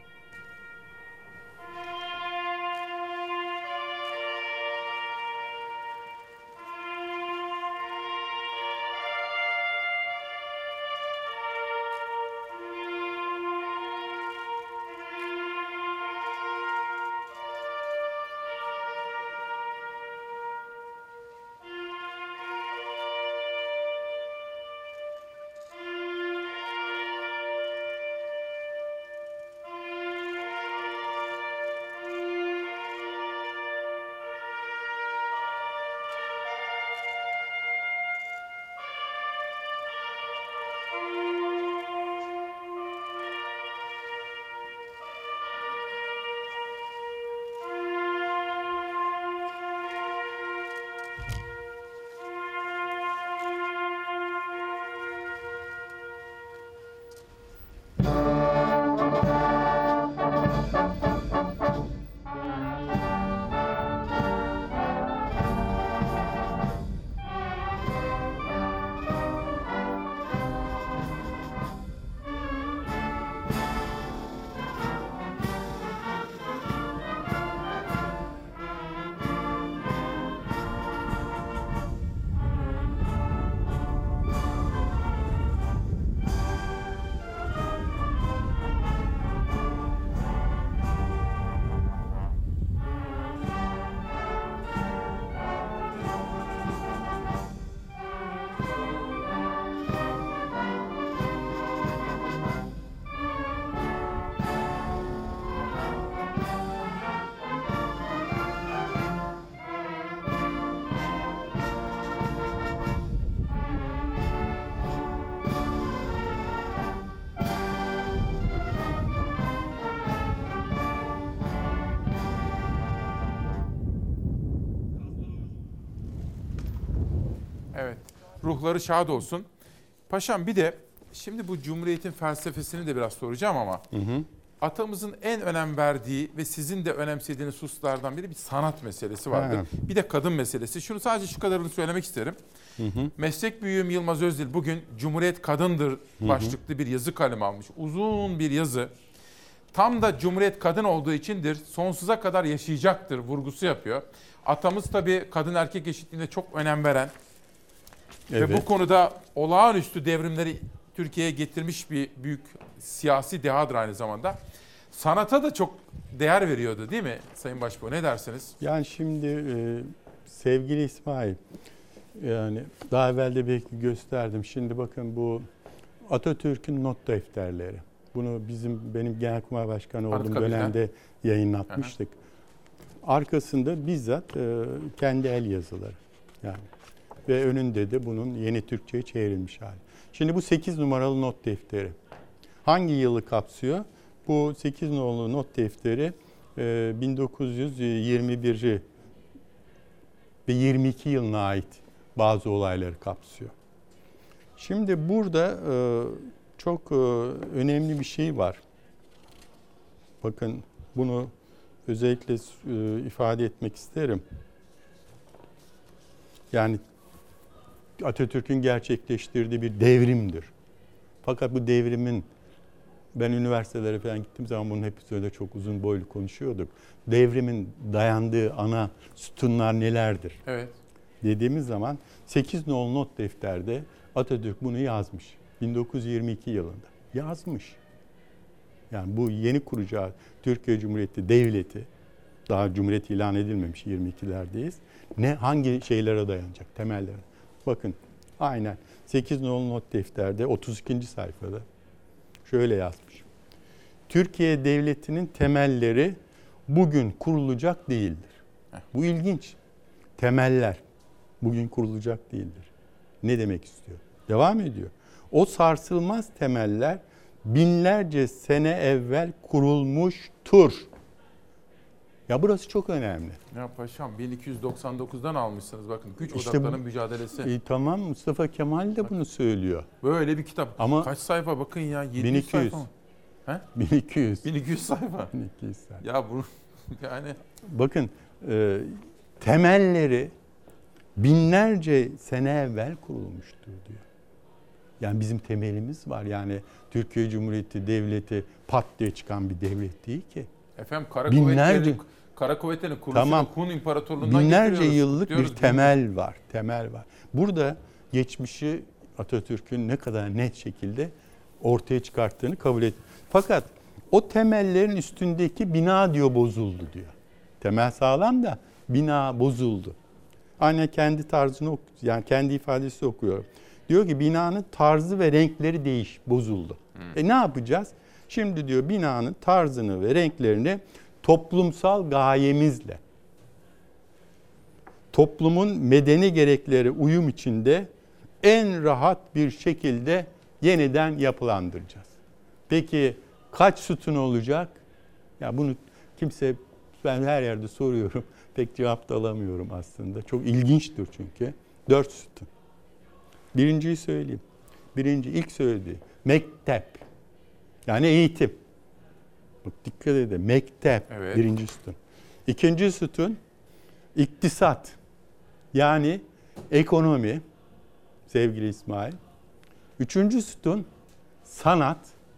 Evet, ruhları şad olsun. Paşam bir de şimdi bu Cumhuriyet'in felsefesini de biraz soracağım ama hı hı. atamızın en önem verdiği ve sizin de önemsediğiniz hususlardan biri bir sanat meselesi vardır. Ha. Bir de kadın meselesi. Şunu sadece şu kadarını söylemek isterim. Hı hı. Meslek büyüğüm Yılmaz Özdil bugün Cumhuriyet Kadındır başlıklı bir yazı kalemi almış. Uzun bir yazı. Tam da Cumhuriyet kadın olduğu içindir, sonsuza kadar yaşayacaktır vurgusu yapıyor. Atamız tabii kadın erkek eşitliğine çok önem veren, Evet. Ve bu konuda olağanüstü devrimleri Türkiye'ye getirmiş bir büyük siyasi dehadır aynı zamanda. Sanata da çok değer veriyordu değil mi Sayın Başbuğ? Ne dersiniz? Yani şimdi e, sevgili İsmail, yani daha evvel de belki gösterdim. Şimdi bakın bu Atatürk'ün not defterleri. Bunu bizim benim Genelkurmay Başkanı olduğum Anıtkabir'den dönemde yayınlatmıştık. Aha. Arkasında bizzat e, kendi el yazıları. Yani ve önünde de bunun yeni Türkçe'ye çevrilmiş hali. Şimdi bu sekiz numaralı not defteri. Hangi yılı kapsıyor? Bu sekiz numaralı not defteri e, bin dokuz yüz yirmi bir ve yirmi iki yılına ait bazı olayları kapsıyor. Şimdi burada e, çok e, önemli bir şey var. Bakın bunu özellikle e, ifade etmek isterim. Yani Atatürk'ün gerçekleştirdiği bir devrimdir. Fakat bu devrimin, ben üniversitelere falan gittiğim zaman bunun hep üzerinde çok uzun boylu konuşuyorduk. Devrimin dayandığı ana sütunlar nelerdir? Evet. Dediğimiz zaman sekiz nolu not defterde Atatürk bunu yazmış. bin dokuz yüz yirmi iki yılında yazmış. Yani bu yeni kuracağı Türkiye Cumhuriyeti Devleti, daha Cumhuriyet ilan edilmemiş, yirmi ikilerdeyiz. Ne, hangi şeylere dayanacak, temellere? Bakın aynen sekiz nolu not defterde otuz ikinci sayfada şöyle yazmış. Türkiye Devleti'nin temelleri bugün kurulacak değildir. Bu ilginç. Temeller bugün kurulacak değildir. Ne demek istiyor? Devam ediyor. O sarsılmaz temeller binlerce sene evvel kurulmuştur. Ya burası çok önemli. Ya paşam bin iki yüz doksan dokuzdan almışsınız bakın güç İşte odaklarının bu, mücadelesi. E, tamam Mustafa Kemal de bunu söylüyor. Böyle bir kitap. Ama kaç sayfa bakın ya? yedi yüz bin iki yüz sayfa mı? He? bin iki yüz bin iki yüz sayfa. bin iki yüz sayfa. Ya bu yani. Bakın e, temelleri binlerce sene evvel kurulmuştur diyor. Yani bizim temelimiz var. Yani Türkiye Cumhuriyeti Devleti pat diye çıkan bir devlet değil ki. Efendim kara binlerce, kuvvetlerin, kara kuvvetlerin kuruluşu tamam, Hun İmparatorluğundan binlerce yıllık diyoruz, bir temel var. Temel var. Burada geçmişi Atatürk'ün ne kadar net şekilde ortaya çıkarttığını kabul et. Fakat o temellerin üstündeki bina diyor bozuldu diyor. Temel sağlam da bina bozuldu. Aynen kendi tarzını yani kendi ifadesi okuyorum. Diyor ki binanın tarzı ve renkleri değiş, bozuldu. Hmm. E ne yapacağız? Şimdi diyor binanın tarzını ve renklerini toplumsal gayemizle, toplumun medeni gerekleri uyum içinde en rahat bir şekilde yeniden yapılandıracağız. Peki kaç sütun olacak? Ya bunu kimse, ben her yerde soruyorum, pek cevap da alamıyorum aslında. Çok ilginçtir çünkü. Dört sütun. Birinciyi söyleyeyim. Birinci ilk söylediği mektep. Yani eğitim. Bak dikkat edin. Mektep. Evet. Birinci sütun. İkinci sütun iktisat. Yani ekonomi. Sevgili İsmail. Üçüncü sütun sanat.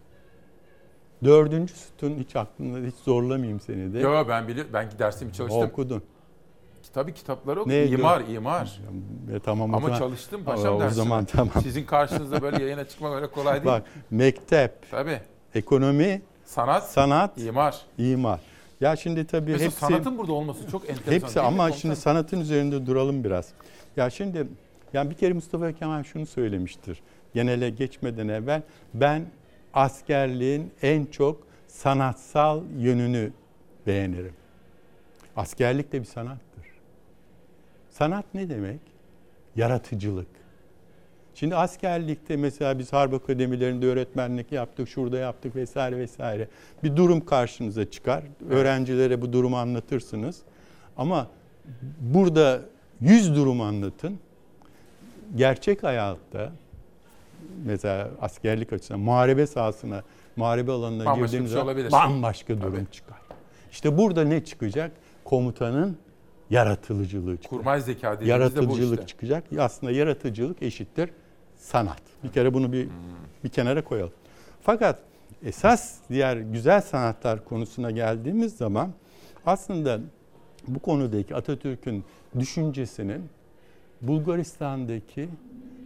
Dördüncü sütun hiç aklımda, hiç zorlamayayım seni de. Yok ben biliyorum. Ben dersimi çalıştım. Okudun. Tabii kitapları okudum. İmar, imar. E, tamam, ama zaman, çalıştım paşam dersimi. O zaman tamam. Sizin karşınızda böyle yayına çıkmak öyle kolay değil. Bak mektep, tabii. Ekonomi, sanat, sanat, imar. imar. Ya şimdi tabii mesela hepsi... sanatın burada olması çok enteresan. Hepsi ama komutan? Şimdi sanatın üzerinde duralım biraz. Ya şimdi yani bir kere Mustafa Kemal şunu söylemiştir. Genele geçmeden evvel ben askerliğin en çok sanatsal yönünü beğenirim. Askerlik de bir sanattır. Sanat ne demek? Yaratıcılık. Şimdi askerlikte mesela biz harp akademilerinde öğretmenlik yaptık, şurada yaptık vesaire vesaire. Bir durum karşınıza çıkar. Öğrencilere bu durumu anlatırsınız. Ama burada yüz durum anlatın. Gerçek hayatta mesela askerlik açısından muharebe sahasına, muharebe alanına bambaşka girdiğiniz şey zaman bambaşka durum Tabii. çıkar. İşte burada ne çıkacak? Komutanın yaratıcılığı çıkacak. Kurmay zeka dediğimizde yaratıcılık bu işte. çıkacak. Aslında yaratıcılık eşittir sanat. Bir kere bunu bir hmm. bir kenara koyalım. Fakat esas diğer güzel sanatlar konusuna geldiğimiz zaman aslında bu konudaki Atatürk'ün düşüncesinin Bulgaristan'daki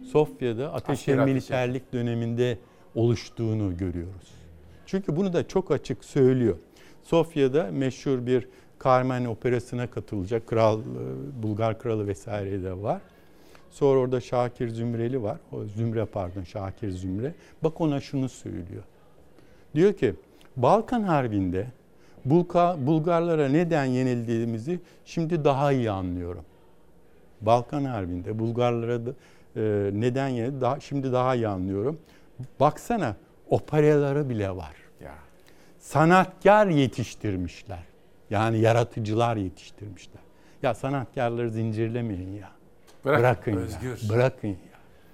Sofya'da ateşe Asker militerlik ateşi. döneminde oluştuğunu görüyoruz. Çünkü bunu da çok açık söylüyor. Sofya'da meşhur bir Carmen operasına katılacak. Kral, Bulgar kralı vesaire de var. Sonra orada Şakir Zümreli var. O Zümre pardon Şakir Zümre. Bak ona şunu söylüyor. Diyor ki Balkan Harbi'nde Bulga, Bulgarlara neden yenildiğimizi şimdi daha iyi anlıyorum. Balkan Harbi'nde Bulgarlara da, e, neden yenildi daha, şimdi daha iyi anlıyorum. Baksana operaları bile var. Ya. Sanatkar yetiştirmişler. Yani yaratıcılar yetiştirmişler. Ya sanatkarları zincirlemeyin ya. Bırak, Bırakın özgür. ya. Bırakın ya.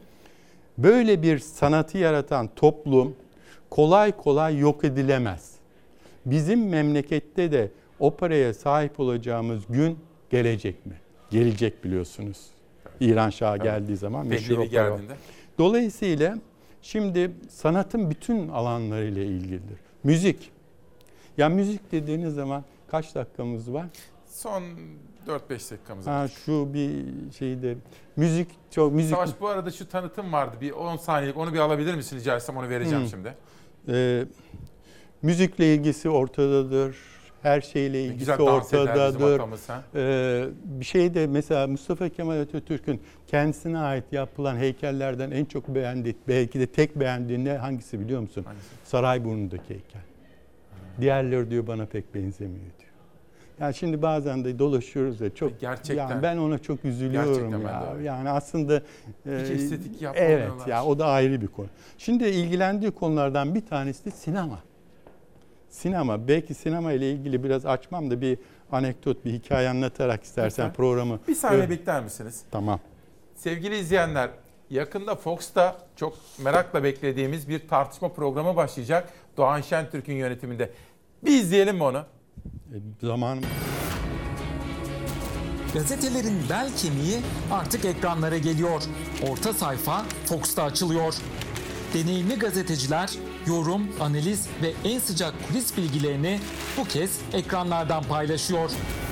Böyle bir sanatı yaratan toplum kolay kolay yok edilemez. Bizim memlekette de operaya sahip olacağımız gün gelecek mi? Gelecek biliyorsunuz. İran Şahı geldiği zaman meşhur opera. Geldiğinde. Dolayısıyla şimdi sanatın bütün alanlarıyla ilgilidir. Müzik. Ya müzik dediğiniz zaman kaç dakikamız var? Son dört beş dakikamız var. Ha, şu bir şeyde müzik çok müzik. Savaş bu arada şu tanıtım vardı bir on saniyelik onu bir alabilir misin rica etsem onu vereceğim hmm. şimdi. Ee, müzikle ilgisi ortadadır. Her şeyle ilgisi ortadadır. Ee, bir şey de mesela Mustafa Kemal Atatürk'ün kendisine ait yapılan heykellerden en çok beğendiği, belki de tek beğendiği ne hangisi biliyor musun? Hangisi? Sarayburnu'ndaki heykel. Hmm. Diğerleri diyor bana pek benzemiyor diyor. Yani şimdi bazen de dolaşıyoruz ya çok. Gerçekten. Yani ben ona çok üzülüyorum Gerçekten ya. ben de Yani aslında hiç e, estetik yapmıyorlar. Evet ya o da ayrı bir konu. Şimdi ilgilendiği konulardan bir tanesi de sinema. Sinema. Belki sinema ile ilgili biraz açmam da bir anekdot, bir hikaye anlatarak istersen Lütfen. programı. Bir saniye Öyle. bekler misiniz? Tamam. Sevgili izleyenler, yakında Fox'ta çok merakla beklediğimiz bir tartışma programı başlayacak. Doğan Şentürk'ün yönetiminde. Bir izleyelim mi onu? E, zamanım. Gazetelerin bel kemiği artık ekranlara geliyor. Orta sayfa Fox'ta açılıyor. Deneyimli gazeteciler yorum, analiz ve en sıcak kulis bilgilerini bu kez ekranlardan paylaşıyor.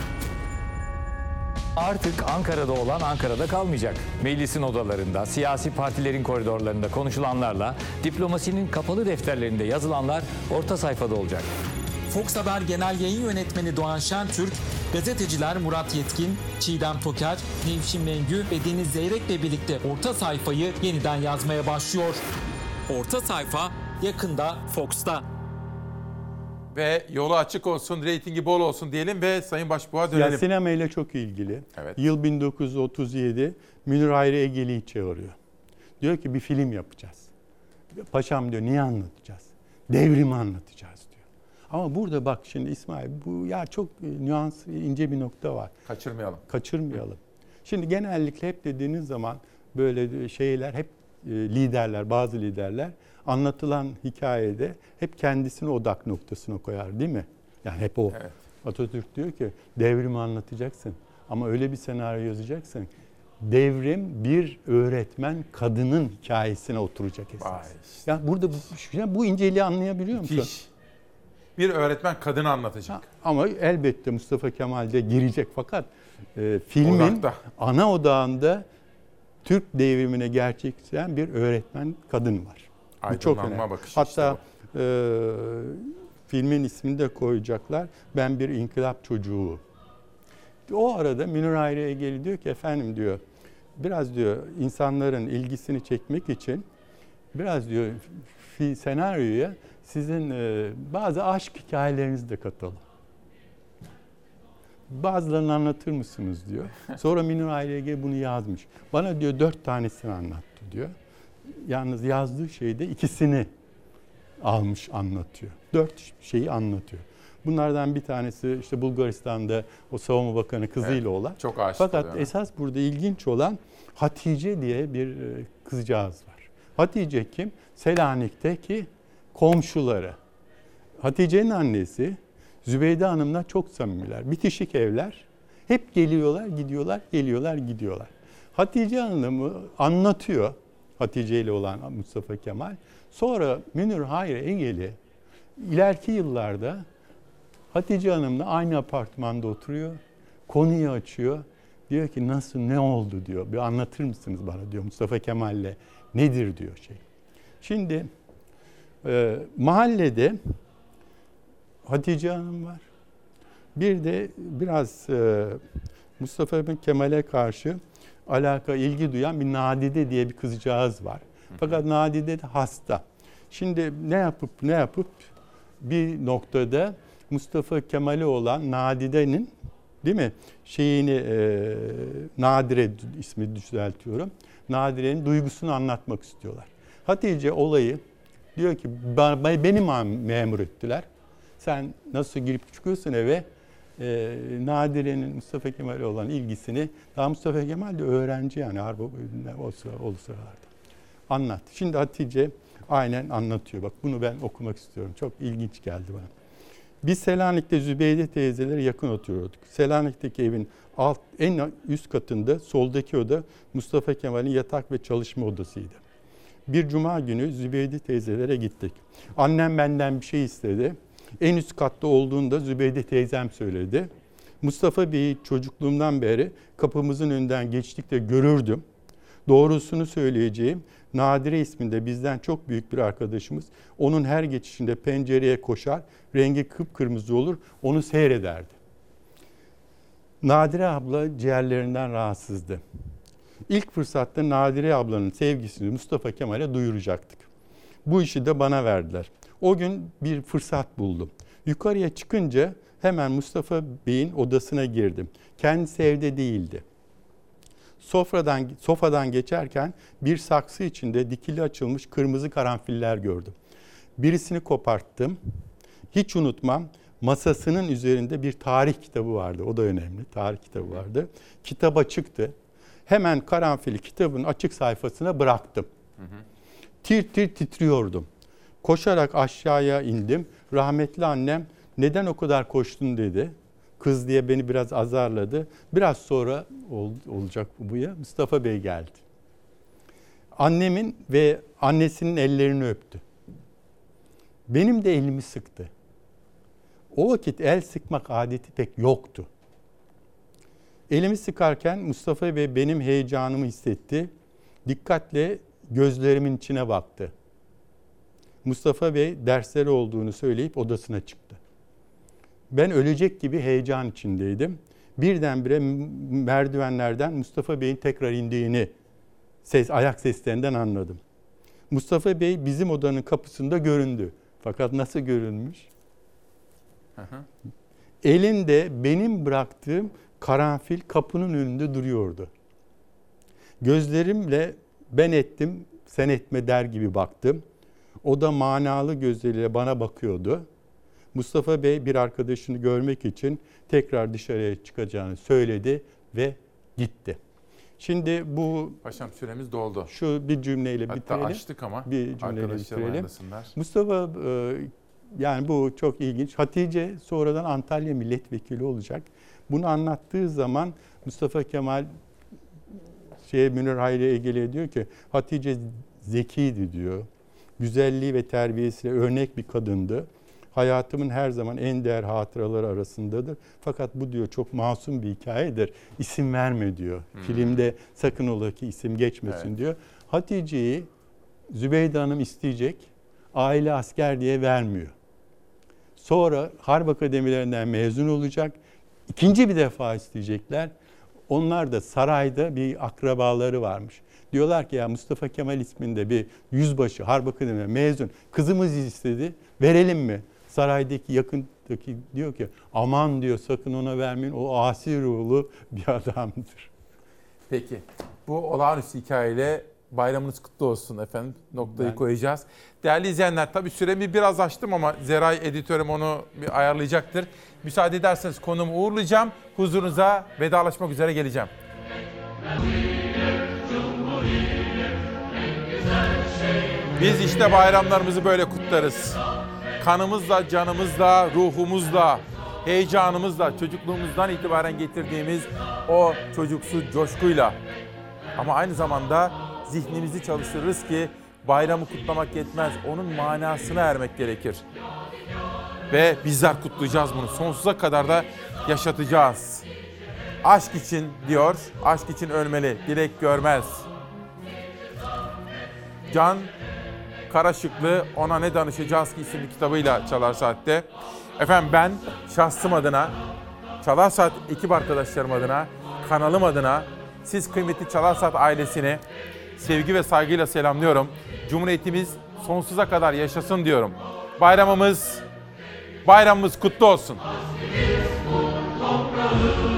Artık Ankara'da olan Ankara'da kalmayacak. Meclisin odalarında, siyasi partilerin koridorlarında konuşulanlarla, diplomasinin kapalı defterlerinde yazılanlar orta sayfada olacak. Fox Haber Genel Yayın Yönetmeni Doğan Şentürk, gazeteciler Murat Yetkin, Çiğdem Toker, Nevşin Mengü ve Deniz Zeyrek'le birlikte orta sayfayı yeniden yazmaya başlıyor. Orta sayfa yakında Fox'ta. Ve yolu açık olsun, reytingi bol olsun diyelim ve Sayın Başbuğ'a dönelim. Ya sinema ile çok ilgili. Evet. Yıl bin dokuz yüz otuz yedi Münir Hayri Egeli'yi çağırıyor. Diyor ki bir film yapacağız. Paşam diyor niye anlatacağız? Devrimi anlatacağız diyor. Ama burada bak şimdi İsmail bu ya çok nüans ince bir nokta var. Kaçırmayalım. Kaçırmayalım. Şimdi genellikle hep dediğiniz zaman böyle şeyler hep liderler, bazı liderler anlatılan hikayede hep kendisini odak noktasına koyar değil mi? Yani hep o. Evet. Atatürk diyor ki devrimi anlatacaksın ama öyle bir senaryo yazacaksın. Devrim bir öğretmen kadının hikayesine oturacak esas. Işte. Ya burada bu, bu inceliği anlayabiliyor musun? Müthiş. Bir öğretmen kadını anlatacak. Ha, ama elbette Mustafa Kemal de girecek fakat e, filmin Odakta. ana odağında Türk devrimine gerçekleştiren bir öğretmen kadın var. Bu çok önemli. Hatta işte e, filmin ismini de koyacaklar. Ben bir inkılap çocuğu. O arada Münir Hayri Egeli diyor ki efendim diyor biraz diyor insanların ilgisini çekmek için biraz diyor senaryoya sizin e, bazı aşk hikayelerinizi de katalım. Bazılarını anlatır mısınız diyor. Sonra Münir Hayri Egeli bunu yazmış. Bana diyor dört tanesini anlattı diyor. Yalnız yazdığı şeyde ikisini almış anlatıyor. Dört şeyi anlatıyor. Bunlardan bir tanesi işte Bulgaristan'da o savunma bakanı kızıyla evet, olan. Çok aşık Fakat oluyor. esas burada ilginç olan Hatice diye bir kızcağız var. Hatice kim? Selanik'teki komşuları. Hatice'nin annesi Zübeyde Hanım'la çok samimiler. Bitişik evler. Hep geliyorlar, gidiyorlar, geliyorlar, gidiyorlar. Hatice Hanım'ı anlatıyor. Hatice ile olan Mustafa Kemal. Sonra Münir Hayri Egeli ileriki yıllarda Hatice Hanım'la aynı apartmanda oturuyor. Konuyu açıyor Diyor ki nasıl, ne oldu diyor. Bir anlatır mısınız bana diyor Mustafa Kemal'le. Nedir diyor şey. Şimdi e, mahallede Hatice Hanım var. Bir de biraz e, Mustafa Kemal'e karşı alaka, ilgi duyan bir Nadide diye bir kızcağız var. Fakat Nadide de hasta. Şimdi ne yapıp ne yapıp bir noktada Mustafa Kemal'e olan Nadide'nin, değil mi, şeyini e, Nadire ismi düzeltiyorum. Nadire'nin duygusunu anlatmak istiyorlar. Hatice olayı diyor ki beni memur ettiler. Sen nasıl girip çıkıyorsun eve? Ee, Nadire'nin Mustafa Kemal'e olan ilgisini, daha Mustafa Kemal de öğrenci yani harp o sıra, o sıralarda. Anlat. Şimdi Hatice aynen anlatıyor. Bak bunu ben okumak istiyorum. Çok ilginç geldi bana. Biz Selanik'te Zübeyde teyzelere yakın oturuyorduk. Selanik'teki evin alt, en üst katında soldaki oda Mustafa Kemal'in yatak ve çalışma odasıydı. Bir cuma günü Zübeyde teyzelere gittik. Annem benden bir şey istedi. En üst katta olduğunda Zübeyde teyzem söyledi. Mustafa Bey'i çocukluğumdan beri kapımızın önünden geçtikçe görürdüm. Doğrusunu söyleyeceğim, Nadire isminde bizden çok büyük bir arkadaşımız onun her geçişinde pencereye koşar, rengi kıpkırmızı olur, onu seyrederdi. Nadire abla ciğerlerinden rahatsızdı. İlk fırsatta Nadire ablanın sevgisini Mustafa Kemal'e duyuracaktık. Bu işi de bana verdiler. O gün bir fırsat buldum. Yukarıya çıkınca hemen Mustafa Bey'in odasına girdim. Kendisi evde değildi. Sofradan, sofadan geçerken bir saksı içinde dikili açılmış kırmızı karanfiller gördüm. Birisini koparttım. Hiç unutmam, masasının üzerinde bir tarih kitabı vardı. O da önemli. Tarih kitabı vardı. Kitap açıktı. Hemen karanfili kitabın açık sayfasına bıraktım. Hı hı. Tir tir titriyordum. Koşarak aşağıya indim. Rahmetli annem neden o kadar koştun dedi. Kız diye beni biraz azarladı. Biraz sonra ol, olacak bu ya. Mustafa Bey geldi. Annemin ve annesinin ellerini öptü. Benim de elimi sıktı. O vakit el sıkmak adeti pek yoktu. Elimi sıkarken Mustafa Bey benim heyecanımı hissetti. Dikkatle gözlerimin içine baktı. Mustafa Bey dersleri olduğunu söyleyip odasına çıktı. Ben ölecek gibi heyecan içindeydim. Birdenbire merdivenlerden Mustafa Bey'in tekrar indiğini ses, ayak seslerinden anladım. Mustafa Bey bizim odanın kapısında göründü. Fakat nasıl görünmüş? Hı hı. Elinde benim bıraktığım karanfil kapının önünde duruyordu. Gözlerimle ben ettim, sen etme der gibi baktım. O da manalı gözleriyle bana bakıyordu. Mustafa Bey bir arkadaşını görmek için tekrar dışarıya çıkacağını söyledi ve gitti. Şimdi bu... Paşam süremiz doldu. Şu bir cümleyle Hatta bitirelim. Hatta açtık ama bir cümleyle bitirelim. Mustafa, yani bu çok ilginç. Hatice sonradan Antalya milletvekili olacak. Bunu anlattığı zaman Mustafa Kemal şey, Münir Hayri Egeli diyor ki Hatice zekiydi diyor. Güzelliği ve terbiyesiyle örnek bir kadındı. Hayatımın her zaman en değer hatıraları arasındadır. Fakat bu diyor çok masum bir hikayedir. İsim verme diyor. Hmm. Filmde sakın ola ki isim geçmesin evet. diyor. Hatice'yi Zübeyde Hanım isteyecek. Aile asker diye vermiyor. Sonra Harp Akademilerinden mezun olacak. İkinci bir defa isteyecekler. Onlar da sarayda bir akrabaları varmış. Diyorlar ki ya Mustafa Kemal isminde bir yüzbaşı Harp Akademi'ne mezun kızımız istedi. Verelim mi? Saraydaki yakındaki diyor ki aman diyor sakın ona vermeyin. O asi ruhlu bir adamdır. Peki. Bu olağanüstü hikayeyle bayramınız kutlu olsun efendim. Noktayı ben... koyacağız. Değerli izleyenler tabii süremi biraz açtım ama Zeray editörüm onu bir ayarlayacaktır. Müsaade ederseniz konumu uğurlayacağım. Huzurunuza vedalaşmak üzere geleceğim. Biz işte bayramlarımızı böyle kutlarız. Kanımızla, canımızla, ruhumuzla, heyecanımızla, çocukluğumuzdan itibaren getirdiğimiz o çocuksu coşkuyla. Ama aynı zamanda zihnimizi çalıştırırız ki bayramı kutlamak yetmez. Onun manasına ermek gerekir. Ve bizler kutlayacağız bunu. Sonsuza kadar da yaşatacağız. Aşk için diyor, aşk için ölmeli, Dilek Görmez. Can Karaşıklı Ona Ne Danışacağız Ki isimli kitabıyla Çalar Saat'te. Efendim ben şahsım adına, Çalar Saat ekip arkadaşlarım adına, kanalım adına, siz kıymetli Çalar Saat ailesini sevgi ve saygıyla selamlıyorum. Cumhuriyetimiz sonsuza kadar yaşasın diyorum. Bayramımız, bayramımız kutlu olsun.